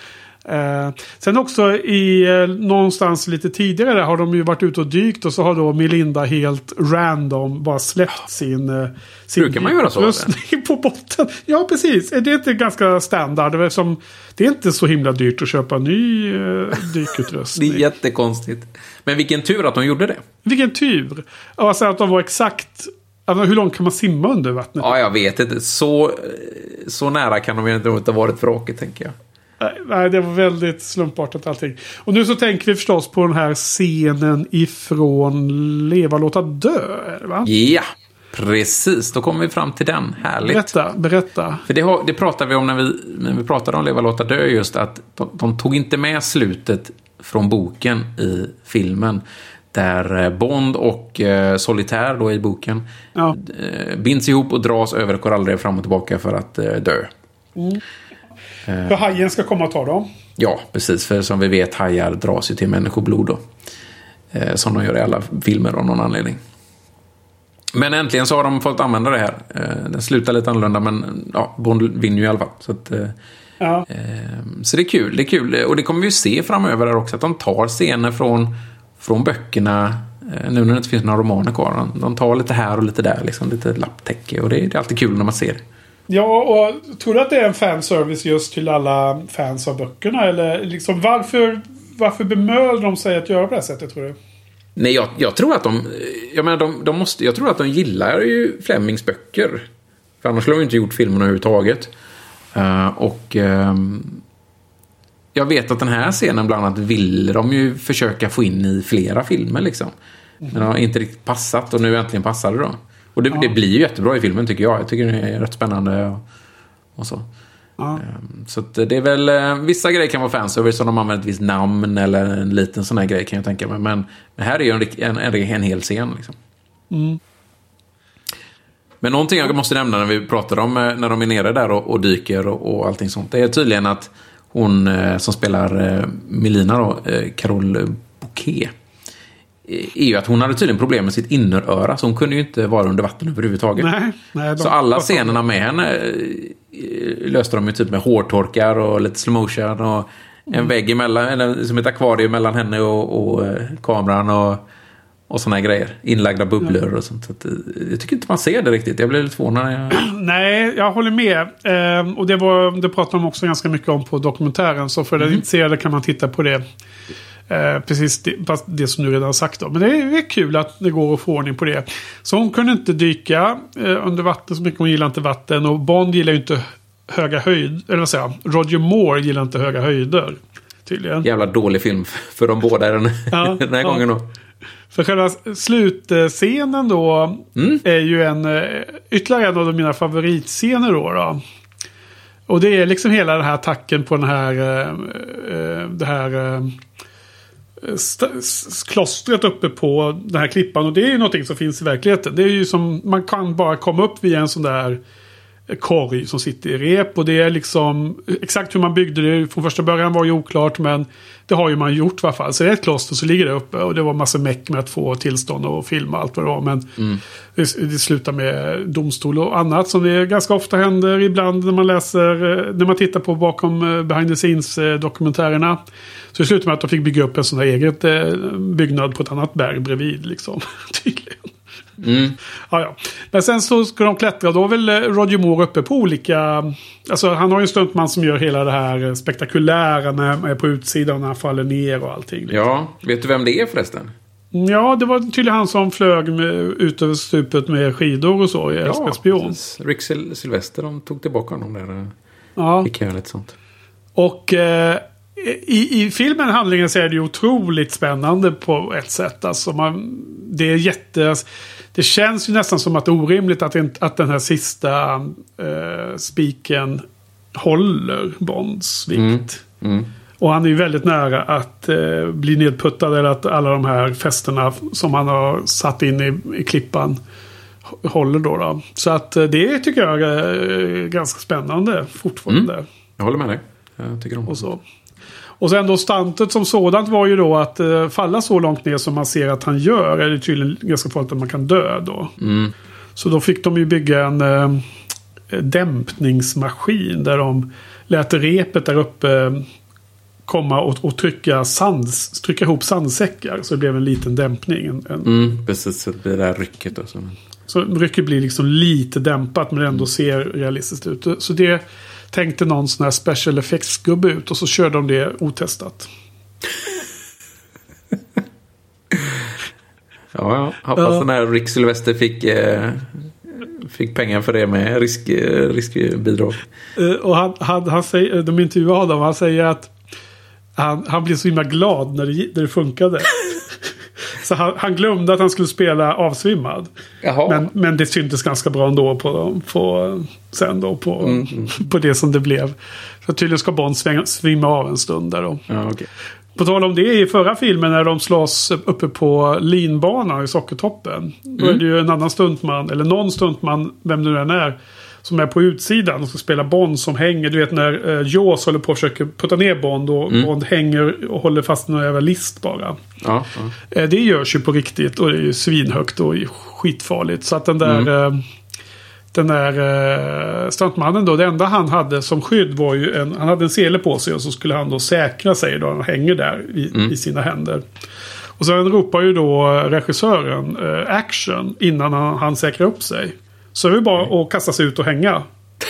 Speaker 1: Eh, sen också i eh, någonstans lite tidigare har de ju varit ute och dykt och så har då Melinda helt random bara släppt sin eh, sin
Speaker 2: Brukar man göra så?
Speaker 1: Röstning på botten. Ja, precis. Är det inte ganska standard? Eftersom det är inte så himla dyrt att köpa ny eh, dykutrustning.
Speaker 2: Det är jättekonstigt. Men vilken tur att de gjorde det.
Speaker 1: Vilken tur. Alltså att de var exakt... Alltså, hur långt kan man simma under vattnet?
Speaker 2: Ja, jag vet inte. Så, så nära kan de ju inte ha varit för åket, tänker jag.
Speaker 1: Nej, det var väldigt slumpartat allting. Och nu så tänker vi förstås på den här scenen ifrån Leva, låta dö, va?
Speaker 2: Ja, precis. Då kommer vi fram till den. Härligt.
Speaker 1: Berätta, berätta.
Speaker 2: För det, har, det pratade vi om när vi, när vi pratade om Leva, låta dö, just att de, de tog inte med slutet från boken i filmen. Där Bond och eh, Solitär då i boken
Speaker 1: ja.
Speaker 2: eh, binds ihop och dras över korallrev fram och tillbaka för att eh, dö.
Speaker 1: Mm. Eh. För hajen ska komma och ta dem.
Speaker 2: Ja, precis. För som vi vet, hajar dras ju till människoblod då. Eh, som de gör i alla filmer av någon anledning. Men äntligen så har de fått använda det här. Eh, den slutar lite annorlunda, men ja, Bond vinner ju i alla fall. Så att... Eh,
Speaker 1: ja.
Speaker 2: eh, så det är kul, det är kul. Och det kommer vi ju se framöver där också, att de tar scener från från böckerna, nu när det inte finns några romaner kvar. De, de tar lite här och lite där, liksom lite lapptäcke. Och det, det är alltid kul när man ser.
Speaker 1: Ja, och tror du att det är en fanservice just till alla fans av böckerna? Eller liksom varför, varför bemöl de sig att göra på det här sättet, tror du?
Speaker 2: Nej, jag, jag tror att de, jag menar, de, de måste, jag tror att de gillar ju Flemings böcker. För annars skulle de inte gjort filmerna överhuvudtaget. Uh, och... Um, Jag vet att den här scenen bland annat vill de ju försöka få in i flera filmer liksom. Men det har inte riktigt passat och nu äntligen passade det då. Och det, ja. det blir ju jättebra i filmen, tycker jag. Jag tycker det är rätt spännande och, och så. Ja. Så att det är väl, vissa grejer kan vara fanservice som de använder ett visst namn eller en liten sån här grej, kan jag tänka mig. Men det här är ju en, en, en, en hel scen liksom.
Speaker 1: Mm.
Speaker 2: Men någonting jag måste nämna när vi pratar om när de är nere där och, och dyker och, och allting sånt. Det är tydligen att hon eh, som spelar eh, Melina då, eh, Carole Bouquet, eh, är ju att hon hade tydligen problem med sitt inneröra, så hon kunde ju inte vara under vatten överhuvudtaget.
Speaker 1: Nej, nej,
Speaker 2: så alla scenerna med henne eh, löste de ju typ med hårtorkar och lite slow motion och en mm. vägg emellan, eller som ett akvarium mellan henne och, och eh, kameran och och såna här grejer. Inlagda bubblor ja. och sånt. Så att, jag tycker inte man ser det riktigt. Jag blev lite förvånad. Jag...
Speaker 1: Nej, jag håller med. Eh, och det, var, det pratar de också ganska mycket om på dokumentären. Så för mm. den intresserade kan man titta på det. Eh, precis det, det som du redan har sagt då. Men det är, det är kul att det går att få ordning på det. Så hon kunde inte dyka eh, under vatten så mycket. Hon gillar inte vatten. Och Bond gillar ju inte höga höjder. Eller vad säger jag? Roger Moore gillar inte höga höjder. Tydligen.
Speaker 2: Jävla dålig film för de båda den, ja, den här ja. gången då.
Speaker 1: För själva slutscenen då mm. är ju en ytterligare en av mina favoritscener då, då. Och det är liksom hela den här attacken på den här det här klostret uppe på den här klippan. Och det är ju någonting som finns i verkligheten. Det är ju som, man kan bara komma upp via en sån där korg som sitter i rep, och det är liksom exakt hur man byggde det från första början var ju oklart, men det har ju man gjort i alla fall. Så det är ett kloster som ligger där uppe, och det var massa meck med att få tillstånd och filma allt vad det var, men mm. det, det slutar med domstol och annat som det ganska ofta händer ibland när man läser, när man tittar på bakom behind the scenes dokumentärerna. Så det slutar med att de fick bygga upp en sån här eget byggnad på ett annat berg bredvid liksom, tydligen.
Speaker 2: Mm.
Speaker 1: Ja, ja. Men sen så ska de klättra. Då var väl Roger Moore uppe på olika... Alltså han har ju en stuntman som gör hela det här spektakulära när man är på utsidan när han faller ner och allting. Liksom.
Speaker 2: Ja, vet du vem det är förresten?
Speaker 1: Ja, det var tydligen han som flög med, ut över stupet med skidor och så i Älskar spion.
Speaker 2: Precis. Rick Sil- Sylvester, de tog tillbaka honom där.
Speaker 1: Ja.
Speaker 2: Fick jag lite sånt.
Speaker 1: Och... Eh, I, I filmen handlingen så är det ju otroligt spännande på ett sätt. Alltså man, det är jätte... Det känns ju nästan som att det är orimligt att, att den här sista eh, spiken håller Bonds vikt. Mm. Mm. Och han är ju väldigt nära att eh, bli nedputtad, eller att alla de här fästena som han har satt in i, i klippan håller då, då. Så att eh, det tycker jag är ganska spännande fortfarande.
Speaker 2: Mm. Jag håller med dig. Jag tycker om det.
Speaker 1: Och så. Och sen då stantet som sådant var ju då att eh, falla så långt ner som man ser att han gör, är det tydligen ganska farligt att man kan dö då.
Speaker 2: Mm.
Speaker 1: Så då fick de ju bygga en eh, dämpningsmaskin där de lät repet där uppe komma och, och trycka, sands, trycka ihop sandsäckar. Så det blev en liten dämpning. En, en...
Speaker 2: Mm, precis, så det där rycket. Då, så.
Speaker 1: så rycket blir liksom lite dämpat men ändå ser realistiskt ut. Så det tänkte någon sån här special effects-gubbe ut och så körde de det otestat.
Speaker 2: Ja, ja. Hoppas ja. Den här Rick Sylvester fick, eh, fick pengar för det med risk, riskbidrag.
Speaker 1: Uh, och han, han, han säger, de intervjuar honom, han säger att han, han blev så himla glad när det, när det funkade. Så han, han glömde att han skulle spela avsvimmad. Men, men det syntes ganska bra ändå på, på, sen då, på, mm, mm. på det som det blev. Så tydligen ska Bond sväng, svimma av en stund där då.
Speaker 2: Ja, okay.
Speaker 1: På tal om det i förra filmen när de slåss uppe på linbanan i Sockertoppen. Mm. Då är det ju en annan stuntman, eller någon stuntman, vem det nu än är, som är på utsidan och ska spela Bond som hänger. Du vet när eh, Jaws håller på att försöka putta ner Bond och mm. Bond hänger och håller fast någon jävla list bara.
Speaker 2: Ja, ja.
Speaker 1: Eh, det görs ju på riktigt och det är ju svinhögt och skitfarligt. Så att den där... Mm. Eh, Den där uh, stuntmannen då, det enda han hade som skydd var ju en, han hade en sele på sig och så skulle han då säkra sig då han hänger där i, mm. i sina händer. Och sen ropar ju då regissören uh, action innan han, han säkrar upp sig. Så det är bara mm. att kasta sig ut och hänga.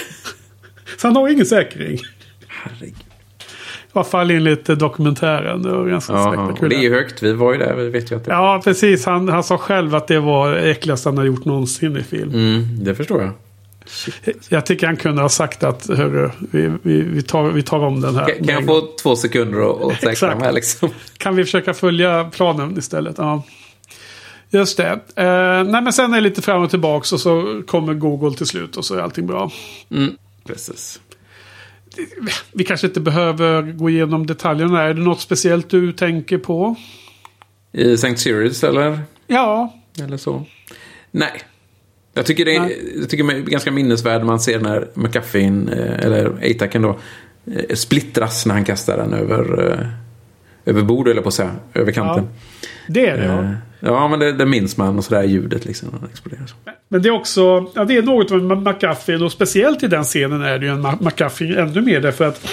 Speaker 1: Så han har ingen säkring.
Speaker 2: Herregud.
Speaker 1: I alla fall enligt dokumentären. Det var ganska spektakulärt.
Speaker 2: Det är ju högt, vi var ju där, vi vet ju att det...
Speaker 1: Ja, precis. Han, han sa själv att det var äckligast han har gjort någonsin i film.
Speaker 2: Mm, det förstår jag. Shit.
Speaker 1: Jag tycker han kunde ha sagt att hörru, vi, vi, vi, tar, vi tar om den här.
Speaker 2: Kan, kan jag få två sekunder att säkra mig liksom?
Speaker 1: Kan vi försöka följa planen istället? Ja. Just det. Eh, nej, men sen är det lite fram och tillbaka och så kommer Google till slut och så är allting bra.
Speaker 2: Mm, precis.
Speaker 1: Vi kanske inte behöver gå igenom detaljerna. Är det något speciellt du tänker på?
Speaker 2: I Saint Sirius eller?
Speaker 1: Ja.
Speaker 2: Eller så. Nej. Jag tycker det är, jag tycker det är ganska minnesvärd man ser när McGuffin eller A-Tacken då splittras när han kastar den över över bordet eller på så här, över kanten.
Speaker 1: Ja. Det är det, ja.
Speaker 2: Ja, men det, det minns man och sådär ljudet liksom när den exploderar.
Speaker 1: Men det är också, ja, det är något med McGuffin och speciellt i den scenen är det ju en McGuffin ännu mer därför att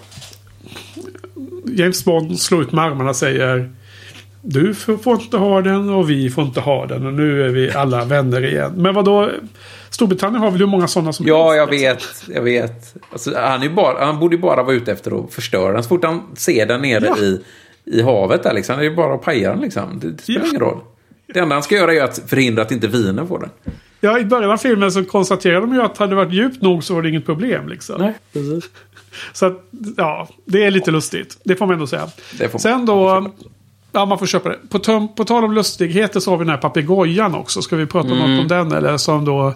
Speaker 1: James Bond slår ut med armarna och säger du får inte ha den och vi får inte ha den och nu är vi alla vänner igen. Men vadå? Storbritannien har väl ju många sådana som...
Speaker 2: Ja, jag vet. Jag vet. Alltså, han, är bara, han borde ju bara vara ute efter att förstöra den. Så fort han ser den nere ja. i, i havet där liksom. Det är ju bara att paja den liksom. Det, det spelar ja. ingen roll. Det enda han ska göra är att förhindra att inte vinen får den. Ja,
Speaker 1: i början av filmen så konstaterade de ju att hade det varit djupt nog så var det inget problem liksom.
Speaker 2: Nej, precis.
Speaker 1: Så att, ja, det är lite lustigt. Det får man ändå säga.
Speaker 2: Det får man.
Speaker 1: Sen då... Ja, man får köpa det. På, tom, på tal om lustigheter så har vi den här papegojan också. Ska vi prata mm. något om den? Eller som då...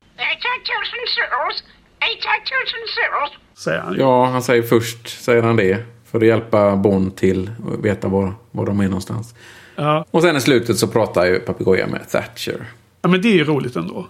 Speaker 1: Säger han.
Speaker 2: Ja, han säger först, säger han det. För att hjälpa Bond till att veta var, var de är någonstans.
Speaker 1: Ja.
Speaker 2: Och sen i slutet så pratar ju papegojan med Thatcher.
Speaker 1: Ja, men det är ju roligt ändå.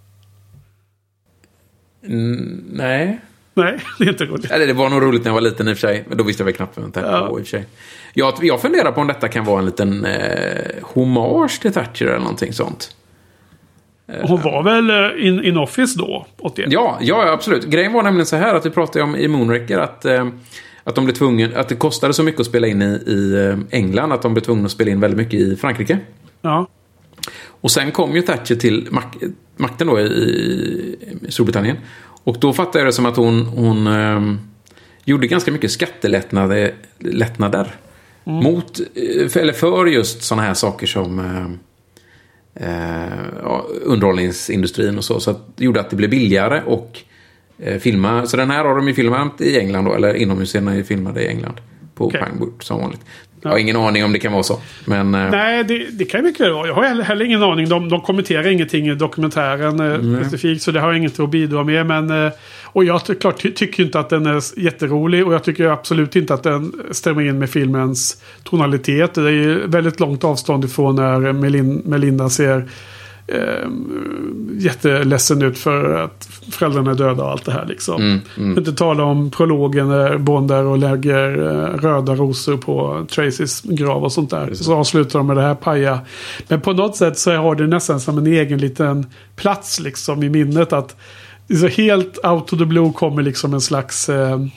Speaker 2: Mm, nej.
Speaker 1: Nej, det är inte roligt.
Speaker 2: Eller det var nog roligt när jag var liten i och för sig. Men då visste jag väl knappt vem Thatcher ja. var i och för sig. Jag, jag funderar på om detta kan vara en liten eh, hommage till Thatcher eller någonting sånt.
Speaker 1: Hon var väl in, in office då? åttioett?
Speaker 2: Ja, ja, absolut. Grejen var nämligen så här att vi pratade om i Moonraker att, eh, att de blev tvungen, att det kostade så mycket att spela in i, i England att de blev tvungna att spela in väldigt mycket i Frankrike.
Speaker 1: Ja.
Speaker 2: Och sen kom ju Thatcher till mak- makten då i, i Storbritannien. Och då fattade jag det som att hon, hon eh, gjorde ganska mycket skattelättnader lättnader mm. mot, eller för just sådana här saker som eh, eh, underhållningsindustrin och så. Så att det gjorde att det blev billigare och eh, filma. Så den här har de ju filmat i England då, eller inomhusscenerna är filmade i England på okay. Pinewood som vanligt. Jag har ingen aning om det kan vara så. Men, eh...
Speaker 1: Nej, det, det kan ju mycket väl vara. Jag har heller ingen aning. De, de kommenterar ingenting i dokumentären eh, mm. specifikt. Så det har jag inget att bidra med. Men, eh, och jag ty- klart, ty- tycker inte att den är jätterolig. Och jag tycker absolut inte att den stämmer in med filmens tonalitet. Det är ju väldigt långt avstånd ifrån när Melin- Melinda ser eh, jätteledsen ut för att föräldrarna är döda och allt det här liksom. Mm, mm. Inte tala om prologen när Bond där och lägger eh, röda rosor på Tracys grav och sånt där. Precis. Så avslutar de med det här paja. Men på något sätt så har det nästan som en egen liten plats liksom i minnet att det är så helt out of the blue kommer liksom en slags eh,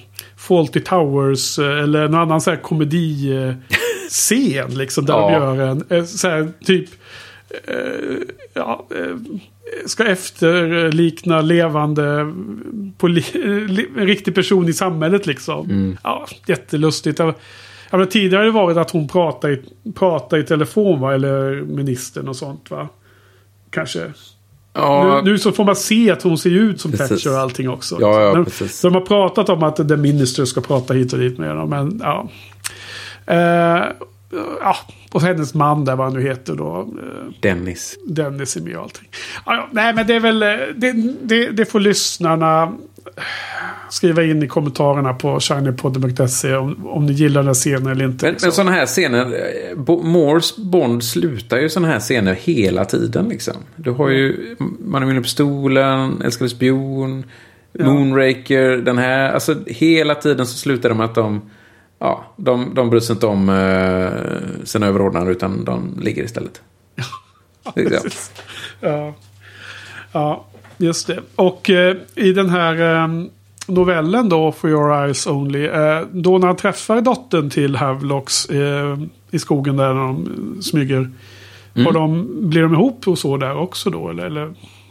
Speaker 1: Fawlty Towers eller en annan så här komediscen liksom, där
Speaker 2: Ja.
Speaker 1: de gör en så här, typ eh, ja, eh, ska efterlikna levande poli- li- en riktig person i samhället liksom.
Speaker 2: Mm.
Speaker 1: Ja, jättelustigt. Jag, jag vet, tidigare har det varit att hon pratar i, pratar i telefon, va? Eller ministern och sånt, va? Kanske.
Speaker 2: Ja,
Speaker 1: Nu, nu så får man se att hon ser ut som
Speaker 2: Precis.
Speaker 1: Thatcher och allting också.
Speaker 2: Ja, ja,
Speaker 1: Men,
Speaker 2: precis.
Speaker 1: så de har pratat om att the minister ska prata hit och dit med dem. Men ja. Eh, ja. Och hennes man där, vad han nu heter då. Eh,
Speaker 2: Dennis.
Speaker 1: Dennis är med och allting. Ja, ja, nej, men det är väl... eh, Det, det, det får lyssnarna skriva in i kommentarerna på shinypodden punkt se om, om ni gillar den här scenen eller inte.
Speaker 2: Men,
Speaker 1: liksom.
Speaker 2: men sådana här scener, eh, Bo- Moores Bond slutar ju sådana här scener hela tiden liksom. Du har ju Man är inne på stolen, Älskade spion,
Speaker 1: Ja.
Speaker 2: Moonraker, den här, alltså hela tiden så slutar de med att de ja, de, de bryr sig inte om eh, sina överordnade utan de ligger istället. Liksom.
Speaker 1: Precis. Ja. Ja, just det. Och eh, i den här eh, novellen då, For Your Eyes Only, eh, då när han träffar dottern till Havelocks eh, i skogen där de smyger,
Speaker 2: Mm.
Speaker 1: och de, blir de ihop och så där också då? Eller? eller?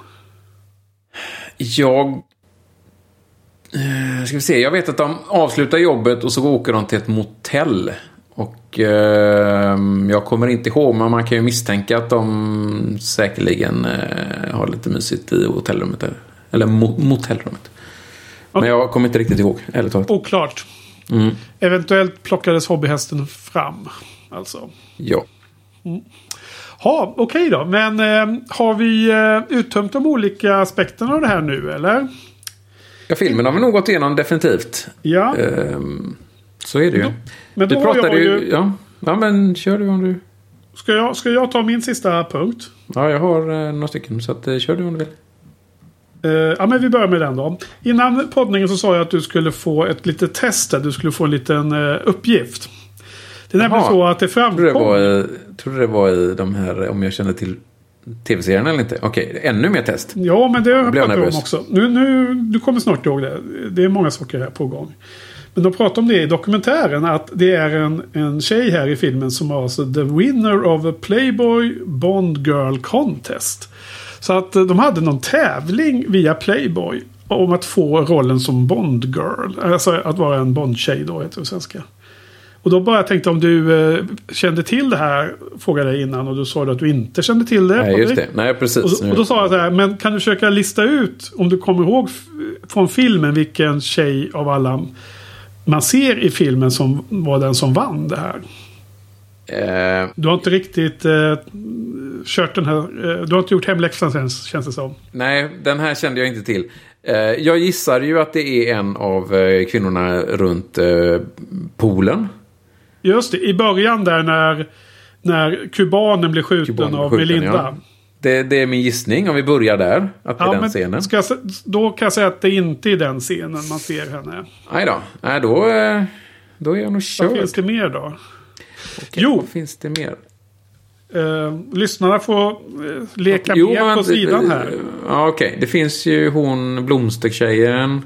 Speaker 2: Jag eh, ska vi se, jag vet att de avslutar jobbet och så åker de till ett motell. Och eh, jag kommer inte ihåg, men man kan ju misstänka att de säkerligen eh, har lite mysigt i hotellrummet där. Eller mo- motellrummet. Men jag kommer inte riktigt ihåg, ärligt talat.
Speaker 1: Oklart.
Speaker 2: Mm.
Speaker 1: Eventuellt plockades hobbyhästen fram. Alltså.
Speaker 2: Ja.
Speaker 1: Ja, okej då. Men eh, har vi eh, uttömt de olika aspekterna av det här nu, eller?
Speaker 2: Ja, filmen har vi nog gått igenom definitivt.
Speaker 1: Ja.
Speaker 2: Ehm, så är det ju.
Speaker 1: Men då
Speaker 2: du
Speaker 1: har
Speaker 2: pratade
Speaker 1: jag
Speaker 2: ju...
Speaker 1: ju-
Speaker 2: Ja. ja, men kör du om du...
Speaker 1: Ska jag, ska jag ta min sista punkt?
Speaker 2: Ja, jag har eh, några stycken, så att, eh, kör du om du vill.
Speaker 1: Uh, ja, men vi börjar med den då. Innan poddningen så sa jag att du skulle få ett litet test där. Du skulle få en liten uh, uppgift. Det är nämligen
Speaker 2: Jaha.
Speaker 1: så att det
Speaker 2: Tror du det,
Speaker 1: framkom...
Speaker 2: var, i- tror du det var i de här, om jag känner till tv-serien eller inte? Okej, ännu mer test.
Speaker 1: Ja, men det
Speaker 2: blir jag
Speaker 1: pratar vi om
Speaker 2: nervös.
Speaker 1: också. Nu, nu, du kommer snart ihåg det. Det är många saker här på gång. Men de pratar om det i dokumentären. Att det är en, en tjej här i filmen som var alltså the winner of a Playboy Bond Girl Contest. Så att eh, de hade någon tävling via Playboy om att få rollen som Bond Girl. Alltså att vara en Bond-tjej då, heter det på svenska. Och då bara tänkte om du eh, kände till det här, frågade jag innan, och du sa att du inte kände till det.
Speaker 2: Nej, just det. Nej, precis.
Speaker 1: Och, så- och då sa jag så här, men kan du försöka lista ut, om du kommer ihåg f- från filmen, vilken tjej av alla man ser i filmen som var den som vann det här?
Speaker 2: Eh,
Speaker 1: Du har inte riktigt eh, kört den här, eh, du har inte gjort hemläxan sen, känns det som.
Speaker 2: nej, den här kände jag inte till. Eh, jag gissar ju att det är en av eh, kvinnorna runt eh, poolen.
Speaker 1: Just det, i början där när, när kubanen blir skjuten
Speaker 2: Kubanen
Speaker 1: av
Speaker 2: skjuten,
Speaker 1: Melinda.
Speaker 2: ja. Det, det är min gissning, om vi börjar där. Att det är
Speaker 1: Ja,
Speaker 2: den
Speaker 1: men
Speaker 2: scenen.
Speaker 1: ska jag, sä- då kan jag säga att det inte är den scenen man ser henne.
Speaker 2: Nej då. Nej, då, eh, då är jag nog
Speaker 1: Vad
Speaker 2: körd.
Speaker 1: finns det mer då?
Speaker 2: Okej,
Speaker 1: Jo.
Speaker 2: Vad finns det mer?
Speaker 1: Eh, lyssnarna får eh, leka med
Speaker 2: men-
Speaker 1: på sidan här.
Speaker 2: Ja, okej. Det finns ju hon, Blomstertjejen.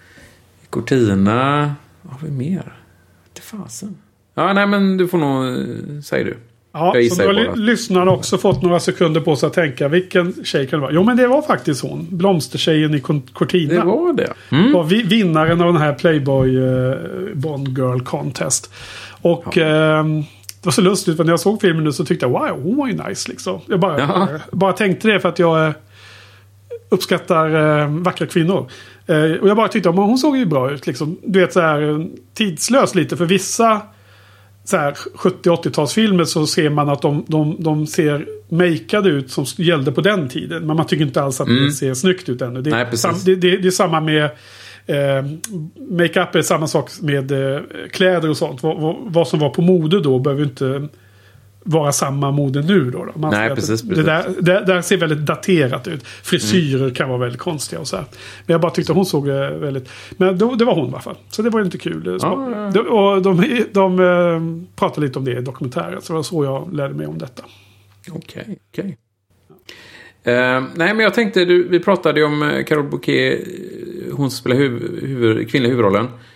Speaker 2: Cortina. Vad har vi mer? Det fasen. Ja, nej, men du får nog... eh, Säg du.
Speaker 1: Ja,
Speaker 2: jag
Speaker 1: så
Speaker 2: gissar
Speaker 1: då har
Speaker 2: ju
Speaker 1: ly-
Speaker 2: bara.
Speaker 1: lyssnarna också fått några sekunder på sig att tänka vilken tjej kan det vara. Jo, men det var faktiskt hon. Blomstertjejen i Con- Cortina.
Speaker 2: Det var det. Mm.
Speaker 1: Var vi, vinnaren av den här Playboy eh, Bond Girl Contest. Och ehm, det var så lustigt, för när jag såg filmen nu så tyckte jag wow, hon var ju nice liksom. Jag bara,
Speaker 2: Ja.
Speaker 1: eh, bara tänkte det för att jag eh, uppskattar eh, vackra kvinnor. Eh, och jag bara tyckte, men hon såg ju bra ut liksom. Du vet så här eh, tidslös lite, för vissa så här sjuttio-åttio-talsfilmer så ser man att de, de, de ser makeade ut som gällde på den tiden. Men man tycker inte alls att det ser snyggt ut ännu. Det,
Speaker 2: Nej,
Speaker 1: är,
Speaker 2: precis.
Speaker 1: sam, det, det, det är samma med eh, makeup är samma sak med eh, kläder och sånt. Vad, vad, vad som var på mode då behöver inte vara samma mode nu då. då. Man
Speaker 2: Nej,
Speaker 1: ser att
Speaker 2: precis,
Speaker 1: det,
Speaker 2: precis.
Speaker 1: det, där, det där ser väldigt daterat ut. Frisyrer mm. kan vara väldigt konstiga och så här. Men jag bara tyckte hon såg eh, väldigt... Men då, det var hon i alla fall. Så det var inte kul.
Speaker 2: Ja, ja, ja.
Speaker 1: De, och de, de, de eh, pratade lite om det i dokumentären. Så det var så jag lärde mig om detta.
Speaker 2: Okej, okej. Eh, nej, men jag tänkte, du, vi pratade ju om eh, Carole Bouquet, hon som spelar huv, huvud, kvinnliga huvudrollen.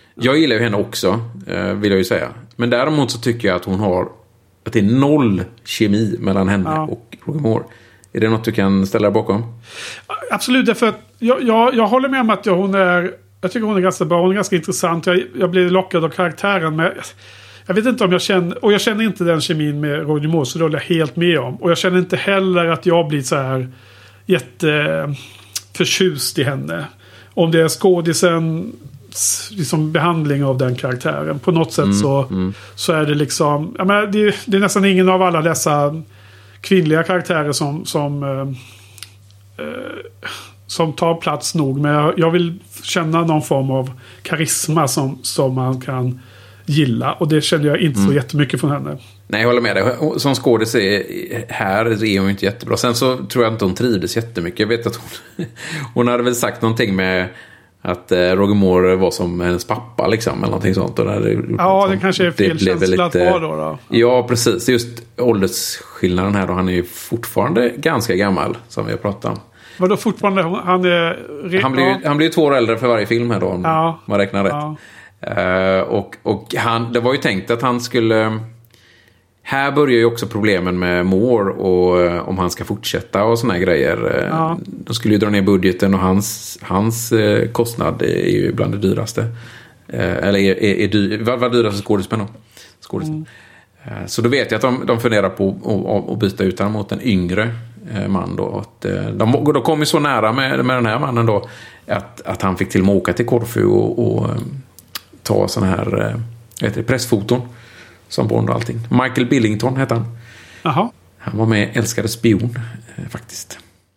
Speaker 2: Jag gillar ju henne också, vill jag ju säga. Men däremot så tycker jag att hon har att det är noll kemi mellan henne ja. och Roger Moore. Är det något du kan ställa dig bakom?
Speaker 1: Absolut, därför att jag, jag, jag håller med om att jag, hon är jag tycker hon är ganska bra, hon är ganska intressant. Jag, jag blir lockad av karaktären, men jag, jag vet inte om jag känner, och jag känner inte den kemin med Roger Moore, så det håller jag helt med om. Och jag känner inte heller att jag blir så här jätte förtjust i henne. Om det är skådisen liksom behandling av den karaktären. På något sätt mm, så, mm. så är det liksom... Jag menar, det, det är nästan ingen av alla dessa kvinnliga karaktärer som som, eh, som tar plats nog. Men jag, jag vill känna någon form av karisma som, som man kan gilla. Och det känner jag inte mm. så jättemycket från henne.
Speaker 2: Nej, jag håller med dig. Som skådis är här är hon inte jättebra. Sen så tror jag inte hon trivdes jättemycket. Jag vet att hon, hon hade väl sagt någonting med att Roger Moore var som hennes pappa liksom, eller någonting sånt. Och det
Speaker 1: ja, det kanske är fel känsla att vara då, då.
Speaker 2: Ja, precis. Just åldersskillnaden här då. Han är ju fortfarande ganska gammal, som vi har pratat om.
Speaker 1: Vadå fortfarande? Han är... Re-
Speaker 2: han blir ju han blir två år äldre för varje film här då, om ja. man räknar rätt. Ja. Uh, och och han, det var ju tänkt att han skulle... Här börjar ju också problemen med Moore och uh, om han ska fortsätta och såna här grejer. Ja. De skulle ju dra ner budgeten och hans, hans uh, kostnad är ju bland det dyraste. Uh, eller är, är, är dyr, vad var dyraste skådespelaren då? Skådespelaren. Mm. Uh, så då vet jag att de, de funderar på att byta ut honom mot en yngre uh, man då. Att, uh, de, de kom ju så nära med, med den här mannen då att, att han fick till och med åka till Korfu och, och uh, ta såna här uh, vet du, pressfoton som Bond och allting. Michael Billington heter han.
Speaker 1: Aha.
Speaker 2: Han var med Älskade spion eh, faktiskt.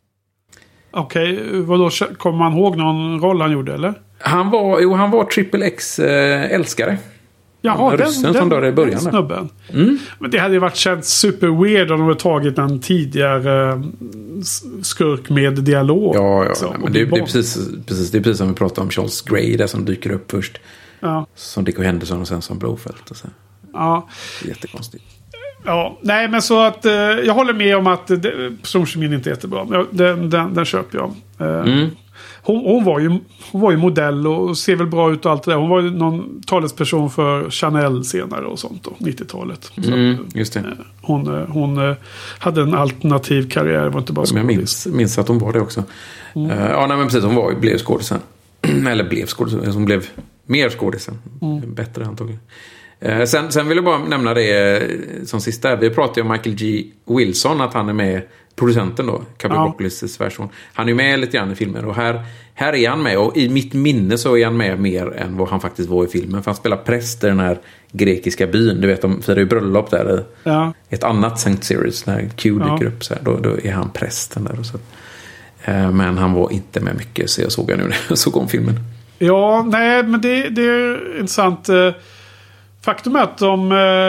Speaker 1: Okej, okay, vadå, kommer man ihåg någon roll han gjorde eller?
Speaker 2: Han var jo han var Triple X eh, älskare.
Speaker 1: Jaha, den,
Speaker 2: ryssen
Speaker 1: den,
Speaker 2: som dör i början.
Speaker 1: Den snubben. Mm. Men det hade ju varit känt super weird om de hade tagit en tidigare skurk med dialog.
Speaker 2: Ja, ja. Nej, men det, det är precis, precis det är precis som vi pratade om Charles Grey där som dyker upp först. Ja. Som Dick och Henderson och sen som Blofeld och så.
Speaker 1: Ja.
Speaker 2: Det är jättekonstigt.
Speaker 1: Ja, nej men så att eh, jag håller med om att personkemin inte är jättebra. Ja, den, den, den köper jag. Eh, mm. hon, hon, var ju, hon var ju modell och ser väl bra ut och allt det där. Hon var ju någon talesperson för Chanel senare och sånt då, nittiotalet.
Speaker 2: Mm, just det. Eh,
Speaker 1: hon, hon eh, hade en alternativ karriär, var inte bara skådis.
Speaker 2: Jag minns, minns att hon var det också. Mm. Uh, ja, nej men precis, hon var, blev skådisen. Eller blev skådisen, hon blev mer skådisen. Mm. Bättre antagligen. Eh, sen, sen vill jag bara nämna det eh, som sista. Vi pratade om Michael G. Wilson, att han är med, producenten då, Cubby ja. Broccoli's svärson. Han är ju med lite grann i filmen och här, här är han med. Och i mitt minne så är han med mer än vad han faktiskt var i filmen. För han spelar präst i den här grekiska byn. Du vet, de firar ju bröllop där i ja. ett annat Saint Series när Q dyker ja. upp så här. Då, då är han prästen där och så. Eh, men han var inte med mycket, så jag såg han nu när jag såg om filmen. Ja, nej, men det, det är intressant. Faktum är att de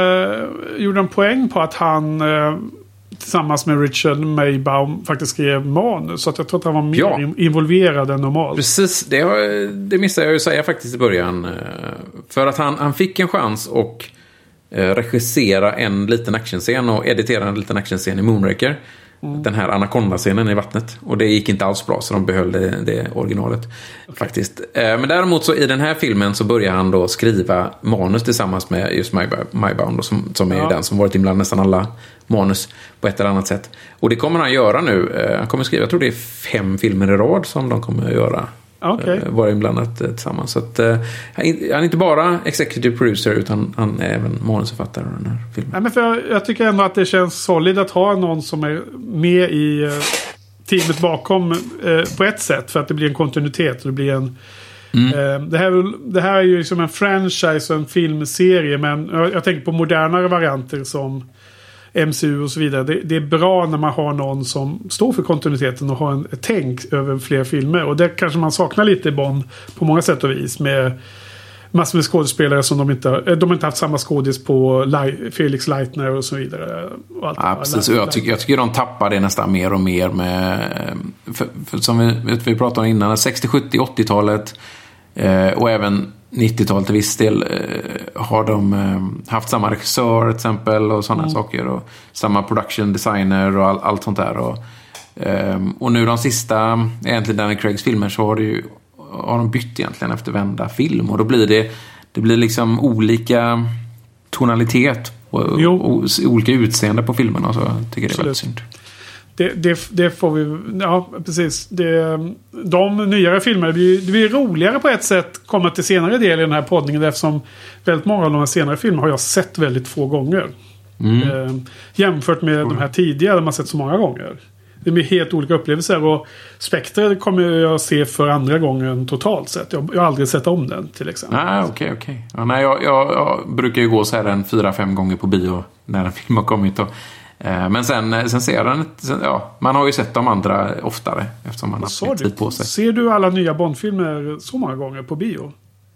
Speaker 2: eh, gjorde en poäng på att han eh, tillsammans med Richard Maybaum faktiskt skrev manus. Så att jag tror att han var mer ja. involverad än normalt. Precis, det, har, det missade jag ju säga faktiskt i början. För att han, han fick en chans att eh, regissera en liten actionscen och editera en liten actionscen i Moonraker. Mm. Den här Anaconda-scenen i vattnet. Och det gick inte alls bra, så de behöll det, det originalet. Okay. Faktiskt. Men däremot så i den här filmen så börjar han då skriva manus tillsammans med just Maybaum, som, som är ja. den som varit ibland nästan alla manus på ett eller annat sätt. Och det kommer han göra nu. Han kommer skriva, jag tror det är fem filmer i rad som de kommer att göra. Okay. Vara inblandat tillsammans. Så att, uh, han är inte bara executive producer utan han är även manusförfattare av den här filmen. Nej, men för jag, jag tycker ändå att det känns solid att ha någon som är med i uh, teamet bakom uh, på ett sätt. För att det blir en kontinuitet och det blir en mm. uh, det, här, det här är ju som en franchise och en filmserie, men jag, jag tänker på modernare varianter som M C U och så vidare. Det, det är bra när man har någon som står för kontinuiteten och har en, ett tänk över fler filmer. Och det kanske man saknar lite i Bond på många sätt och vis. Med massor med skådespelare som de inte de har inte haft samma skådis på Li- Felix Leitner och så vidare. Och allt ja, precis. Jag tycker, jag tycker de tappar det nästan mer och mer med för, för, som vi, vi pratade om innan, sextio, sjuttio, åttiotalet eh, och även nittiotalet till viss del eh, har de eh, haft samma regissör till exempel och sådana mm. saker och samma production designer och all, allt sånt där och, eh, och nu de sista egentligen Daniel Craigs filmer så har, det ju, har de bytt egentligen efter vända film och då blir det det blir liksom olika tonalitet och, och olika utseende på filmerna, så jag tycker det är väldigt synd.
Speaker 1: Det, det, det får vi... Ja, precis. Det, de nyare filmerna det blir, det blir roligare på ett sätt komma till senare del i den här poddningen, eftersom väldigt många av de här senare filmerna har jag sett väldigt få gånger. Mm. Eh, jämfört med mm. de här tidigare man sett så många gånger. Det blir helt olika upplevelser, och Spectre kommer jag se för andra gången totalt sett. Jag, jag har aldrig sett om den till exempel.
Speaker 2: Ah, okej, okay, okej. Okay. Ja, nej, jag, jag, jag brukar ju gå så här en fyra, fem gånger på bio när en film har kommit. Och, eh, men sen, sen ser jag den... Sen, ja, man har ju sett de andra oftare eftersom man har haft tid på sig.
Speaker 1: Ser du alla nya Bond-filmer så många gånger på bio?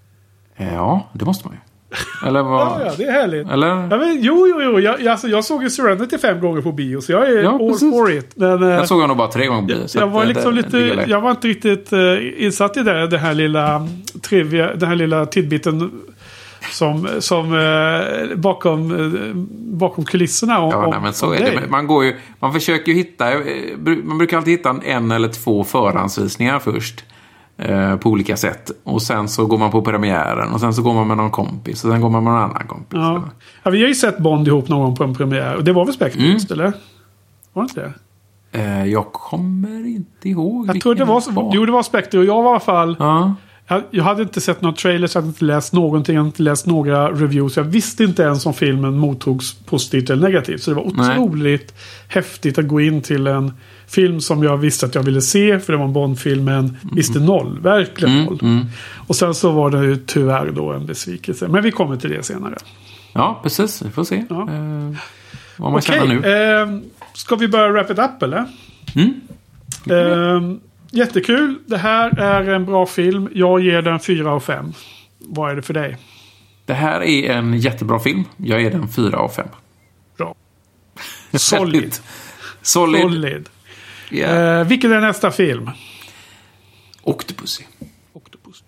Speaker 2: Ja, det måste man ju. Eller vad?
Speaker 1: Ja, ja, det är härligt.
Speaker 2: Eller?
Speaker 1: Ja, men, jo, jo, jo. Jag, alltså, jag såg ju Serenity fem gånger på bio, så jag är
Speaker 2: ja,
Speaker 1: all
Speaker 2: precis.
Speaker 1: for it. Men,
Speaker 2: jag såg honom bara tre gånger på bio.
Speaker 1: Jag, jag, var liksom det, lite, det jag var inte riktigt uh, insatt i det, det här lilla trivia, den här lilla tidbiten som, som uh, bakom, uh, bakom kulisserna. Om,
Speaker 2: ja, nej, men så är det. Man, går ju, man försöker ju hitta, man brukar alltid hitta en eller två förhandsvisningar först. På olika sätt. Och sen så går man på premiären. Och sen så går man med någon kompis. Och sen går man med någon annan kompis.
Speaker 1: Ja, ja vi har ju sett Bond ihop någon gång på en premiär. Och det var väl Spectre, mm. eller? Var det inte det?
Speaker 2: Eh, jag kommer inte ihåg.
Speaker 1: Jag tror det var, var. Jo, det var Spectre. Och jag var i alla fall... Ja. Jag, jag hade inte sett några trailers. Jag hade inte läst någonting. Jag hade inte läst några reviews. Jag visste inte ens om filmen mottogs positivt eller negativt. Så det var otroligt Nej. häftigt att gå in till en film som jag visste att jag ville se. För det var en Bond-film. Men mm. visste noll. Verkligen mm. noll. Mm. Och sen så var det ju tyvärr då en besvikelse. Men vi kommer till det senare.
Speaker 2: Ja, precis. Vi får se. Ja. Eh, vad man
Speaker 1: Okej,
Speaker 2: känner nu.
Speaker 1: Eh, ska vi börja wrap it up, eller?
Speaker 2: Mm.
Speaker 1: Eh, jättekul. Det här är en bra film. Jag ger den fyra av fem. Vad är det för dig?
Speaker 2: Det här är en jättebra film. Jag ger den fyra av fem.
Speaker 1: Bra. Solid.
Speaker 2: Solid.
Speaker 1: Solid. Yeah. Eh, vilken är nästa film?
Speaker 2: Octopussy.
Speaker 1: Octopus.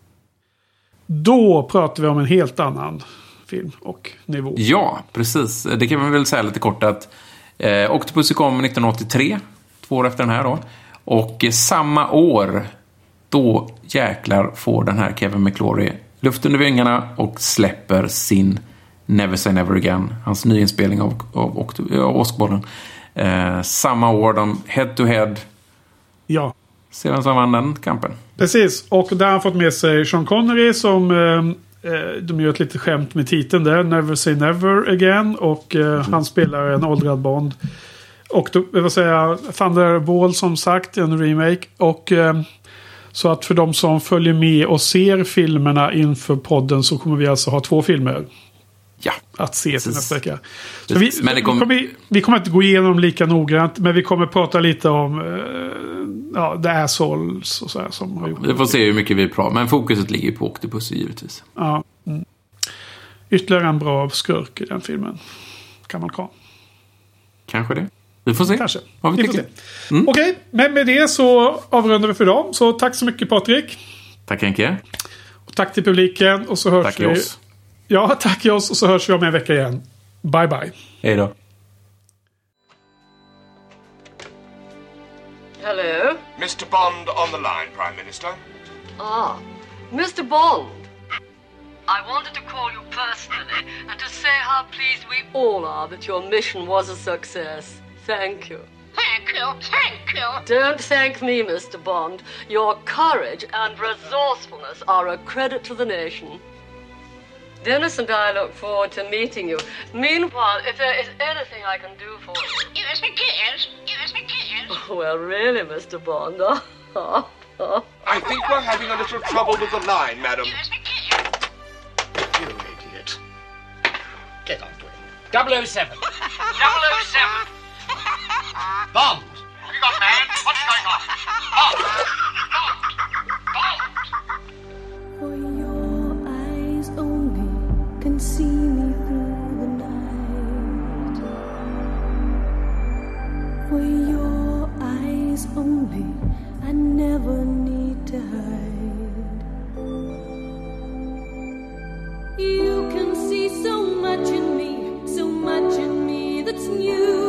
Speaker 1: Då pratar vi om en helt annan film och nivå.
Speaker 2: Ja, precis. Det kan man väl säga lite kort att eh, Octopussy kom nittonhundraåttiotre. Två år efter den här då. Och eh, samma år då jäklar får den här Kevin McClory luft under vingarna och släpper sin Never Say Never Again. Hans nyinspelning av, av, av, av Åskbollen. Eh, samma år de head to head.
Speaker 1: Ja.
Speaker 2: Sedan så vann den kampen.
Speaker 1: Precis. Och där har han fått med sig Sean Connery som eh, de gör ett litet skämt med titeln där. Never Say Never Again. Och eh, mm. han spelar en åldrad Bond. Och då, jag vill säga Thunderball som sagt, en remake. Och eh, så att för de som följer med och ser filmerna inför podden så kommer vi alltså ha två filmer.
Speaker 2: Ja,
Speaker 1: att se till nästa vecka.
Speaker 2: Så vi, men det kom...
Speaker 1: vi, kommer, vi kommer inte gå igenom lika noggrant, men vi kommer prata lite om uh, ja, The Assholes och så här som har gjort.
Speaker 2: Vi får se hur mycket vi pratar, men fokuset ligger på Octopussy givetvis.
Speaker 1: Ja. Mm. Ytterligare en bra skurk i den filmen. Kan man ha.
Speaker 2: Kanske det. Vi får se.
Speaker 1: Kanske.
Speaker 2: Vad vi
Speaker 1: vi får se. Mm. Okej, okay, men med det så avrundar vi för idag. Så tack så mycket Patrik.
Speaker 2: Tack Henke.
Speaker 1: Och tack till publiken. Och så hörs
Speaker 2: tack
Speaker 1: vi...
Speaker 2: oss.
Speaker 1: Ja, tack oss och så hörs vi om en vecka igen. Bye bye.
Speaker 2: Hej då.
Speaker 8: Hello?
Speaker 6: Mister Bond on the line, Prime Minister.
Speaker 8: Ah, Mister Bond. I wanted to call you personally and to say how pleased we all are that your mission was a success. Thank you.
Speaker 9: Thank you, thank you.
Speaker 8: Don't thank me, Mister Bond. Your courage and resourcefulness are a credit to the nation. Dennis and I look forward to meeting you. Meanwhile, if there is anything I can do for you...
Speaker 9: Give us a kiss. Give us a kiss.
Speaker 8: Oh, well, really, Mister Bond.
Speaker 6: I think we're having a little trouble with the line, madam.
Speaker 9: Give us a kiss.
Speaker 7: You idiot. Get on to it. double oh seven. double oh seven. Bond.
Speaker 6: Have you got man? What's going on? Bond. Bond. Bond.
Speaker 10: For your eyes only can see me through the night. For your eyes only I never need to hide. You can see so much in me, so much in me that's new.